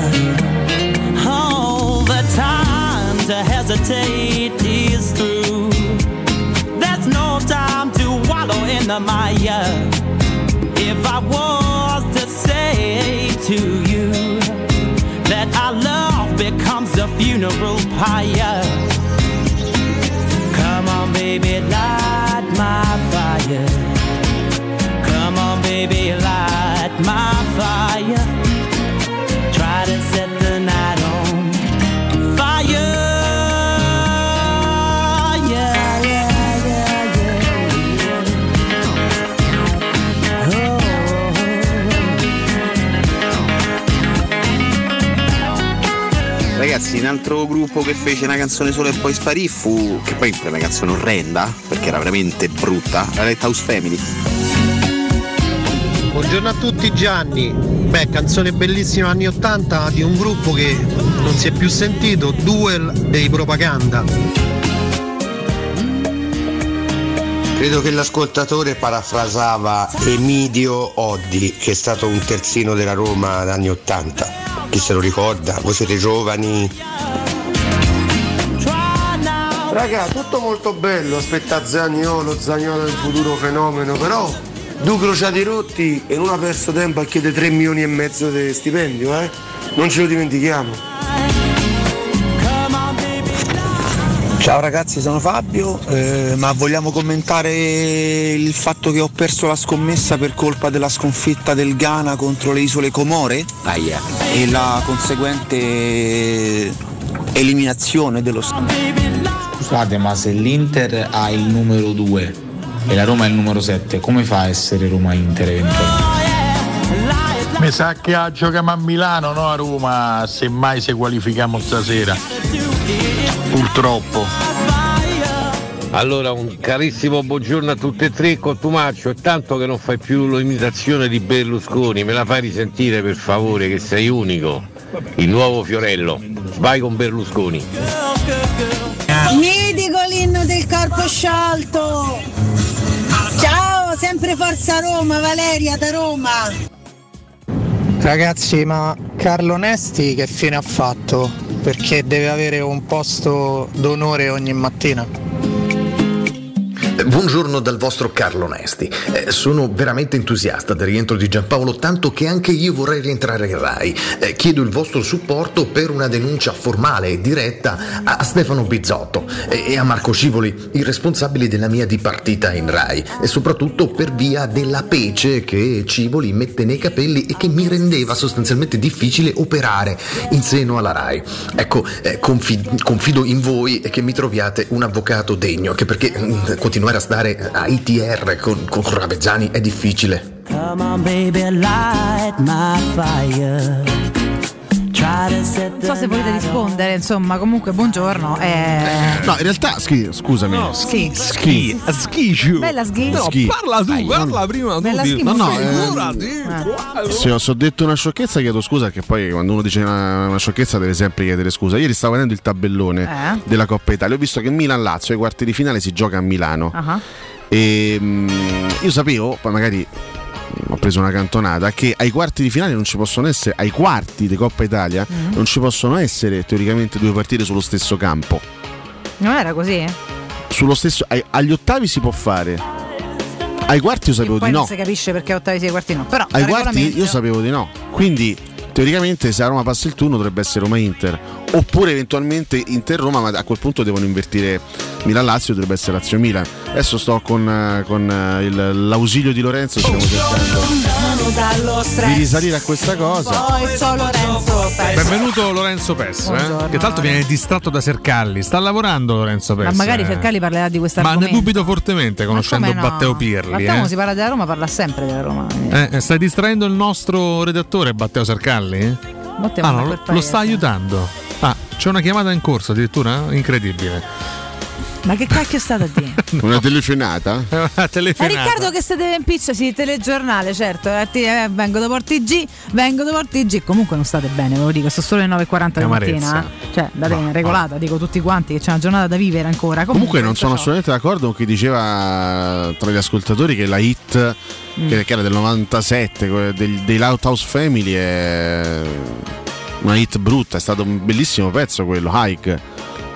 Oh, the time to hesitate is through. There's no time to wallow in the mire. If I was to say to you that our love becomes a funeral pyre, ragazzi, un altro gruppo che fece una canzone sola e poi sparì fu, che poi è una canzone orrenda perché era veramente brutta, la Lighthouse Family. Buongiorno a tutti, Gianni. Beh, canzone bellissima anni 80 di un gruppo che non si è più sentito, Duel dei Propaganda. Credo che l'ascoltatore parafrasava Emidio Oddi, che è stato un terzino della Roma negli anni 80. Chi se lo ricorda? Voi siete giovani. Raga, tutto molto bello, aspetta Zaniolo del futuro fenomeno, però due crociati rotti e non ha perso tempo a chiedere 3 milioni e mezzo di stipendio, non ce lo dimentichiamo. Ciao ragazzi, sono Fabio, ma vogliamo commentare il fatto che ho perso la scommessa per colpa della sconfitta del Ghana contro le isole Comore? E la conseguente eliminazione dello Scusate, ma se l'Inter ha il numero 2 e la Roma è il numero 7, come fa a essere Roma-Inter eventualmente? Mi sa che giochiamo a Milano, no a Roma, semmai se qualifichiamo stasera. Purtroppo. Allora, un carissimo buongiorno a tutti e tre, Cottumaccio. È tanto che non fai più l'imitazione di Berlusconi, me la fai risentire per favore, che sei unico. Il nuovo Fiorello. Vai con Berlusconi. Mitico l'inno del corpo sciolto. Ciao, sempre Forza Roma, Valeria da Roma. Ragazzi, ma Carlo Nesti che fine ha fatto? Perché deve avere un posto d'onore ogni mattina. Buongiorno dal vostro Carlo Nesti. Sono veramente entusiasta del rientro di Giampaolo, tanto che anche io vorrei rientrare in Rai. Chiedo il vostro supporto per una denuncia formale e diretta a Stefano Bizzotto e a Marco Scivoli, i responsabili della mia dipartita in Rai, e soprattutto per via della pece che Scivoli mette nei capelli e che mi rendeva sostanzialmente difficile operare in seno alla Rai. Ecco, confido in voi e che mi troviate un avvocato degno, anche perché continuare a stare a ITR con Ravezzani è difficile. Come on, baby, light my fire. Non so se volete rispondere, insomma, comunque buongiorno. No, in realtà scusami. No, Ski. Bella Schi. No, parla tu, parla prima tu. Se ho detto una sciocchezza chiedo scusa, che poi quando uno dice una sciocchezza deve sempre chiedere scusa. Ieri stavo vedendo il tabellone della Coppa Italia, ho visto che Milan-Lazio ai quarti di finale si gioca a Milano. E io sapevo, poi magari ho preso una cantonata, che ai quarti di finale non ci possono essere, ai quarti di Coppa Italia non ci possono essere teoricamente due partite sullo stesso campo. Non era così? Sullo stesso, agli ottavi si può fare, ai quarti io sapevo di no. Poi non si capisce perché ottavi ai quarti no, però ai quarti io sapevo di no, quindi teoricamente se a Roma passa il turno dovrebbe essere Roma-Inter, oppure eventualmente Inter-Roma, ma a quel punto devono invertire Milan-Lazio, dovrebbe essere Lazio-Milan. Adesso sto con l'ausilio di Lorenzo, stiamo cercando di risalire a questa cosa. Benvenuto Lorenzo Pes, che tra l'altro viene distratto da Sercalli, sta lavorando Lorenzo Pes. Ma magari Sercalli parlerà di questa argomento. Ma ne dubito fortemente, conoscendo Matteo Pirli. Ma si parla della Roma, parla sempre della Roma. Stai distraendo il nostro redattore Matteo Sercalli? No, lo sta aiutando. C'è una chiamata in corso addirittura? Incredibile. Ma che cacchio è stata a dire? Una telefonata? Riccardo che siete in pitch, sì, telegiornale, certo. Vengo dopo il TG. Comunque non state bene, ve lo dico, sto solo alle 9:40 di mattina. Cioè, date regolata, dico tutti quanti che c'è una giornata da vivere ancora. Comunque non sono assolutamente d'accordo con chi diceva tra gli ascoltatori che la hit che era del 97 dei Lighthouse Family è una hit brutta, è stato un bellissimo pezzo quello, Hike.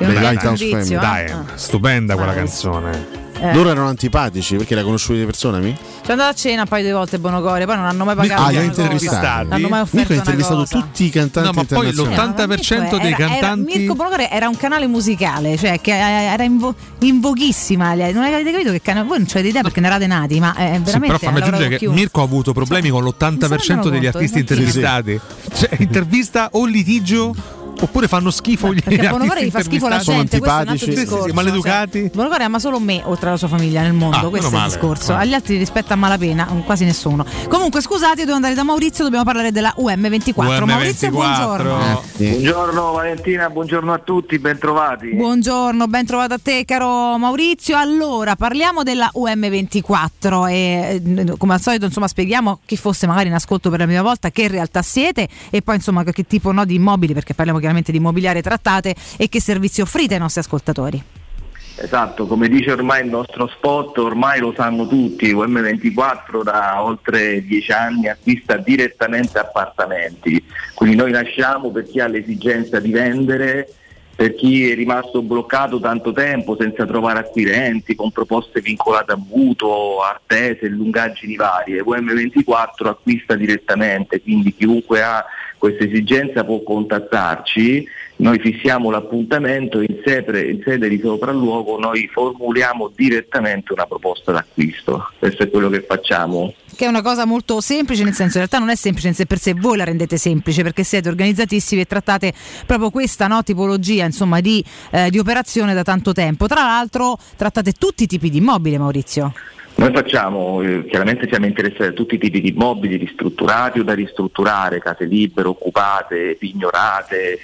Dai, stupenda quella canzone. Loro erano antipatici perché la conosciuti di persona, Ci andata a cena un paio di volte Bonocore, poi non hanno mai pagato. Li ha intervistato. Non hanno mai offerto ha intervistato tutti i cantanti. No, ma poi l'80% dei cantanti. Mirko Bonocore era un canale musicale, cioè che era in voghissima. Non avete capito che canale? Voi non avete idea perché ne erate nati, ma è veramente. Però fammi aggiungere che Mirko ha avuto problemi con l'80% degli artisti intervistati. Cioè, intervista o litigio Oppure fanno schifo gli perché a Buonocore gli fa schifo la gente, questo è un altro discorso. Sì, maleducati. Buonocore ama solo me oltre alla sua famiglia nel mondo, questo è il discorso. Agli altri rispetta a malapena, quasi nessuno. Comunque scusate, devo andare da Maurizio, dobbiamo parlare della UM24. Maurizio, buongiorno. Buongiorno Valentina, buongiorno a tutti, bentrovati. Buongiorno, ben trovato a te caro Maurizio. Allora, parliamo della UM24 e come al solito insomma spieghiamo chi fosse magari in ascolto per la prima volta che realtà siete e poi insomma che tipo di immobili, perché parliamo chiaramente di immobiliare trattate, e che servizi offrite ai nostri ascoltatori. Esatto, come dice ormai il nostro spot, ormai lo sanno tutti, UM24 da oltre 10 anni acquista direttamente appartamenti, quindi noi nasciamo per chi ha l'esigenza di vendere, per chi è rimasto bloccato tanto tempo senza trovare acquirenti, con proposte vincolate a mutuo, attese, lungaggini varie. UM24 acquista direttamente, quindi chiunque ha questa esigenza può contattarci, noi fissiamo l'appuntamento, in sede di sopralluogo noi formuliamo direttamente una proposta d'acquisto. Questo è quello che facciamo. Che è una cosa molto semplice, nel senso in realtà non è semplice in sé per sé, voi la rendete semplice perché siete organizzatissimi e trattate proprio questa tipologia insomma di operazione da tanto tempo. Tra l'altro trattate tutti i tipi di immobili, Maurizio. Noi facciamo, chiaramente siamo interessati a tutti i tipi di immobili ristrutturati o da ristrutturare, case libere, occupate, pignorate,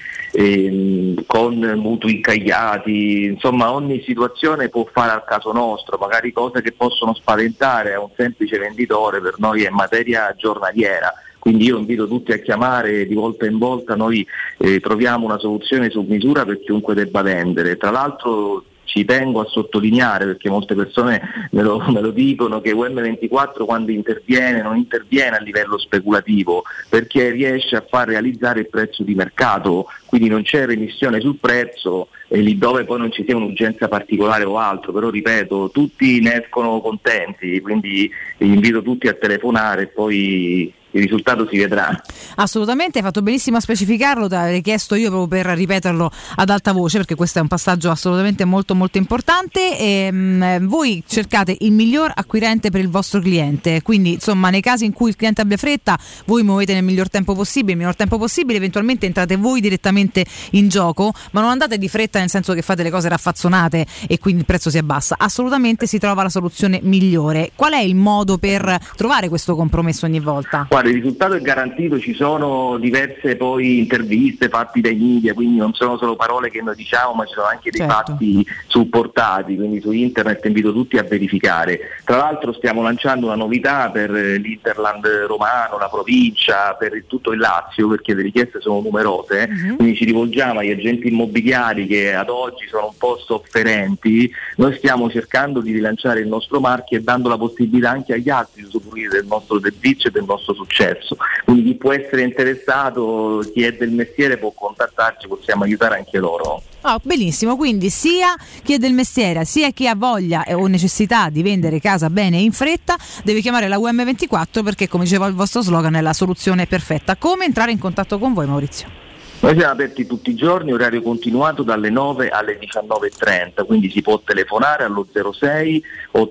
con mutui incagliati, insomma ogni situazione può fare al caso nostro, magari cose che possono spaventare a un semplice venditore, per noi è materia giornaliera. Quindi io invito tutti a chiamare di volta in volta, noi troviamo una soluzione su misura per chiunque debba vendere. Tra l'altro ci tengo a sottolineare, perché molte persone me lo dicono, che UM24 quando interviene non interviene a livello speculativo, perché riesce a far realizzare il prezzo di mercato, quindi non c'è remissione sul prezzo, e lì dove poi non ci sia un'urgenza particolare o altro, però ripeto, tutti ne escono contenti, quindi invito tutti a telefonare e poi il risultato si vedrà. Assolutamente, hai fatto benissimo a specificarlo, te l'avrei chiesto io proprio per ripeterlo ad alta voce, perché questo è un passaggio assolutamente molto molto importante. Voi cercate il miglior acquirente per il vostro cliente, quindi insomma nei casi in cui il cliente abbia fretta voi muovete nel miglior tempo possibile, eventualmente entrate voi direttamente in gioco, ma non andate di fretta nel senso che fate le cose raffazzonate e quindi il prezzo si abbassa. Assolutamente si trova la soluzione migliore. Qual è il modo per trovare questo compromesso ogni volta? Guarda, il risultato è garantito, ci sono diverse poi interviste fatte dai media, quindi non sono solo parole che noi diciamo, ma ci sono anche dei fatti supportati, quindi su internet invito tutti a verificare. Tra l'altro stiamo lanciando una novità per l'Interland romano, la provincia, per tutto il Lazio, perché le richieste sono numerose, quindi ci rivolgiamo agli agenti immobiliari che ad oggi sono un po' sofferenti. Noi stiamo cercando di rilanciare il nostro marchio e dando la possibilità anche agli altri di usufruire del nostro servizio e del nostro successo, quindi chi può essere interessato, chi è del mestiere può contattarci, possiamo aiutare anche loro. Benissimo, quindi sia chi è del mestiere sia chi ha voglia o necessità di vendere casa bene e in fretta deve chiamare la UM24, perché come diceva il vostro slogan è la soluzione perfetta. Come entrare in contatto con voi, Maurizio? Noi siamo aperti tutti i giorni, orario continuato dalle 9 alle 19.30, quindi si può telefonare allo 06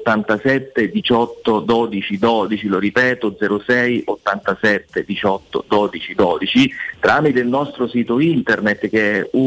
87 18 12 12, lo ripeto 06 87 18 12 12, tramite il nostro sito internet che è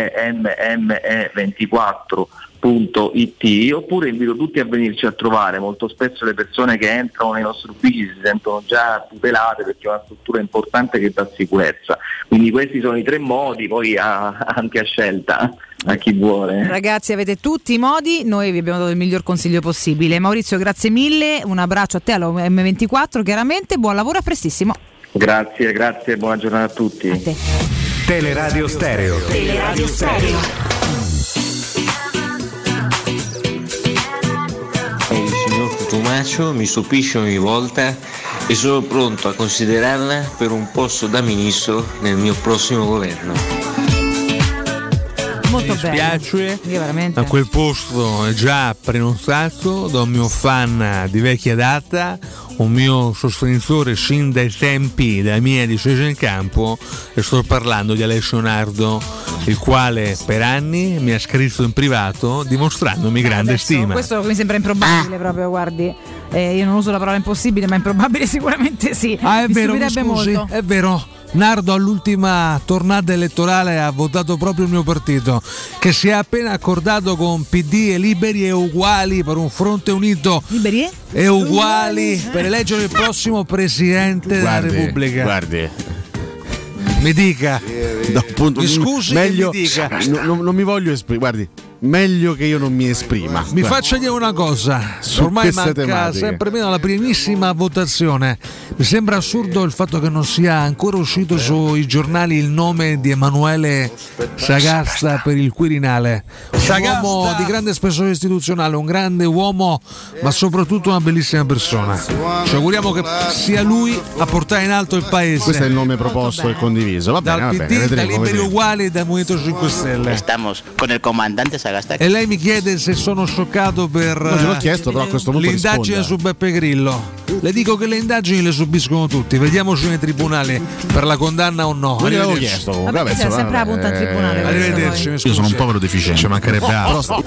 uemme24.it, oppure invito tutti a venirci a trovare. Molto spesso le persone che entrano nei nostri uffici si sentono già tutelate perché è una struttura importante che dà sicurezza, quindi questi sono i tre modi, poi anche a scelta a chi vuole. Ragazzi, avete tutti i modi, noi vi abbiamo dato il miglior consiglio possibile. Maurizio, grazie mille, un abbraccio a te, alla M24 chiaramente, buon lavoro, a prestissimo. Grazie, buona giornata a tutti. A te. Teleradio Stereo. Teleradio Stereo. Il signor Cotumaccio mi stupisce ogni volta e sono pronto a considerarla per un posto da ministro nel mio prossimo governo. Molto mi dispiace, veramente. a quel posto è già prenotato da un mio fan di vecchia data, un mio sostenitore sin dai tempi della mia discesa in campo, e sto parlando di Alessio Nardo, il quale per anni mi ha scritto in privato dimostrandomi grande stima. Questo mi sembra improbabile proprio, guardi. Io non uso la parola impossibile, ma improbabile sicuramente sì. È mi vero, stupirebbe scusi, molto. è vero. Nardo all'ultima tornata elettorale ha votato proprio il mio partito, che si è appena accordato con PD e Liberi e Uguali per un fronte unito Liberi e Uguali per eleggere il prossimo Presidente della Repubblica. Guardi, mi dica, mi scusi, meglio, mi dica. Non mi voglio esprimere, guardi, meglio che io non mi esprima. Mi faccia dire una cosa, ormai manca tematiche. Sempre meno la primissima votazione. Mi sembra assurdo il fatto che non sia ancora uscito sui giornali il nome di Emanuele Sagasta per il Quirinale. Un uomo di grande spessore istituzionale, un grande uomo, ma soprattutto una bellissima persona. Ci auguriamo che sia lui a portare in alto il paese. Questo è il nome proposto e condiviso. Va bene, dal PD, vedremo, da Liberi Uguali e dal Movimento 5 Stelle. Estamos con il comandante Sagasta. E lei mi chiede se sono scioccato per non ce l'ho chiesto, però a questo punto l'indagine su Beppe Grillo. Le dico che le indagini le subiscono tutti. Vediamoci nei tribunali per la condanna o no. Non gliel'avevo chiesto. Vabbè, c'è sempre la punta in tribunale. Arrivederci. Io sono un povero deficiente. Ci mancherebbe altro.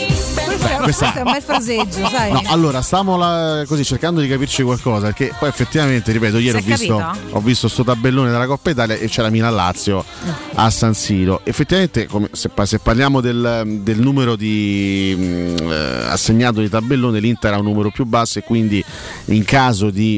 Questo è un bel fraseggio, sai? No, allora stiamo così cercando di capirci qualcosa, perché poi effettivamente, ripeto, ieri ho visto sto tabellone della Coppa Italia e c'era Milan-Lazio a San Siro. Effettivamente, se parliamo del numero di assegnato di tabellone, l'Inter ha un numero più basso e quindi in caso di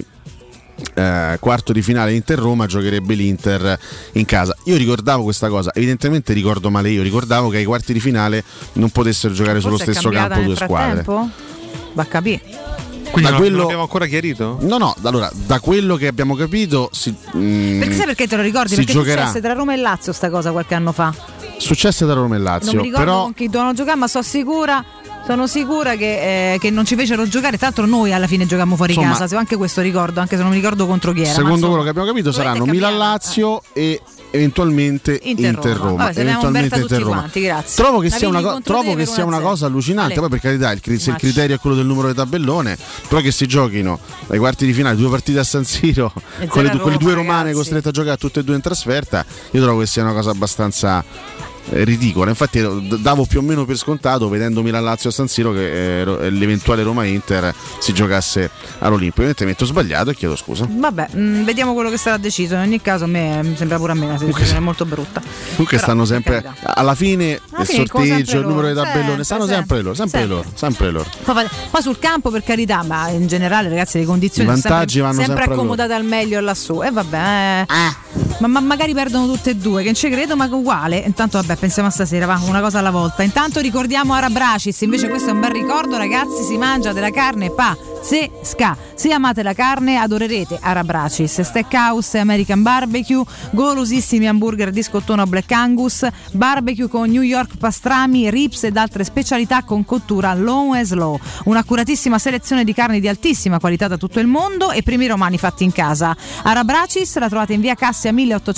quarto di finale Inter-Roma giocherebbe l'Inter in casa. Io ricordavo questa cosa, evidentemente ricordo male, io ricordavo che ai quarti di finale non potessero giocare sullo stesso campo due squadre. Va a capire. Quindi non abbiamo ancora chiarito? No, allora da quello che abbiamo capito perché sai perché te lo ricordi? Perché successe tra Roma e Lazio sta cosa qualche anno fa. Successe tra Roma e Lazio. Non mi ricordo però con chi dovevano giocare, ma sono sicura che non ci fecero giocare. Tra l'altro noi alla fine giocammo fuori casa, se anche questo ricordo, anche se non mi ricordo contro chi era. Secondo quello che abbiamo capito saranno Milan-Lazio e eventualmente Inter-Roma. Eventualmente Inter-Roma. Quanti, grazie. Trovo che sia una cosa allucinante. Poi per carità il criterio è quello del numero di tabellone, però che si giochino ai quarti di finale 2 partite a San Siro con le due romane costrette a giocare tutte e due in trasferta, io trovo che sia una cosa abbastanza ridicola. Infatti davo più o meno per scontato, vedendo Milan-Lazio a San Siro, che l'eventuale Roma-Inter si giocasse all'Olimpio. Evidentemente ho sbagliato e chiedo scusa. Vabbè, vediamo quello che sarà deciso. In ogni caso mi sembra pure a me una situazione molto brutta. Comunque stanno sempre alla fine il sorteggio, il numero di tabellone, stanno sempre loro. Poi sul campo, per carità, ma in generale, ragazzi, le condizioni i vantaggi vanno sempre accomodate al meglio lassù. E vabbè, ma magari perdono tutte e due, che non ci credo, ma uguale. Intanto vabbè, pensiamo a stasera, va, una cosa alla volta. Intanto ricordiamo Arabracis, invece questo è un bel ricordo, ragazzi, si mangia della carne pazzesca. Se amate la carne adorerete Arabracis, Steakhouse, American Barbecue, golosissimi hamburger di scottone Black Angus, barbecue con New York pastrami, ribs ed altre specialità con cottura low and slow, un'accuratissima selezione di carni di altissima qualità da tutto il mondo e primi romani fatti in casa. Arabracis la trovate in via Cassia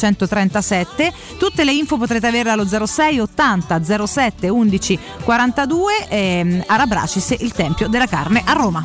1837, tutte le info potrete averla allo 06 80 07 11 42. Arabracis, il tempio della carne a Roma.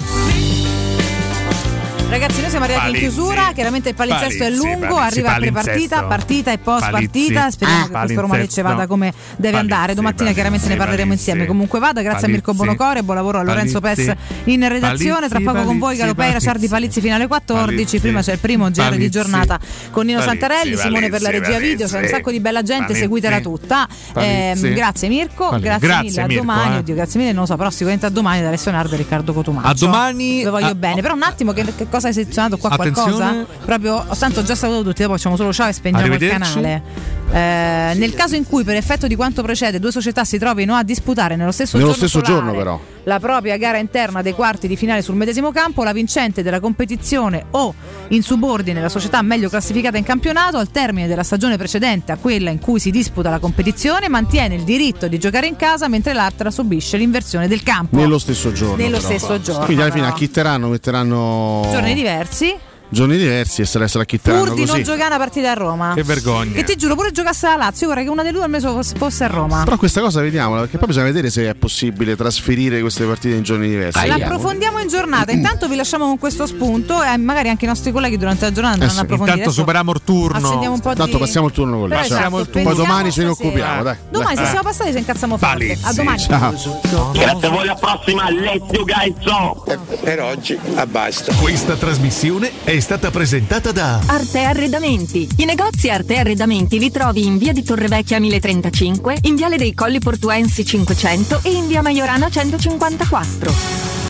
Ragazzi, noi siamo arrivati in chiusura, chiaramente il palinsesto è lungo, arriva prepartita, partita e post partita, speriamo che questo Roma Lecce vada come deve andare. Domattina chiaramente ne parleremo insieme. Comunque vada, grazie a Mirko Bonocore, buon lavoro a Lorenzo Pes in redazione. Tra poco con voi Galopei, Ciardi Palizzi fino alle 14. Prima c'è il primo GR di giornata con Nino Santarelli, Simone per la regia video, c'è un sacco di bella gente, seguitela tutta. Grazie Mirko, grazie mille, a domani. Oddio, grazie mille, non lo so, però sicuramente a domani da Alessio Nardo e Riccardo Cotumaccio. A domani. Lo voglio bene, però un attimo, che cosa hai selezionato qua? Qualcosa? Proprio, tanto già saluto tutti, dopo facciamo solo ciao e spegniamo il canale. Nel caso in cui per effetto di quanto precede due società si trovino a disputare nello stesso giorno però la propria gara interna dei quarti di finale sul medesimo campo, la vincente della competizione o in subordine la società meglio classificata in campionato al termine della stagione precedente a quella in cui si disputa la competizione mantiene il diritto di giocare in casa, mentre l'altra subisce l'inversione del campo nello stesso giorno. Quindi alla fine metteranno giorni diversi e se la chitteranno pur di così. Non giocare una partita a Roma. Che vergogna. Che ti giuro, pure giocasse la Lazio, vorrei che una delle due almeno fosse a Roma. Però questa cosa vediamola, perché poi bisogna vedere se è possibile trasferire queste partite in giorni diversi. La approfondiamo in giornata. Intanto vi lasciamo con questo spunto e magari anche i nostri colleghi durante la giornata andranno a approfondire. Intanto superiamo il turno. Tanto passiamo il turno con lei. Poi domani ce ne occupiamo, dai. Domani se siamo passati ci incazziamo forte. A domani. Ciao. Grazie a voi, alla prossima. Let's go guys. Per oggi basta. Questa trasmissione è stata presentata da Arte Arredamenti. I negozi Arte Arredamenti li trovi in via di Torrevecchia 1035, in viale dei Colli Portuensi 500 e in via Maiorana 154.